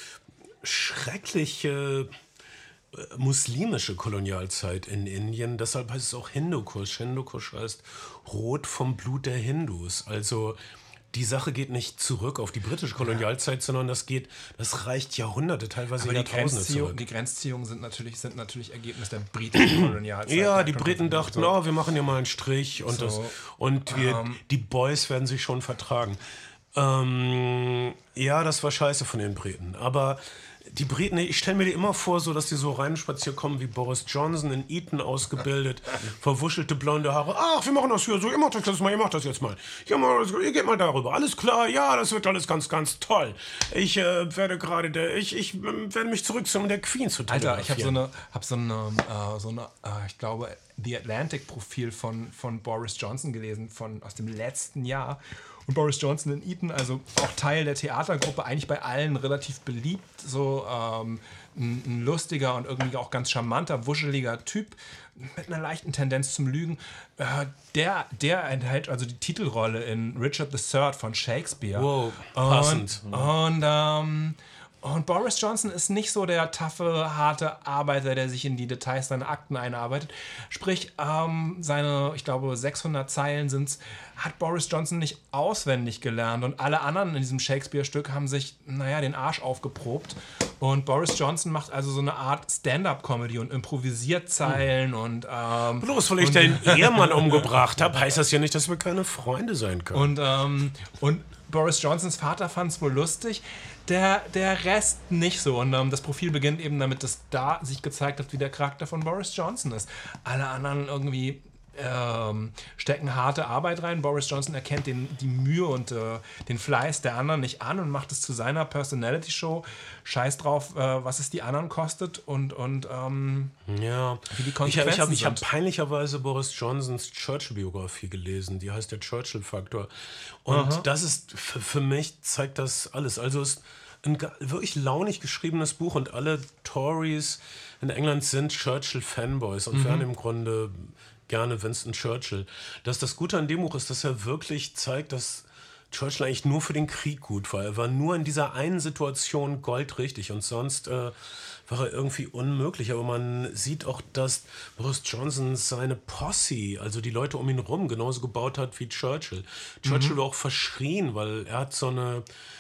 schreckliche äh, muslimische Kolonialzeit in Indien. Deshalb heißt es auch Hindukusch. Hindukusch heißt Rot vom Blut der Hindus. Also die Sache geht nicht zurück auf die britische Kolonialzeit, sondern das geht, das reicht Jahrhunderte, teilweise Aber die, Jahrtausende Grenzziehung, zurück. die Grenzziehungen sind natürlich, sind natürlich Ergebnis der britischen Kolonialzeit. Ja, Da die kommt Briten das- dachten, oh, wir machen hier mal einen Strich und, So, das, und wir, ähm, die Boys werden sich schon vertragen. Ähm, ja, das war scheiße von den Briten. Aber die Briten, ich stelle mir die immer vor, so, dass die so reinspaziert kommen wie Boris Johnson in Eton ausgebildet, verwuschelte blonde Haare. Ach, wir machen das hier so, ihr macht das jetzt mal, ihr macht das jetzt mal. Ihr, macht das, ihr geht mal darüber. Alles klar, ja, das wird alles ganz, ganz toll. Ich äh, werde gerade der, ich, ich äh, werde mich zurückziehen, um der Queen zu Alter, ich habe so telegrafieren. eine, hab so eine, äh, so eine äh, ich glaube, The Atlantic-Profil von, von Boris Johnson gelesen, von, aus dem letzten Jahr. Und Boris Johnson in Eton, also auch Teil der Theatergruppe, eigentlich bei allen relativ beliebt, so ähm, ein, ein lustiger und irgendwie auch ganz charmanter, wuscheliger Typ mit einer leichten Tendenz zum Lügen. Äh, der, der enthält also die Titelrolle in Richard the Third von Shakespeare. Wow, passend. Und, und ähm, Und Boris Johnson ist nicht so der taffe, harte Arbeiter, der sich in die Details seiner Akten einarbeitet. Sprich, ähm, seine, ich glaube, sechshundert Zeilen sind's, hat Boris Johnson nicht auswendig gelernt. Und alle anderen in diesem Shakespeare-Stück haben sich, naja, den Arsch aufgeprobt. Und Boris Johnson macht also so eine Art Stand-up-Comedy und improvisiert Zeilen hm. und... Ähm, Bloß weil ich deinen Ehemann umgebracht habe, heißt das ja nicht, dass wir keine Freunde sein können. Und, ähm, und Boris Johnsons Vater fand es wohl lustig, der, der Rest nicht so. Und ähm, das Profil beginnt eben damit, dass da sich gezeigt hat, wie der Charakter von Boris Johnson ist. Alle anderen irgendwie ähm, stecken harte Arbeit rein. Boris Johnson erkennt den, die Mühe und äh, den Fleiß der anderen nicht an und macht es zu seiner Personality-Show. Scheiß drauf, äh, was es die anderen kostet und, und ähm, ja. wie die Ich, Konsequenzen ich habe ich hab sind. peinlicherweise Boris Johnsons Churchill-Biografie gelesen. Die heißt der Churchill-Faktor. Und Aha. das ist, für, für mich zeigt das alles. Also es ist ein ga- wirklich launig geschriebenes Buch und alle Tories in England sind Churchill-Fanboys und werden im Grunde gerne Winston Churchill. Das, das Gute an dem Buch ist, dass er wirklich zeigt, dass Churchill eigentlich nur für den Krieg gut war. Er war nur in dieser einen Situation goldrichtig und sonst äh, war er irgendwie unmöglich. Aber man sieht auch, dass Boris Johnson seine Posse, also die Leute um ihn rum, genauso gebaut hat wie Churchill. Churchill war auch verschrien, weil er hat so eine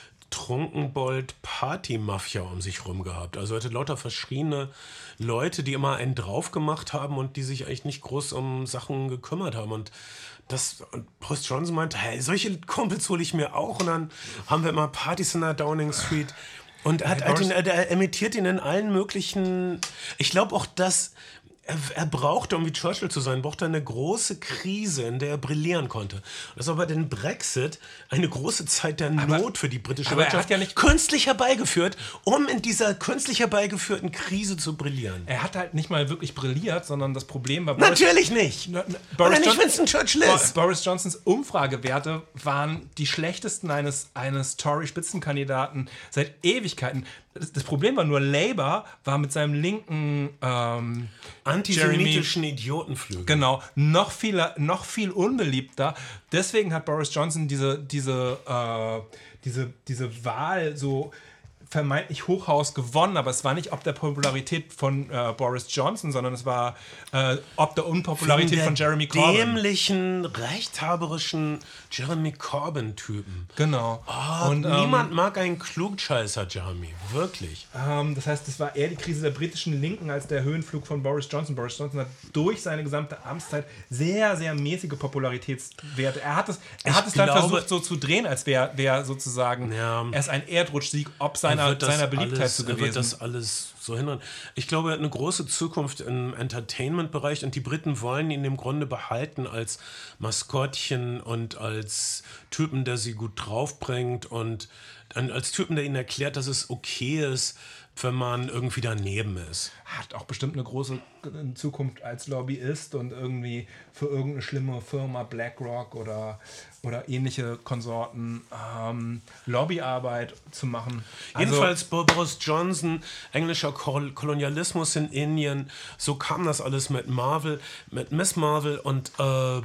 Trunkenbold-Party-Mafia um sich rum gehabt. Also er hatte lauter verschriene Leute, die immer einen drauf gemacht haben und die sich eigentlich nicht groß um Sachen gekümmert haben. Und das, und Boris Johnson meinte, hey, solche Kumpels hole ich mir auch. Und dann haben wir immer Partys in der Downing Street. Und er, hat, Hey, halt ihn, Boris- er, er imitiert ihn in allen möglichen... Ich glaube auch, dass... Er, er brauchte, um wie Churchill zu sein, brauchte eine große Krise, in der er brillieren konnte. Das war bei den Brexit eine große Zeit der Not für die britische aber er Wirtschaft hat ja nicht- künstlich herbeigeführt, um in dieser künstlich herbeigeführten Krise zu brillieren. Er hat halt nicht mal wirklich brilliert, sondern das Problem war... Boris- Natürlich nicht! Na- na- Weil er nicht John- Winston Churchill Bo- ist. Boris Johnsons Umfragewerte waren die schlechtesten eines, eines Tory-Spitzenkandidaten seit Ewigkeiten. Das, das Problem war nur, Labour war mit seinem linken ähm, Antisemitischen Idiotenflügel. genau, noch viel, noch viel unbeliebter. Deswegen hat Boris Johnson diese, diese, äh, diese, diese Wahl so vermeintlich Hochhaus gewonnen, aber es war nicht ob der Popularität von äh, Boris Johnson, sondern es war äh, ob der Unpopularität von Jeremy Corbyn. dämlichen, rechthaberischen Jeremy Corbyn-Typen. Genau. Oh, Und, ähm, niemand mag einen Klugscheißer, Jeremy. Wirklich. Ähm, das heißt, es war eher die Krise der britischen Linken als der Höhenflug von Boris Johnson. Boris Johnson hat durch seine gesamte Amtszeit sehr, sehr mäßige Popularitätswerte. Er hat es, er Ich hat es dann glaube- versucht so zu drehen, als wäre wär sozusagen Ja. erst ein Erdrutschsieg ob seiner, Er wird das seiner Beliebtheit alles, zu er wird gewesen. das alles so hindern. Ich glaube, er hat eine große Zukunft im Entertainment-Bereich und die Briten wollen ihn im Grunde behalten als Maskottchen und als Typen, der sie gut draufbringt und dann als Typen, der ihnen erklärt, dass es okay ist, wenn man irgendwie daneben ist. Hat auch bestimmt eine große Zukunft als Lobbyist und irgendwie für irgendeine schlimme Firma, BlackRock oder, oder ähnliche Konsorten, ähm, Lobbyarbeit zu machen. Also- Jedenfalls Boris Johnson, englischer Kol- Kolonialismus in Indien, so kam das alles mit Marvel, mit Miss Marvel und äh,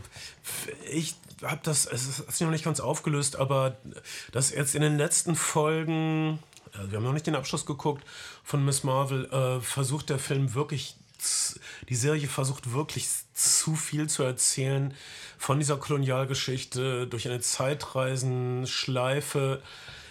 ich habe das, es ist, es ist noch nicht ganz aufgelöst, aber das jetzt in den letzten Folgen, äh, wir haben noch nicht den Abschluss geguckt von Miss Marvel, äh, versucht der Film wirklich, z- die Serie versucht wirklich zu zu viel zu erzählen von dieser Kolonialgeschichte durch eine Zeitreisenschleife.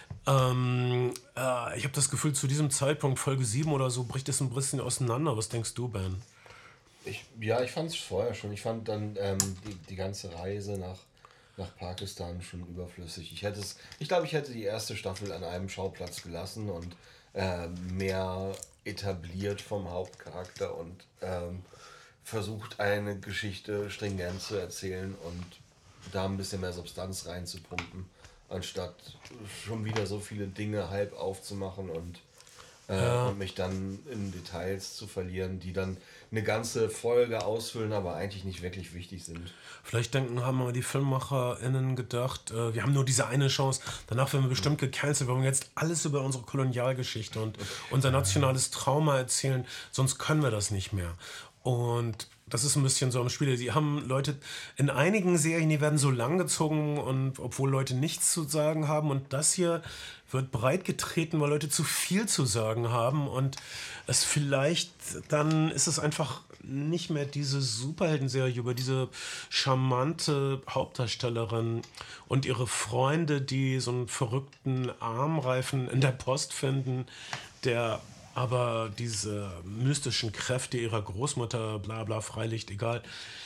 Ähm, äh, ich habe das Gefühl, zu diesem Zeitpunkt, Folge sieben oder so, bricht es ein bisschen auseinander. Was denkst du, Ben? Ich, ja, ich fand es vorher schon. Ich fand dann ähm, die, die ganze Reise nach, nach Pakistan schon überflüssig. Ich hätte es, ich glaube, ich hätte die erste Staffel an einem Schauplatz gelassen und äh, mehr etabliert vom Hauptcharakter und ähm, versucht, eine Geschichte stringent zu erzählen und da ein bisschen mehr Substanz reinzupumpen, anstatt schon wieder so viele Dinge halb aufzumachen und, äh, ja. und mich dann in Details zu verlieren, die dann eine ganze Folge ausfüllen, aber eigentlich nicht wirklich wichtig sind. Vielleicht denken, haben aber die FilmmacherInnen gedacht, äh, wir haben nur diese eine Chance, danach werden wir bestimmt gecancelt, wir wollen jetzt alles über unsere Kolonialgeschichte und unser nationales Trauma erzählen, sonst können wir das nicht mehr. Und das ist ein bisschen so am Spiel. Die haben Leute, in einigen Serien, die werden so lang gezogen, und obwohl Leute nichts zu sagen haben. Und das hier wird breit getreten, weil Leute zu viel zu sagen haben. Und es vielleicht, dann ist es einfach nicht mehr diese Superhelden-Serie über diese charmante Hauptdarstellerin und ihre Freunde, die so einen verrückten Armreifen in der Post finden, der aber diese mystischen Kräfte ihrer Großmutter, bla bla, Freilicht, egal.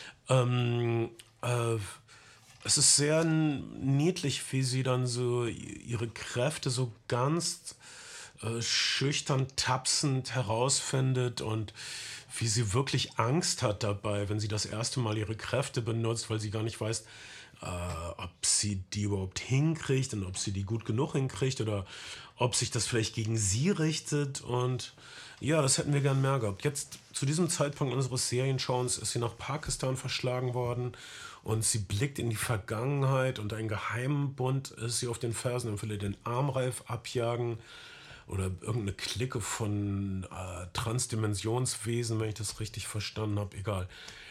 Ähm, äh, es ist sehr niedlich, wie sie dann so ihre Kräfte so ganz äh, schüchtern, tapsend herausfindet und wie sie wirklich Angst hat dabei, wenn sie das erste Mal ihre Kräfte benutzt, weil sie gar nicht weiß, äh, ob sie die überhaupt hinkriegt und ob sie die gut genug hinkriegt oder ob sich das vielleicht gegen sie richtet. Und ja, das hätten wir gern mehr gehabt. Jetzt, zu diesem Zeitpunkt unseres Serienschauens, ist sie nach Pakistan verschlagen worden und sie blickt in die Vergangenheit und ein Geheimbund ist sie auf den Fersen und will ihr den Armreif abjagen oder irgendeine Clique von äh, Transdimensionswesen, wenn ich das richtig verstanden habe, egal.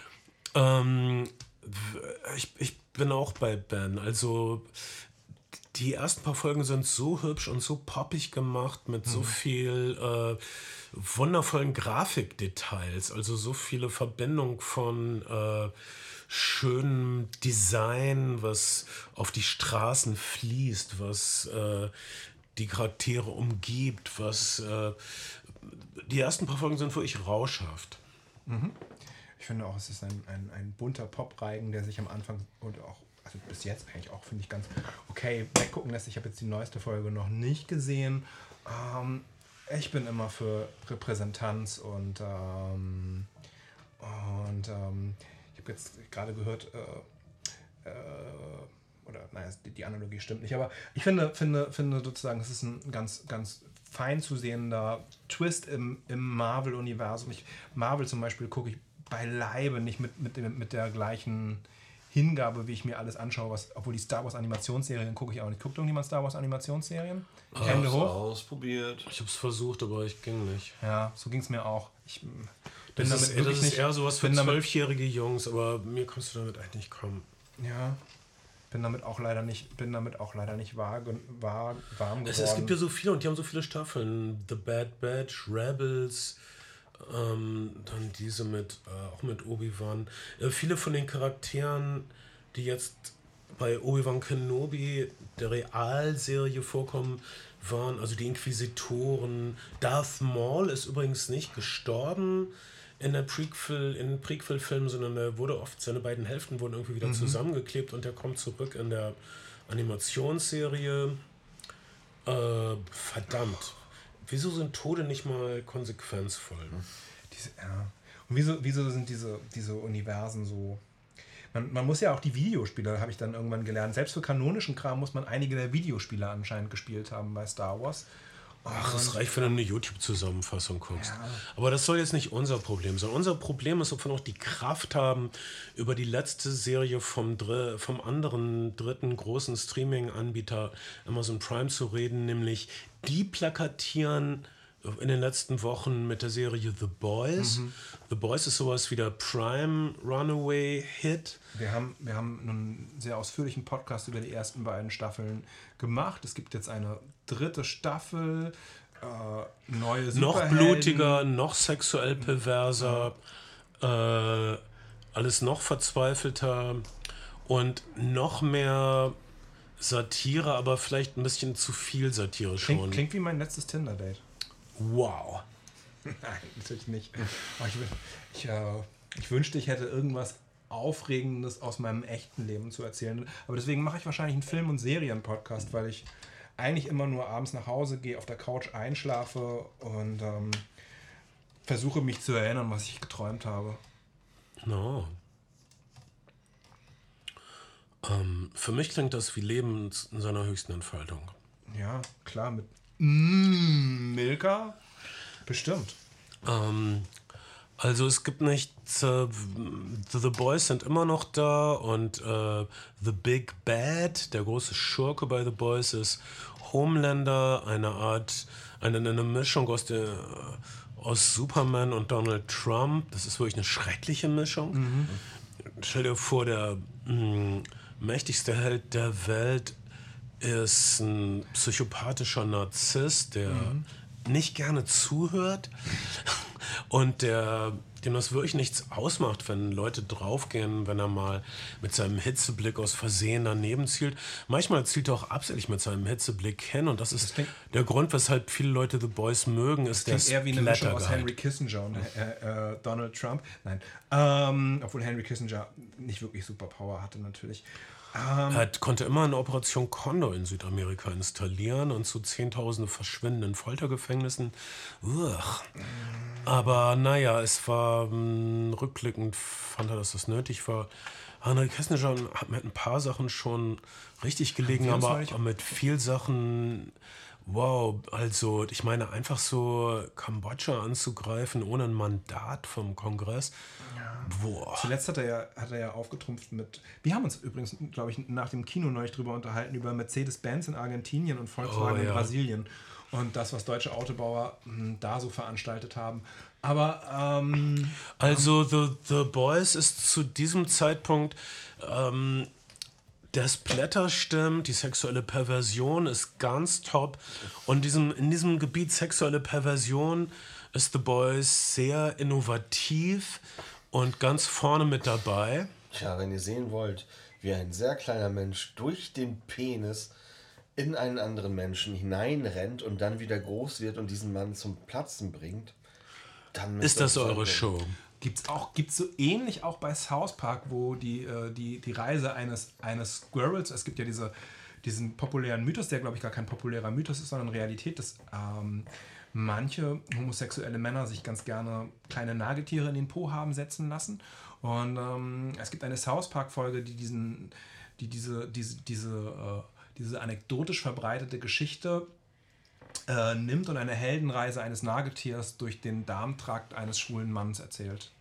Ähm, ich, ich bin auch bei Ben, also die ersten paar Folgen sind so hübsch und so poppig gemacht mit so viel äh, wundervollen Grafikdetails, also so viele Verbindungen von äh, schönem Design, was auf die Straßen fließt, was äh, die Charaktere umgibt, was äh, die ersten paar Folgen sind wirklich rauschhaft. Mhm. Ich finde auch, es ist ein, ein, ein bunter Pop-Reigen, der sich am Anfang und auch also bis jetzt eigentlich auch, finde ich, ganz okay weggucken lässt. Ich habe jetzt die neueste Folge noch nicht gesehen. Ähm, ich bin immer für Repräsentanz und ähm, und ähm, ich habe jetzt gerade gehört, äh, äh, oder naja, die, die Analogie stimmt nicht, aber ich finde, finde, finde sozusagen, es ist ein ganz, ganz fein zu sehender Twist im, im Marvel-Universum. Ich, Marvel zum Beispiel gucke ich beileibe nicht mit, mit, dem, mit der gleichen Hingabe, wie ich mir alles anschaue, was, obwohl die Star Wars Animationsserien gucke ich auch nicht. Guckt irgendjemand Star Wars Animationsserien? Ich habe es ausprobiert. Ich habe es versucht, aber ich ging nicht. Ja, so ging es mir auch. Ich bin das damit ist, wirklich das ist nicht, eher sowas für zwölfjährige Jungs, aber mir kommst du damit eigentlich kaum. Ja, bin damit auch leider nicht, bin damit auch leider nicht wahr, wahr, warm geworden. Es, es gibt ja so viele und die haben so viele Staffeln. The Bad Batch, Rebels, ähm, dann diese mit, äh, auch mit Obi-Wan. Äh, viele von den Charakteren, die jetzt bei Obi-Wan Kenobi, der Realserie, vorkommen, waren also die Inquisitoren. Darth Maul ist übrigens nicht gestorben in der Prequel, in den Prequel-Filmen, sondern er wurde oft, seine beiden Hälften wurden irgendwie wieder mhm. zusammengeklebt und der kommt zurück in der Animationsserie. Äh, verdammt. Wieso sind Tode nicht mal konsequenzvoll? Diese, ja. Und wieso, wieso sind diese, diese Universen so... Man, man muss ja auch die Videospiele, habe ich dann irgendwann gelernt. Selbst für kanonischen Kram muss man einige der Videospiele anscheinend gespielt haben bei Star Wars. Ach, es reicht, wenn du eine YouTube-Zusammenfassung guckst. Ja. Aber das soll jetzt nicht unser Problem sein. Unser Problem ist, ob wir noch die Kraft haben, über die letzte Serie vom, Dr- vom anderen dritten großen Streaming-Anbieter Amazon Prime zu reden, nämlich die plakatieren in den letzten Wochen mit der Serie The Boys. Mhm. The Boys ist sowas wie der Prime Runaway Hit. Wir haben, wir haben einen sehr ausführlichen Podcast über die ersten beiden Staffeln gemacht. Es gibt jetzt eine dritte Staffel, äh, neue Superhelden. Noch blutiger, noch sexuell perverser. Ja. Äh, alles noch verzweifelter und noch mehr Satire, aber vielleicht ein bisschen zu viel Satire schon. Klingt, klingt wie mein letztes Tinder-Date. Wow. Nein, natürlich nicht. Aber ich, ich, äh, ich wünschte, ich hätte irgendwas Aufregendes aus meinem echten Leben zu erzählen. Aber deswegen mache ich wahrscheinlich einen Film- und Serien-Podcast, weil ich eigentlich immer nur abends nach Hause gehe, auf der Couch einschlafe und ähm, versuche mich zu erinnern, was ich geträumt habe. No. Ähm, für mich klingt das wie Leben in seiner höchsten Entfaltung. Ja, klar, mit mm, Milka. Bestimmt. Ähm, also es gibt nicht, äh, The Boys sind immer noch da und äh, The Big Bad, der große Schurke bei The Boys, ist Homelander, eine Art, eine, eine Mischung aus, der, aus Superman und Donald Trump. Das ist wirklich eine schreckliche Mischung. Mhm. Stell dir vor, der mh, mächtigste Held der Welt ist ein psychopathischer Narzisst, der mhm. nicht gerne zuhört und der, dem das wirklich nichts ausmacht, wenn Leute draufgehen, wenn er mal mit seinem Hitzeblick aus Versehen daneben zielt. Manchmal zielt er auch absichtlich mit seinem Hitzeblick hin und das ist das klingt, der Grund, weshalb viele Leute The Boys mögen, ist der eher wie eine Mischung aus Henry Kissinger und äh, äh, Donald Trump. Nein, ähm, obwohl Henry Kissinger nicht wirklich Superpower hatte natürlich. Um, er konnte immer eine Operation Condor in Südamerika installieren und zu Zehntausende verschwindenden Foltergefängnissen. Uch. Aber naja, es war mh, rückblickend, fand er, dass das nötig war. Henry Kissinger hat mit ein paar Sachen schon richtig gelegen, aber, aber mit viel Sachen, wow, also ich meine, einfach so Kambodscha anzugreifen ohne ein Mandat vom Kongress. Ja. Boah. Zuletzt hat er ja, hat er ja aufgetrumpft mit. Wir haben uns übrigens, glaube ich, nach dem Kino neulich drüber unterhalten, über Mercedes-Benz in Argentinien und Volkswagen oh, ja. in Brasilien. Und das, was deutsche Autobauer mh, da so veranstaltet haben. Aber. Ähm, also, The, The Boys ist zu diesem Zeitpunkt. Ähm, Der Splatter stimmt, die sexuelle Perversion ist ganz top. Und diesem, in diesem Gebiet sexuelle Perversion ist The Boys sehr innovativ und ganz vorne mit dabei. Tja, wenn ihr sehen wollt, wie ein sehr kleiner Mensch durch den Penis in einen anderen Menschen hineinrennt und dann wieder groß wird und diesen Mann zum Platzen bringt, dann müsst ist das eure Show. Gibt's auch, gibt's so ähnlich auch bei South Park, wo die, äh, die, die Reise eines, eines Squirrels, es gibt ja diese, diesen populären Mythos, der glaube ich gar kein populärer Mythos ist, sondern Realität, dass ähm, manche homosexuelle Männer sich ganz gerne kleine Nagetiere in den Po haben setzen lassen. Und ähm, es gibt eine South Park-Folge, die diesen, die diese, diese, diese, äh, diese anekdotisch verbreitete Geschichte Äh, nimmt und eine Heldenreise eines Nagetiers durch den Darmtrakt eines schwulen Mannes erzählt.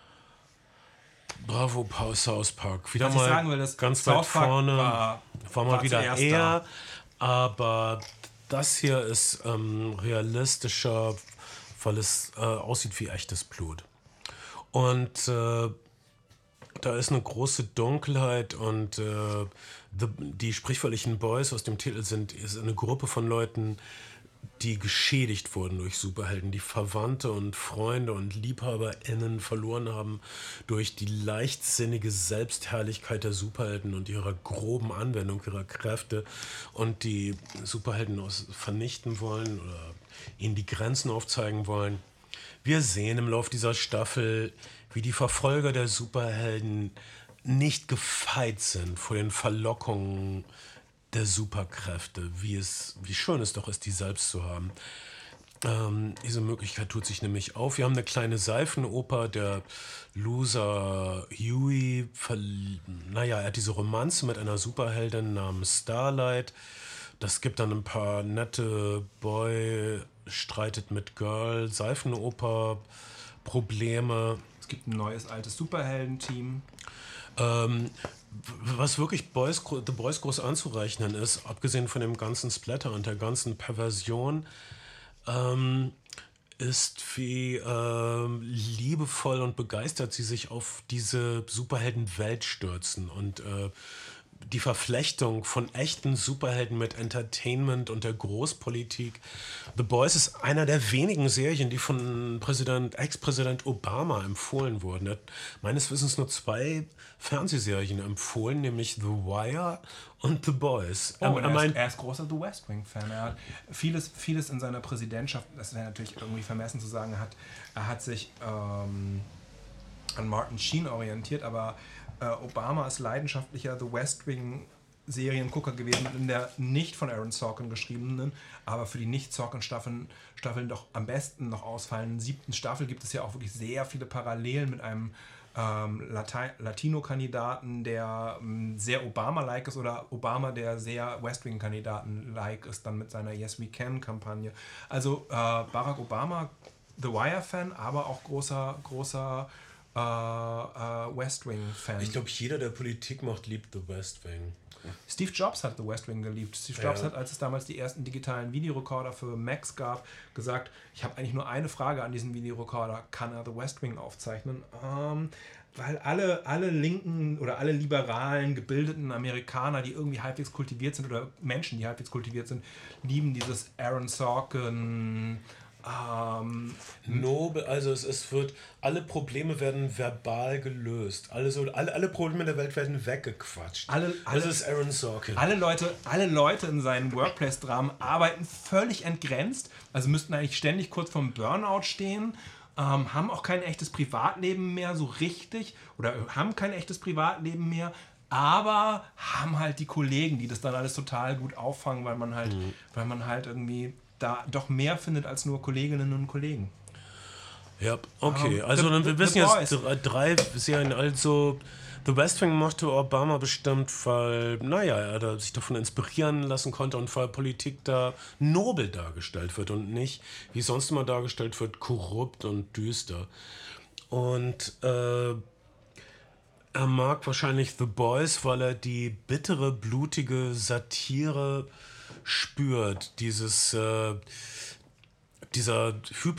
Bravo, Paul South Park. Wieder Was mal ich sagen will, das ganz South weit vorne. War, war mal war wieder eher. Da. Aber das hier ist ähm, realistischer, weil es äh, aussieht wie echtes Blut. Und äh, da ist eine große Dunkelheit und äh, the, die sprichwörtlichen Boys aus dem Titel sind ist eine Gruppe von Leuten, die geschädigt wurden durch Superhelden, die Verwandte und Freunde und LiebhaberInnen verloren haben durch die leichtsinnige Selbstherrlichkeit der Superhelden und ihrer groben Anwendung ihrer Kräfte und die Superhelden aus vernichten wollen oder ihnen die Grenzen aufzeigen wollen. Wir sehen im Lauf dieser Staffel, wie die Verfolger der Superhelden nicht gefeit sind vor den Verlockungen der Superkräfte, wie es, wie schön es doch ist, die selbst zu haben. Ähm, diese Möglichkeit tut sich nämlich auf. Wir haben eine kleine Seifenoper, der Loser Huey, naja, er hat diese Romanze mit einer Superheldin namens Starlight. Das gibt dann ein paar nette Boy streitet mit Girl, Seifenoper, Probleme. Es gibt ein neues, altes Superhelden-Team. Ähm, was wirklich Boys, The Boys groß anzurechnen ist, abgesehen von dem ganzen Splatter und der ganzen Perversion, ähm, ist, wie ähm, liebevoll und begeistert sie sich auf diese Superheldenwelt stürzen und äh, die Verflechtung von echten Superhelden mit Entertainment und der Großpolitik. The Boys ist einer der wenigen Serien, die von Präsident, Ex-Präsident Obama empfohlen wurden. Er hat meines Wissens nur zwei Fernsehserien empfohlen, nämlich The Wire und The Boys. Oh, er, er, er, ist, meint, er ist großer The West Wing-Fan. Er hat vieles, vieles in seiner Präsidentschaft, das wäre natürlich irgendwie vermessen zu sagen, er hat, er hat sich ähm, an Martin Sheen orientiert, aber äh, Obama ist leidenschaftlicher The West Wing Seriengucker gewesen, in der nicht von Aaron Sorkin geschriebenen, aber für die Nicht-Sorkin-Staffeln Staffeln doch am besten noch ausfallenden siebten Staffel gibt es ja auch wirklich sehr viele Parallelen mit einem ähm, Lati- Latino-Kandidaten, der ähm, sehr Obama-like ist, oder Obama, der sehr West Wing-Kandidaten-like ist, dann mit seiner Yes We Can-Kampagne. Also äh, Barack Obama, The Wire-Fan, aber auch großer, großer äh, äh, West Wing-Fan. ich glaube, jeder, der Politik macht, liebt The West Wing. Steve Jobs hat The West Wing geliebt. Steve Jobs Ja. hat, als es damals die ersten digitalen Videorekorder für Macs gab, gesagt, ich habe eigentlich nur eine Frage an diesen Videorekorder, kann er The West Wing aufzeichnen? Ähm, weil alle, alle linken oder alle liberalen, gebildeten Amerikaner, die irgendwie halbwegs kultiviert sind, oder Menschen, die halbwegs kultiviert sind, lieben dieses Aaron Sorkin... Ähm, Nobel, also es, es wird, alle Probleme werden verbal gelöst. Alle, so, alle, alle Probleme der Welt werden weggequatscht. Alle- alle- das ist Aaron Sorkin. Alle Leute, alle Leute in seinen Workplace-Dramen arbeiten völlig entgrenzt, also müssten eigentlich ständig kurz vorm Burnout stehen, ähm, haben auch kein echtes Privatleben mehr so richtig oder haben kein echtes Privatleben mehr, aber haben halt die Kollegen, die das dann alles total gut auffangen, weil man halt, Mhm. weil man halt irgendwie da doch mehr findet als nur Kolleginnen und Kollegen. Ja, okay. Ähm, Also The- dann, wir The- wissen The jetzt Boys. drei, drei Serien. Also The West Wing mochte Obama bestimmt, weil, naja, er da sich davon inspirieren lassen konnte und weil Politik da nobel dargestellt wird und nicht, wie sonst immer dargestellt wird, korrupt und düster. Und äh, er mag wahrscheinlich The Boys, weil er die bittere, blutige Satire spürt. Dieses, äh, dieser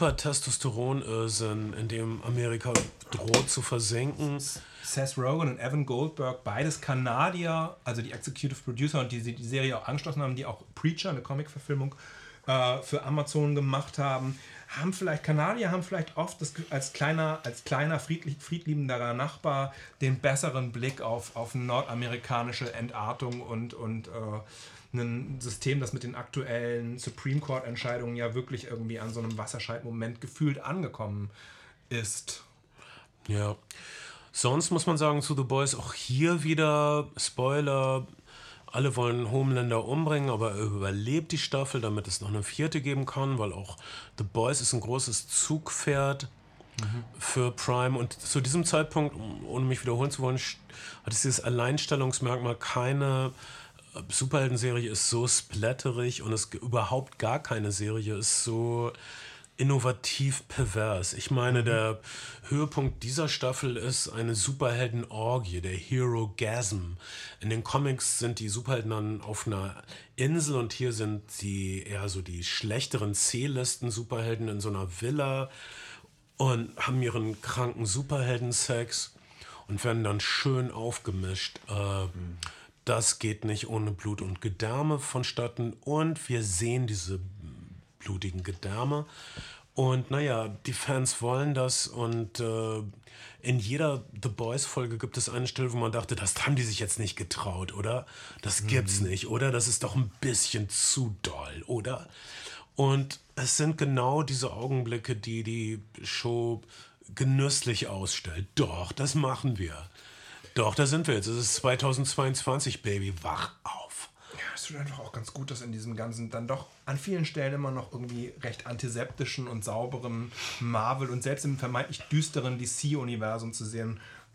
Hypertestosteron-Irrsinn, in dem Amerika droht zu versinken. Seth Rogen und Evan Goldberg, beides Kanadier, also die Executive Producer und die die Serie auch angeschlossen haben, die auch Preacher, eine Comic-Verfilmung äh, für Amazon gemacht haben, haben vielleicht, Kanadier haben vielleicht oft das, als kleiner, als kleiner friedlich, friedliebenderer Nachbar den besseren Blick auf, auf nordamerikanische Entartung und, und äh, ein System, das mit den aktuellen Supreme Court-Entscheidungen ja wirklich irgendwie an so einem Wasserscheidmoment gefühlt angekommen ist. Ja. Sonst muss man sagen zu The Boys auch hier wieder Spoiler. Alle wollen Homelander umbringen, aber er überlebt die Staffel, damit es noch eine vierte geben kann, weil auch The Boys ist ein großes Zugpferd für Prime. Und zu diesem Zeitpunkt, um- ohne mich wiederholen zu wollen, st- hat es dieses Alleinstellungsmerkmal, keine äh, Superhelden-Serie ist so splatterig und es g- überhaupt gar keine Serie ist so innovativ pervers. Ich meine, der Höhepunkt dieser Staffel ist eine Superhelden-Orgie, der Hero-Gasm. In den Comics sind die Superhelden dann auf einer Insel und hier sind sie eher so die schlechteren C-Listen-Superhelden in so einer Villa und haben ihren kranken Superhelden-Sex und werden dann schön aufgemischt. Äh, Das geht nicht ohne Blut und Gedärme vonstatten und wir sehen diese blutigen Gedärme. Und naja, die Fans wollen das und äh, in jeder The Boys-Folge gibt es eine Stelle, wo man dachte, das haben die sich jetzt nicht getraut, oder? Das gibt's nicht, oder? Das ist doch ein bisschen zu doll, oder? Und es sind genau diese Augenblicke, die die Show genüsslich ausstellt. Doch, das machen wir. Doch, da sind wir jetzt. Es ist zweitausendzweiundzwanzig, Baby. Wach auf. Ja, es tut einfach auch ganz gut, dass in diesem ganzen dann doch an vielen Stellen immer noch irgendwie recht antiseptischen und sauberen Marvel und selbst im vermeintlich düsteren D C-Universum zu sehen.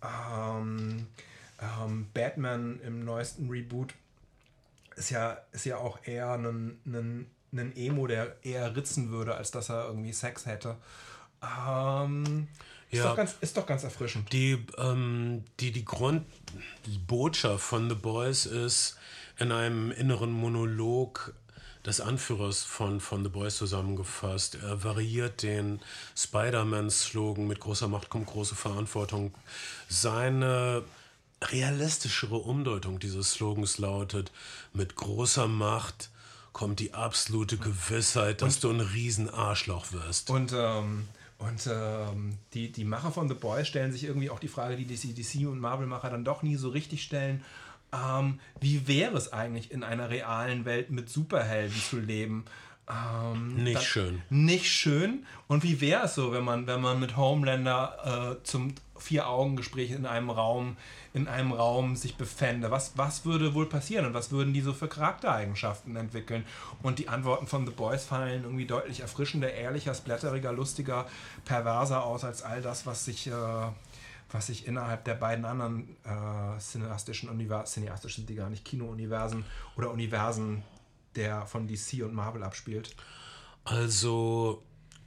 Ähm, ähm, Batman im neuesten Reboot ist ja, ist ja auch eher ein, ein, ein Emo, der eher ritzen würde, als dass er irgendwie Sex hätte. Ähm, ist, Ja. doch ganz, ist doch ganz erfrischend. Die, ähm, die, die Grundbotschaft von The Boys ist in einem inneren Monolog des Anführers von, von The Boys zusammengefasst. Er variiert den Spider-Man-Slogan mit großer Macht kommt große Verantwortung. Seine realistischere Umdeutung dieses Slogans lautet: Mit großer Macht kommt die absolute Gewissheit, dass du ein Riesen-Arschloch wirst. Und, ähm, und ähm, die, die Macher von The Boys stellen sich irgendwie auch die Frage, die die D C und Marvel-Macher dann doch nie so richtig stellen. Ähm, wie wäre es eigentlich, in einer realen Welt mit Superhelden zu leben? Ähm, Nicht dann, schön. Nicht schön. Und wie wäre es so, wenn man, wenn man mit Homelander äh, zum Vier-Augen-Gespräch in einem Raum, in einem Raum sich befände? Was, was würde wohl passieren und was würden die so für Charaktereigenschaften entwickeln? Und die Antworten von The Boys fallen irgendwie deutlich erfrischender, ehrlicher, splatteriger, lustiger, perverser aus als all das, was sich, äh, was sich innerhalb der beiden anderen äh, cineastischen Universen, cineastisch sind die gar nicht, Kino-Universen oder Universen der von D C und Marvel abspielt. Also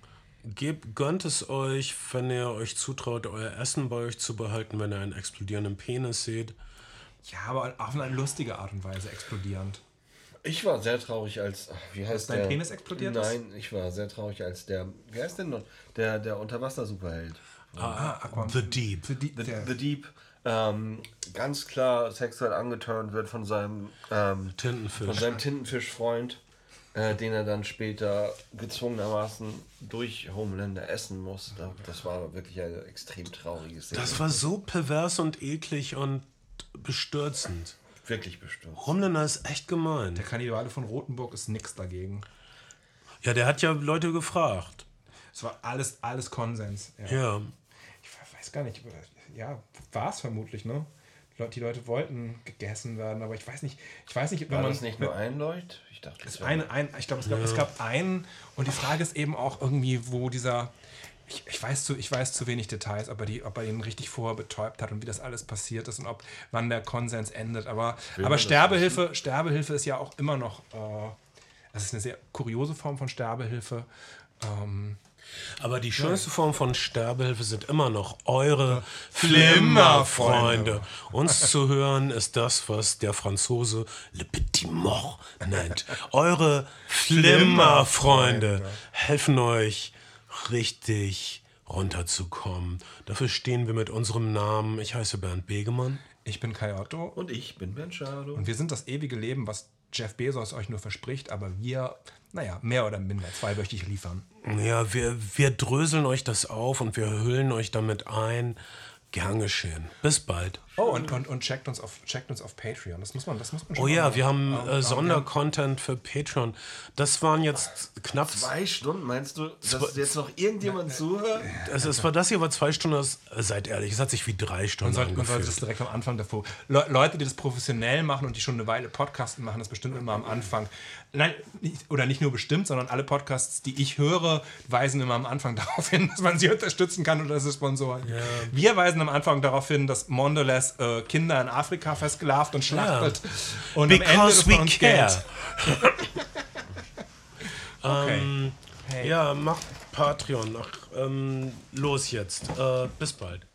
gebt, gönnt es euch, wenn ihr euch zutraut, euer Essen bei euch zu behalten, wenn ihr einen explodierenden Penis seht. Ja, aber auf eine lustige Art und Weise explodierend. Ich war sehr traurig, als, wie heißt dein der? Penis explodiert ist? Nein, ich war sehr traurig, als der, wie heißt denn noch? Der, der Unterwasser-Superheld. Ah, Aquaman. The Deep. The Deep. The, der- The Deep. Ähm, ganz klar sexuell angeturnt wird von seinem ähm, Tintenfisch. von seinem Tintenfischfreund, äh, den er dann später gezwungenermaßen durch Homelander essen muss. Da- Das war wirklich eine extrem traurige Szene. Das war so pervers und eklig und bestürzend. wirklich bestürzt. Homelander ist echt gemein. Der Kannibale von Rothenburg ist nix dagegen. Ja, der hat ja Leute gefragt. Es war alles, alles Konsens. Ja. Ja. Ich weiß gar nicht, ja, war es vermutlich, ne? Die Leute, die Leute wollten gegessen werden, aber ich weiß nicht, ich weiß nicht, wenn War man... das nicht nur ein Leucht? Ich dachte, das Es wäre- eine, ein, ich glaube, es, gab- es gab einen und die Frage ist eben auch irgendwie, wo dieser, ich, ich, weiß zu, ich weiß zu wenig Details, ob er, die, ob er ihn richtig vorher betäubt hat und wie das alles passiert ist und ob wann der Konsens endet. Aber, Will aber man das Sterbehilfe, Sterbehilfe ist ja auch immer noch, äh, es ist eine sehr kuriose Form von Sterbehilfe. Ähm, Aber die schönste Form von Sterbehilfe sind immer noch eure Flimmerfreunde. Flimmerfreunde. Uns zu hören ist das, was der Franzose Le Petit Mort nennt. Eure Flimmerfreunde helfen euch richtig runterzukommen. Dafür stehen wir mit unserem Namen. Ich heiße Bernd Begemann. ich bin Kai Otto Und ich bin Ben Schado. und wir sind das ewige Leben, was Jeff Bezos euch nur verspricht, aber wir, naja, mehr oder minder zweiwöchig liefern. Ja, wir, wir dröseln euch das auf und wir hüllen euch damit ein. Gern geschehen. Bis bald. Oh, und, und, und checkt, uns auf, checkt uns auf Patreon. Das muss man, das muss man schon Oh ja, mal- wir haben Ja, äh, ja, Sondercontent für Patreon. Das waren jetzt knapp. Zwei Stunden, meinst du, dass jetzt noch irgendjemand zuhört? Es, es war das hier war zwei Stunden. Das, äh, seid ehrlich, es hat sich wie drei Stunden Man sollte, man sollte das angefühlt. direkt am Anfang davor. Le Leute, die das professionell machen und die schon eine Weile Podcasten machen, das bestimmt immer am Anfang. Nein, nicht, oder nicht nur bestimmt, sondern alle Podcasts, die ich höre, weisen immer am Anfang darauf hin, dass man sie unterstützen kann oder sie Sponsoren. Wir weisen am Anfang darauf hin, dass Mondelez äh, Kinder in Afrika versklavt und schlachtet. Und am Ende Because ist von we uns care. Geld. Okay. Ähm, Hey. Ja, macht Patreon. Ach, ähm, los jetzt. Äh, bis bald.